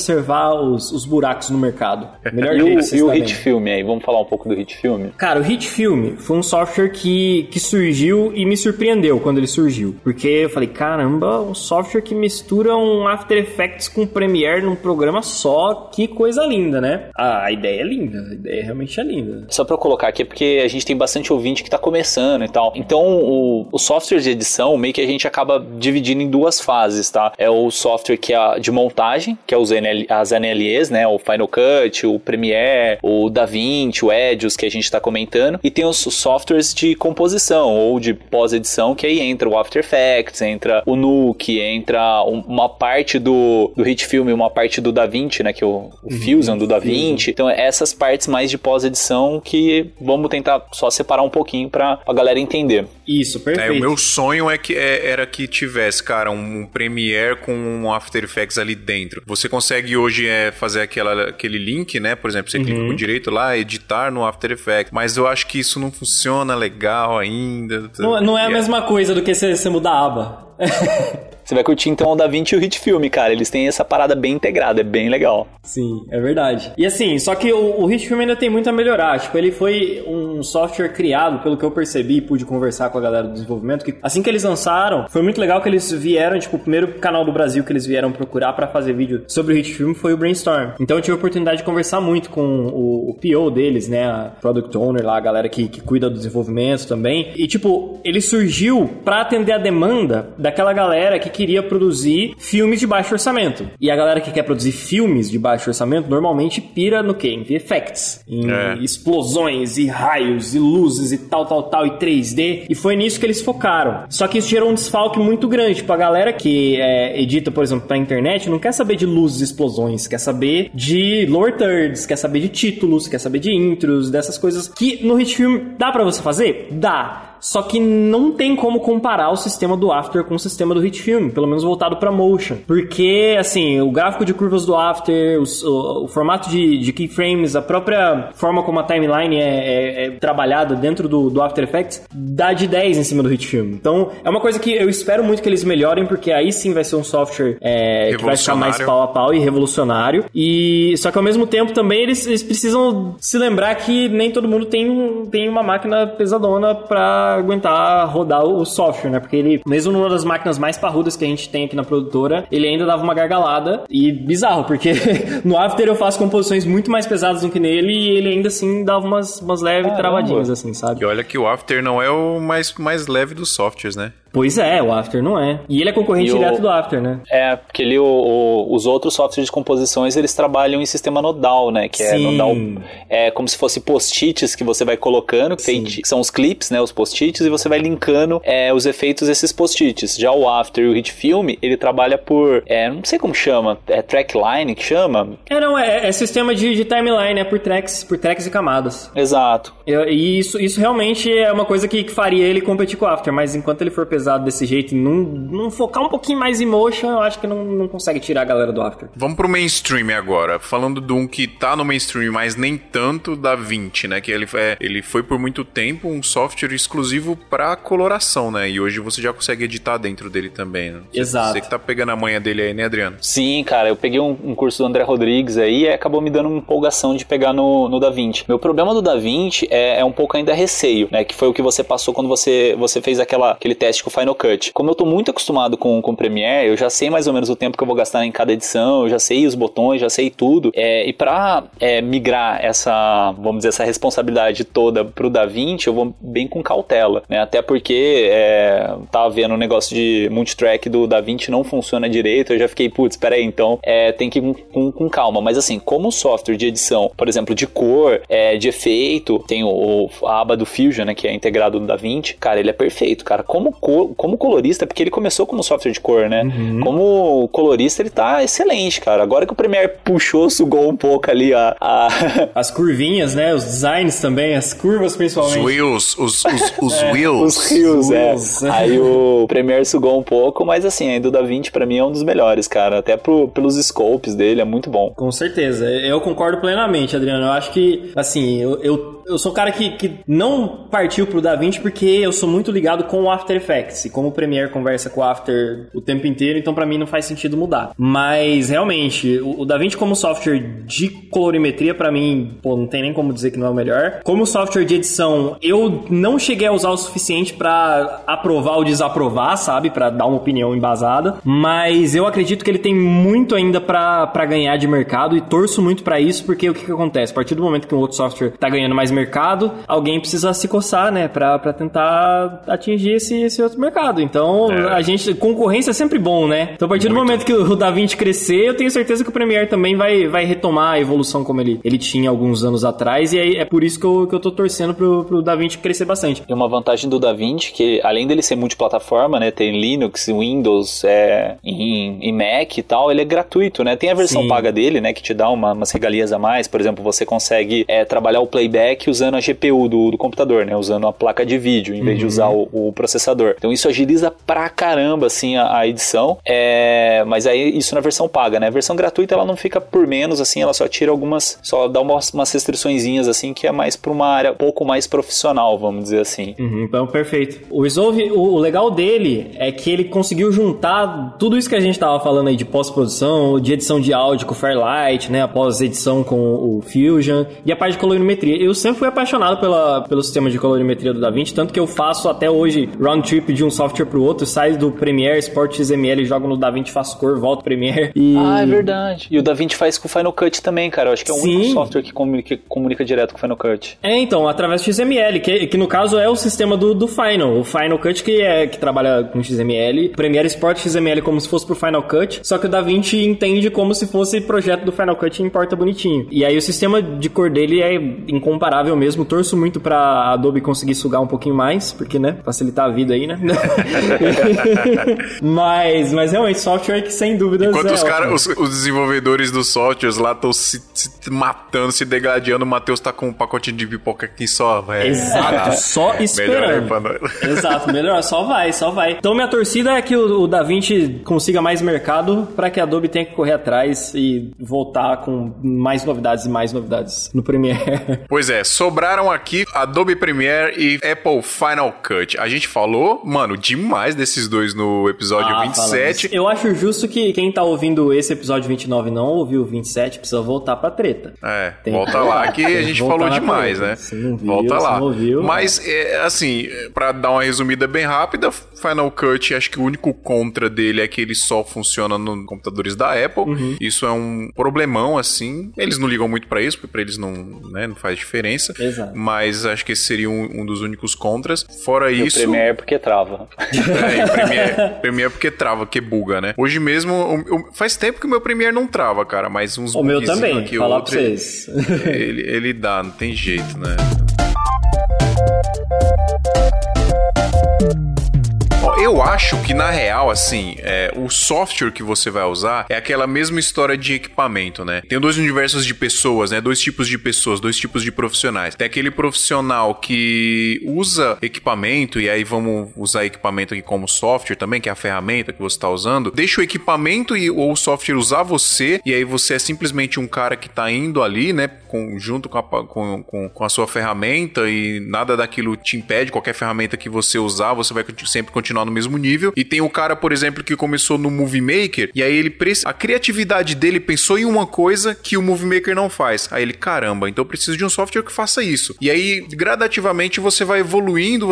os buracos no mercado. Melhor E o Hit Film aí? Vamos falar um pouco do Hit Film? Cara, o Hit Film foi um software que surgiu e me surpreendeu quando ele surgiu. Porque eu falei, caramba, um software que mistura um After Effects com Premiere num programa só, que coisa linda, né? A ideia é linda, a ideia realmente é linda. Só pra eu colocar aqui, porque a gente tem bastante ouvinte que tá começando e tal. Então, o software de edição, meio que a gente acaba dividindo em duas fases, tá? É o software que é de montagem, que é as NLEs, né? O Final Cut, o Premiere, o DaVinci, o Edios, que a gente tá comentando. E tem os softwares de composição ou de pós-edição, que aí entra o After Effects, entra o Nuke, entra uma parte do Hit Film e uma parte do DaVinci, né? Que é o Fusion do DaVinci. Então, essas partes mais de pós-edição que vamos tentar só separar um pouquinho pra galera entender. Isso, perfeito. O meu sonho era que tivesse, cara, um Premiere com um After Effects ali dentro. Você consegue hoje fazer aquele link, né? Por exemplo, você clica com o direito lá, editar no After Effects. Mas eu acho que isso não funciona legal ainda. Não é a mesma coisa do que você mudar a aba. Você vai curtir então o DaVinci e o Hit Film, cara. Eles têm essa parada bem integrada, é bem legal. Sim, é verdade. E assim, só que o Hit Film ainda tem muito a melhorar. Tipo, ele foi um software criado, pelo que eu percebi e pude conversar com a galera do desenvolvimento, que assim que eles lançaram, foi muito legal que eles vieram, tipo, o primeiro canal do Brasil que eles vieram procurar pra fazer vídeo sobre o Hit Film foi o Brainstorm. Então eu tive a oportunidade de conversar muito com o PO deles, né, a Product Owner lá, a galera que cuida do desenvolvimento também. E tipo, ele surgiu pra atender a demanda daquela galera que queria produzir filmes de baixo orçamento. E a galera que quer produzir filmes de baixo orçamento normalmente pira no quê? Em VFX, em explosões e raios e luzes e tal, e 3D. E foi nisso que eles focaram. Só que isso gerou um desfalque muito grande. Tipo, a galera que edita, por exemplo, pra internet não quer saber de luzes e explosões, quer saber de lower thirds, quer saber de títulos, quer saber de intros, dessas coisas que no Hit Film dá pra você fazer? Dá. Só que não tem como comparar o sistema do After com o sistema do Hit Film, pelo menos voltado para motion. Porque, assim, o gráfico de curvas do After, o formato de keyframes, a própria forma como a timeline é trabalhada dentro do After Effects, dá de 10 em cima do Hit Film. Então, é uma coisa que eu espero muito que eles melhorem, porque aí sim vai ser um software que vai ficar mais pau a pau e revolucionário. Só que ao mesmo tempo também eles precisam se lembrar que nem todo mundo tem uma máquina pesadona pra aguentar rodar o software, né? Porque ele, mesmo numa das máquinas mais parrudas que a gente tem aqui na produtora, ele ainda dava uma gargalada e bizarro, porque no After eu faço composições muito mais pesadas do que nele e ele ainda assim dava umas leves travadinhas, assim, sabe? E olha que o After não é o mais leve dos softwares, né? Pois é, o After não é. E ele é concorrente direto do After, né? É, porque os outros softwares de composições, eles trabalham em sistema nodal, né? Que é nodal, é como se fosse post-its que você vai colocando, que são os clips, né? Os post-its, e você vai linkando os efeitos desses post-its. Já o After e o Hit Film, ele trabalha por, não sei como chama, trackline que chama? É sistema de timeline, por tracks e camadas. Exato. E isso realmente é uma coisa que faria ele competir com o After, mas enquanto ele for pesado desse jeito e não focar um pouquinho mais em motion, eu acho que não consegue tirar a galera do After. Vamos pro mainstream agora, falando de um que tá no mainstream, mas nem tanto, DaVinci, né, que ele foi por muito tempo um software exclusivo pra coloração, né, e hoje você já consegue editar dentro dele também, né? Exato. Você que tá pegando a manha dele aí, né, Adriano? Sim, cara, eu peguei um curso do André Rodrigues aí e acabou me dando uma empolgação de pegar no DaVinci. Meu problema do DaVinci é um pouco ainda receio, né, que foi o que você passou quando você fez aquele teste que eu Final Cut. Como eu tô muito acostumado com o Premiere, eu já sei mais ou menos o tempo que eu vou gastar em cada edição, eu já sei os botões, já sei tudo. E pra migrar vamos dizer, essa responsabilidade toda pro DaVinci, eu vou bem com cautela, né? Até porque tava vendo um negócio de multitrack do DaVinci não funciona direito, eu já fiquei, putz, peraí, então tem que ir com calma. Mas assim, como software de edição, por exemplo, de cor, de efeito, tem a aba do Fusion, né, que é integrado no DaVinci, cara, ele é perfeito, cara. Como colorista, porque ele começou como software de cor, né? Uhum. Como colorista, ele tá excelente, cara. Agora que o Premiere puxou, sugou um pouco ali as curvinhas, né? Os designs também, as curvas principalmente. Os wheels, os wheels. Os rios, Aí o Premiere sugou um pouco, mas assim, ainda o DaVinci pra mim é um dos melhores, cara. Até pelos scopes dele, é muito bom. Com certeza. Eu concordo plenamente, Adriano. Eu acho que, assim, eu sou um cara que não partiu pro DaVinci porque eu sou muito ligado com o After Effects. E como o Premiere conversa com o After o tempo inteiro, então pra mim não faz sentido mudar. Mas, realmente, o DaVinci como software de colorimetria, pra mim, não tem nem como dizer que não é o melhor. Como software de edição, eu não cheguei a usar o suficiente pra aprovar ou desaprovar, sabe? Pra dar uma opinião embasada. Mas eu acredito que ele tem muito ainda pra ganhar de mercado e torço muito pra isso, porque o que acontece? A partir do momento que um outro software tá ganhando mais mercado, alguém precisa se coçar, né? Pra tentar atingir esse outro mercado. Então, concorrência é sempre bom, né? Então, a partir do momento que o DaVinci crescer, eu tenho certeza que o Premiere também vai retomar a evolução como ele tinha alguns anos atrás, e aí é por isso que eu tô torcendo pro DaVinci crescer bastante. E uma vantagem do DaVinci, que além dele ser multiplataforma, né? Tem Linux, Windows, em Mac e tal, ele é gratuito, né? Tem a versão paga dele, né? Que te dá umas regalias a mais. Por exemplo, você consegue trabalhar o playback usando a GPU do computador, né? Usando a placa de vídeo, em vez de usar o processador. Então isso agiliza pra caramba, assim, a edição. Mas aí isso na versão paga, né? A versão gratuita, ela não fica por menos, assim, ela só tira só dá umas restriçõezinhas, assim, que é mais pra uma área um pouco mais profissional, vamos dizer assim. Então, perfeito. O Resolve, o legal dele é que ele conseguiu juntar tudo isso que a gente tava falando aí de pós-produção, de edição de áudio com o Fairlight, né? Após edição com o Fusion e a parte de colorimetria. Eu sempre fui apaixonado pelo sistema de colorimetria do DaVinci, tanto que eu faço até hoje round trip de um software pro outro, saio do Premiere, exporto XML, jogo no DaVinci, faço cor, volto pro Premiere. É verdade. E o DaVinci faz com o Final Cut também, cara. Eu acho que é o único software que comunica direto com o Final Cut. Então, através do XML, que no caso é o sistema do Final. O Final Cut que trabalha com XML. O Premiere exporta XML como se fosse pro Final Cut, só que o DaVinci entende como se fosse projeto do Final Cut e importa bonitinho. E aí o sistema de cor dele é incomparável mesmo. Torço muito pra Adobe conseguir sugar um pouquinho mais, porque, né, facilitar a vida aí, né? mas realmente, software que sem dúvidas enquanto os desenvolvedores dos softwares lá estão se matando, se degradando, o Matheus tá com um pacotinho de pipoca aqui só, velho. Exato, só esperando. Exato, melhor, só vai. Então minha torcida é que o DaVinci consiga mais mercado pra que a Adobe tenha que correr atrás e voltar com mais novidades e mais novidades no Premiere. Pois é, sobraram aqui Adobe Premiere e Apple Final Cut. A gente falou, mano, demais desses dois no episódio 27. Eu acho justo que quem tá ouvindo esse episódio 29 não ouviu o 27, precisa voltar pra treta. Volta lá que a gente falou demais, né? Volta lá. Mas, assim, pra dar uma resumida bem rápida, Final Cut, acho que o único contra dele é que ele só funciona nos computadores da Apple. Isso é um problemão, assim. Eles não ligam muito pra isso, porque pra eles não faz diferença. Exato. Mas acho que esse seria um dos únicos contras. Fora isso... O Premiere porque trava. Premiere porque trava, que buga, né? Hoje mesmo, faz tempo que o meu Premiere não trava, cara, mas uns o meu também, aqui, falar pra vocês. Ele dá, não tem jeito, né? Eu acho que, na real, assim, o software que você vai usar é aquela mesma história de equipamento, né? Tem dois universos de pessoas, né? Dois tipos de pessoas, dois tipos de profissionais. Tem aquele profissional que usa equipamento, e aí vamos usar equipamento aqui como software também, que é a ferramenta que você está usando. Deixa o equipamento ou o software usar você, e aí você é simplesmente um cara que tá indo ali, né? Junto com a sua ferramenta, e nada daquilo te impede. Qualquer ferramenta que você usar, você vai sempre continuar no mesmo nível. E tem o cara, por exemplo, que começou no Movie Maker, e aí a criatividade dele pensou em uma coisa que o Movie Maker não faz. Aí ele, caramba, então eu preciso de um software que faça isso. E aí, gradativamente, você vai evoluindo,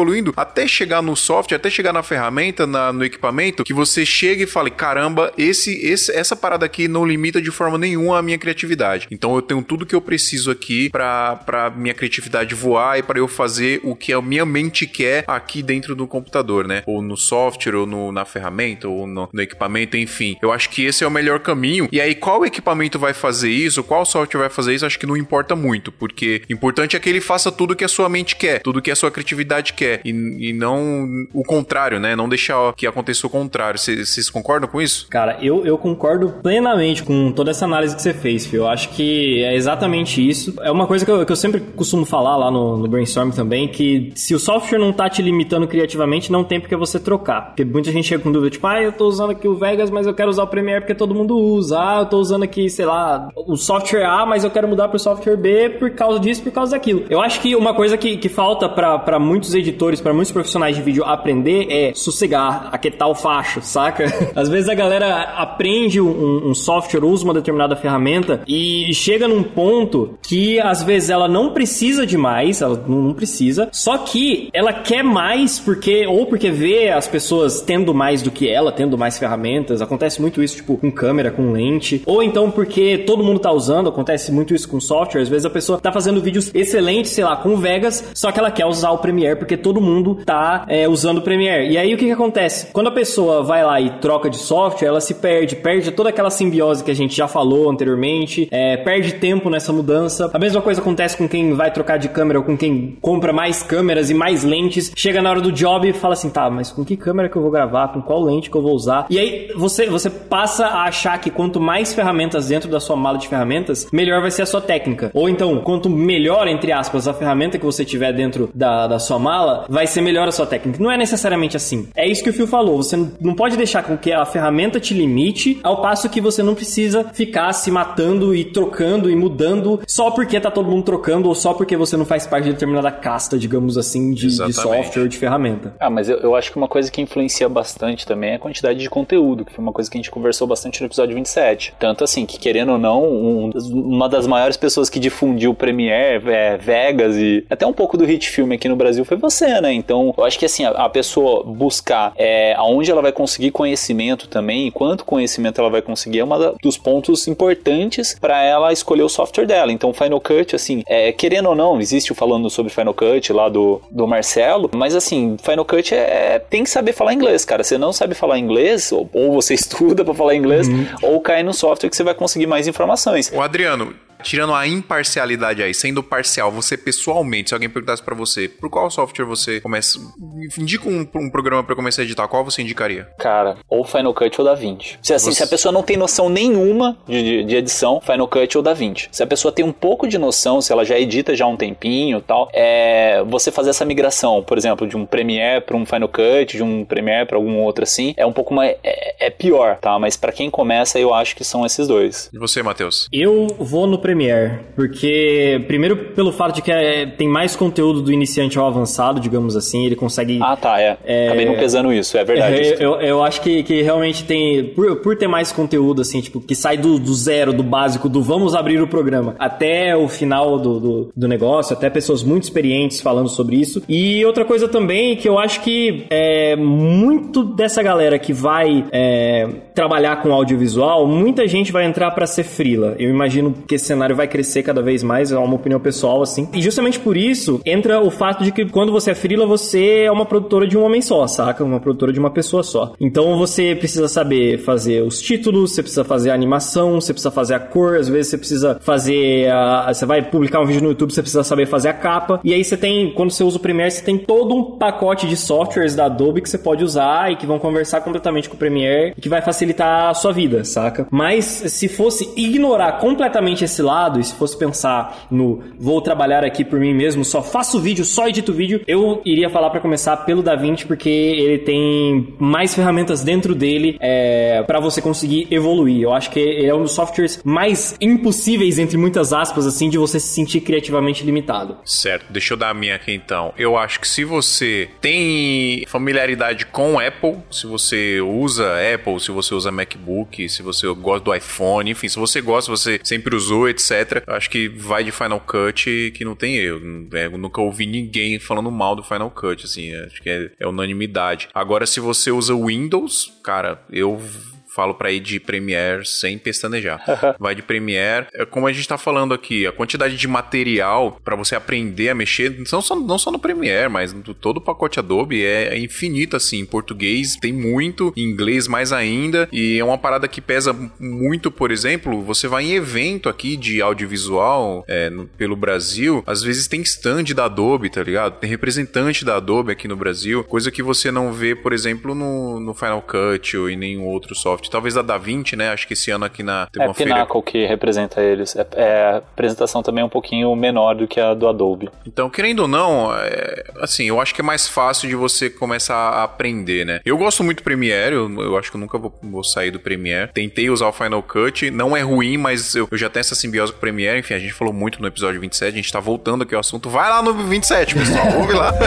até chegar no software, até chegar na ferramenta, no equipamento, que você chega e fale, caramba, essa parada aqui não limita de forma nenhuma a minha criatividade. Então eu tenho tudo que eu preciso aqui pra minha criatividade voar e para eu fazer o que a minha mente quer aqui dentro do computador, né? Ou no software, ou na ferramenta, ou no equipamento, enfim. Eu acho que esse é o melhor caminho. E aí, qual equipamento vai fazer isso? Qual software vai fazer isso? Acho que não importa muito, porque o importante é que ele faça tudo que a sua mente quer, tudo que a sua criatividade quer, e não o contrário, né? Não deixar que aconteça o contrário. Vocês concordam com isso? Cara, eu concordo plenamente com toda essa análise que você fez, Fio. Eu acho que é exatamente isso. É uma coisa que eu sempre costumo falar lá no Brainstorm também, que se o software não tá te limitando criativamente, não tem porque você trocar. Porque muita gente chega com dúvida, tipo, eu tô usando aqui o Vegas, mas eu quero usar o Premiere porque todo mundo usa. Eu tô usando aqui, sei lá, o software A, mas eu quero mudar pro software B por causa disso, por causa daquilo. Eu acho que uma coisa que falta pra muitos editores, pra muitos profissionais de vídeo aprender é sossegar, aquietar o facho, saca? Às vezes a galera aprende um software, usa uma determinada ferramenta e chega num ponto que às vezes ela não precisa de mais, ela não precisa, só que ela quer mais porque vê as pessoas tendo mais do que ela, tendo mais ferramentas. Acontece muito isso, tipo, com câmera, com lente, ou então porque todo mundo tá usando, acontece muito isso com software. Às vezes a pessoa tá fazendo vídeos excelentes, sei lá, com o Vegas, só que ela quer usar o Premiere porque todo mundo tá usando o Premiere. E aí o que acontece? Quando a pessoa vai lá e troca de software, ela se perde toda aquela simbiose que a gente já falou anteriormente, perde tempo nessa mudança. A mesma coisa acontece com quem vai trocar de câmera ou com quem compra mais câmeras e mais lentes. Chega na hora do job e fala assim, tá, mas com que câmera que eu vou gravar? Com qual lente que eu vou usar? E aí você passa a achar que quanto mais ferramentas dentro da sua mala de ferramentas, melhor vai ser a sua técnica. Ou então, quanto melhor, entre aspas, a ferramenta que você tiver dentro da sua mala, vai ser melhor a sua técnica. Não é necessariamente assim. É isso que o Phil falou. Você não pode deixar com que a ferramenta te limite, ao passo que você não precisa ficar se matando e trocando e mudando só porque tá todo mundo trocando ou só porque você não faz parte de determinada casta, digamos assim, de software ou de ferramenta. Mas eu acho que uma coisa que influencia bastante também é a quantidade de conteúdo, que foi uma coisa que a gente conversou bastante no episódio 27. Tanto assim, que querendo ou não, uma das maiores pessoas que difundiu o Premiere, Vegas e até um pouco do Hit Film aqui no Brasil foi você, né? Então, eu acho que assim, a pessoa buscar aonde ela vai conseguir conhecimento também, e quanto conhecimento ela vai conseguir, é um dos pontos importantes para ela escolher o software dela. Então, Final Cut, assim, querendo ou não, existe o falando sobre Final Cut lá do Marcelo, mas assim, Final Cut tem que saber falar inglês, cara. Você não sabe falar inglês, ou você estuda para falar inglês, ou cai no software que você vai conseguir mais informações. Ô Adriano, tirando a imparcialidade aí, sendo parcial, você pessoalmente, se alguém perguntasse pra você, por qual software você começa... Indica um programa pra começar a editar, qual você indicaria? Cara, ou Final Cut ou DaVinci. Se a pessoa não tem noção nenhuma de edição, Final Cut ou DaVinci. Se a pessoa tem um pouco de noção, se ela já edita já há um tempinho e tal, você fazer essa migração, por exemplo, de um Premiere pra um Final Cut, de um Premiere pra algum outro assim, é um pouco mais... É pior, tá? Mas pra quem começa, eu acho que são esses dois. E você, Matheus? Eu vou no Premiere, porque primeiro pelo fato de que tem mais conteúdo do iniciante ao avançado, digamos assim, ele consegue... Acabei não pesando isso, é verdade. Eu acho que realmente tem, por ter mais conteúdo, assim, tipo, que sai do zero, do básico, do vamos abrir o programa, até o final do negócio, até pessoas muito experientes falando sobre isso. E outra coisa também, que eu acho que muito dessa galera que vai trabalhar com audiovisual, muita gente vai entrar pra ser freela. Eu imagino que esse cenário vai crescer cada vez mais, é uma opinião pessoal, assim. E justamente por isso, entra o fato de que quando você é freela, você é uma produtora de um homem só, saca? Uma produtora de uma pessoa só. Então você precisa saber fazer os títulos, você precisa fazer a animação, você precisa fazer a cor, às vezes você precisa fazer você vai publicar um vídeo no YouTube, você precisa saber fazer a capa. E aí você tem, quando você usa o Premiere, você tem todo um pacote de softwares da Adobe que você pode usar e que vão conversar completamente com o Premiere e que vai facilitar facilitar a sua vida, saca? Mas se fosse ignorar completamente esse lado, e se fosse pensar no vou trabalhar aqui por mim mesmo, só faço vídeo, só edito vídeo, eu iria falar pra começar pelo DaVinci, porque ele tem mais ferramentas dentro dele pra você conseguir evoluir. Eu acho que ele é um dos softwares mais impossíveis, entre muitas aspas, assim, de você se sentir criativamente limitado. Certo, deixa eu dar a minha aqui então. Eu acho que se você tem familiaridade com Apple, se você usa Apple, se você usa MacBook, se você gosta do iPhone, enfim, se você gosta, você sempre usou, etc. Eu acho que vai de Final Cut que não tem erro. Eu nunca ouvi ninguém falando mal do Final Cut, assim, acho que é unanimidade. Agora, se você usa Windows, cara, eu falo pra ir de Premiere sem pestanejar. Vai de Premiere. Como a gente tá falando aqui, a quantidade de material pra você aprender a mexer, não só no Premiere, mas todo o pacote Adobe é infinito, assim. Em português tem muito, em inglês mais ainda, e é uma parada que pesa muito, por exemplo, você vai em evento aqui de audiovisual pelo Brasil, às vezes tem stand da Adobe, tá ligado? Tem representante da Adobe aqui no Brasil, coisa que você não vê, por exemplo, no Final Cut ou em nenhum outro software. Talvez a DaVinci, né? Acho que esse ano aqui teve uma feira. É Pinnacle que representa eles. A apresentação também é um pouquinho menor do que a do Adobe. Então, querendo ou não, assim, eu acho que é mais fácil de você começar a aprender, né? Eu gosto muito do Premiere, eu acho que eu nunca vou sair do Premiere. Tentei usar o Final Cut, não é ruim, mas eu já tenho essa simbiose com o Premiere. Enfim, a gente falou muito no episódio 27, a gente tá voltando aqui ao assunto. Vai lá no 27, pessoal, ouve lá.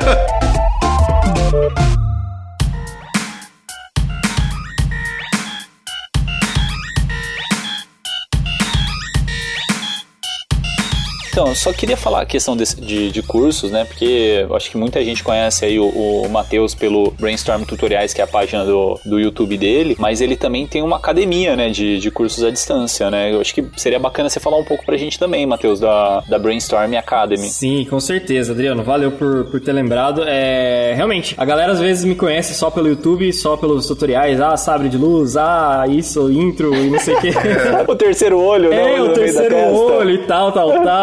Então, eu só queria falar a questão de cursos, né? Porque eu acho que muita gente conhece aí o Matheus pelo Brainstorm Tutoriais, que é a página do YouTube dele, mas ele também tem uma academia, né? De cursos à distância, né? Eu acho que seria bacana você falar um pouco pra gente também, Matheus, da Brainstorm Academy. Sim, com certeza, Adriano. Valeu por ter lembrado. Realmente, a galera às vezes me conhece só pelo YouTube, só pelos tutoriais. Sabre de luz, isso, intro e não sei o quê. O terceiro olho, né? O terceiro olho e tal.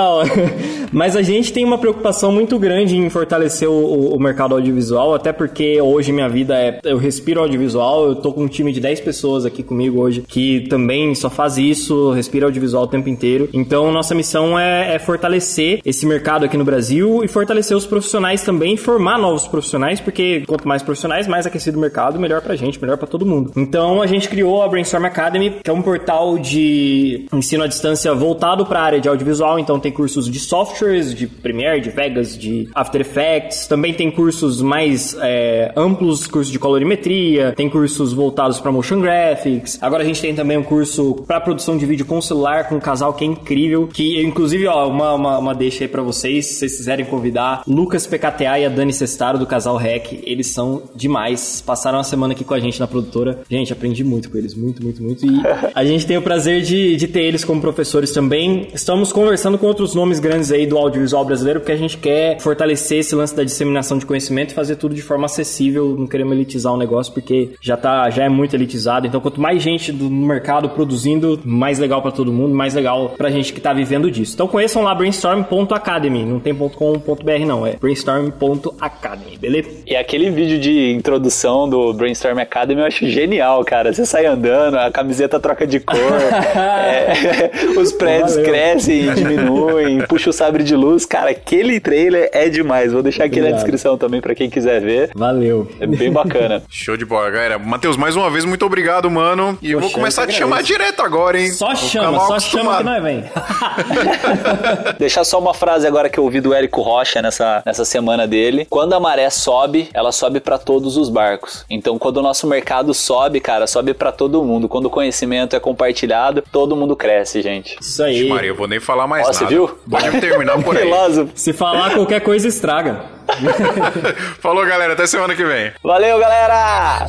Mas a gente tem uma preocupação muito grande em fortalecer o mercado audiovisual, até porque hoje minha vida eu respiro audiovisual, eu tô com um time de 10 pessoas aqui comigo hoje, que também só faz isso, respira audiovisual o tempo inteiro. Então, nossa missão é fortalecer esse mercado aqui no Brasil e fortalecer os profissionais também, formar novos profissionais, porque quanto mais profissionais, mais aquecido o mercado, melhor pra gente, melhor pra todo mundo. Então, a gente criou a Brainstorm Academy, que é um portal de ensino à distância voltado pra área de audiovisual, então tem cursos de softwares, de Premiere, de Vegas, de After Effects. Também tem cursos mais amplos, cursos de colorimetria, tem cursos voltados para motion graphics. Agora a gente tem também um curso para produção de vídeo com celular, com um casal que é incrível, que inclusive, uma deixa aí para vocês, se vocês quiserem convidar, Lucas PKTA e a Dani Sestaro do Casal Rec, eles são demais. Passaram uma semana aqui com a gente na produtora. Gente, aprendi muito com eles, muito. E a gente tem o prazer de ter eles como professores também. Estamos conversando com outros nomes grandes aí do audiovisual brasileiro, porque a gente quer fortalecer esse lance da disseminação de conhecimento e fazer tudo de forma acessível, não queremos elitizar o negócio, porque já é muito elitizado. Então, quanto mais gente do mercado produzindo, mais legal pra todo mundo, mais legal pra gente que tá vivendo disso. Então, conheçam lá brainstorm.academy, não tem .com.br não, é brainstorm.academy, beleza? E aquele vídeo de introdução do Brainstorm Academy eu acho genial, cara. Você sai andando, a camiseta troca de cor, os prédios crescem e diminuem, puxa o sabre de luz. Cara, aquele trailer é demais. Vou deixar aqui na descrição também pra quem quiser ver. Valeu. É bem bacana. Show de bola, galera. Matheus, mais uma vez, muito obrigado, mano. E eu vou começar a te chamar direto agora, hein? Só chama que nós vem. Deixar só uma frase agora que eu ouvi do Érico Rocha nessa semana dele. Quando a maré sobe, ela sobe pra todos os barcos. Então, quando o nosso mercado sobe, cara, sobe pra todo mundo. Quando o conhecimento é compartilhado, todo mundo cresce, gente. Isso aí. Maria, eu vou nem falar mais nada. Você viu? Pode terminar por aí. Se falar qualquer coisa, estraga. Falou, galera. Até semana que vem. Valeu, galera!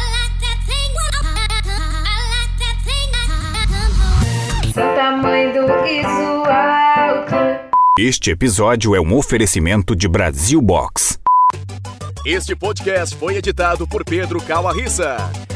O tamanho do ISO alto. Este episódio é um oferecimento de Brasil Box. Este podcast foi editado por Pedro Calarissa.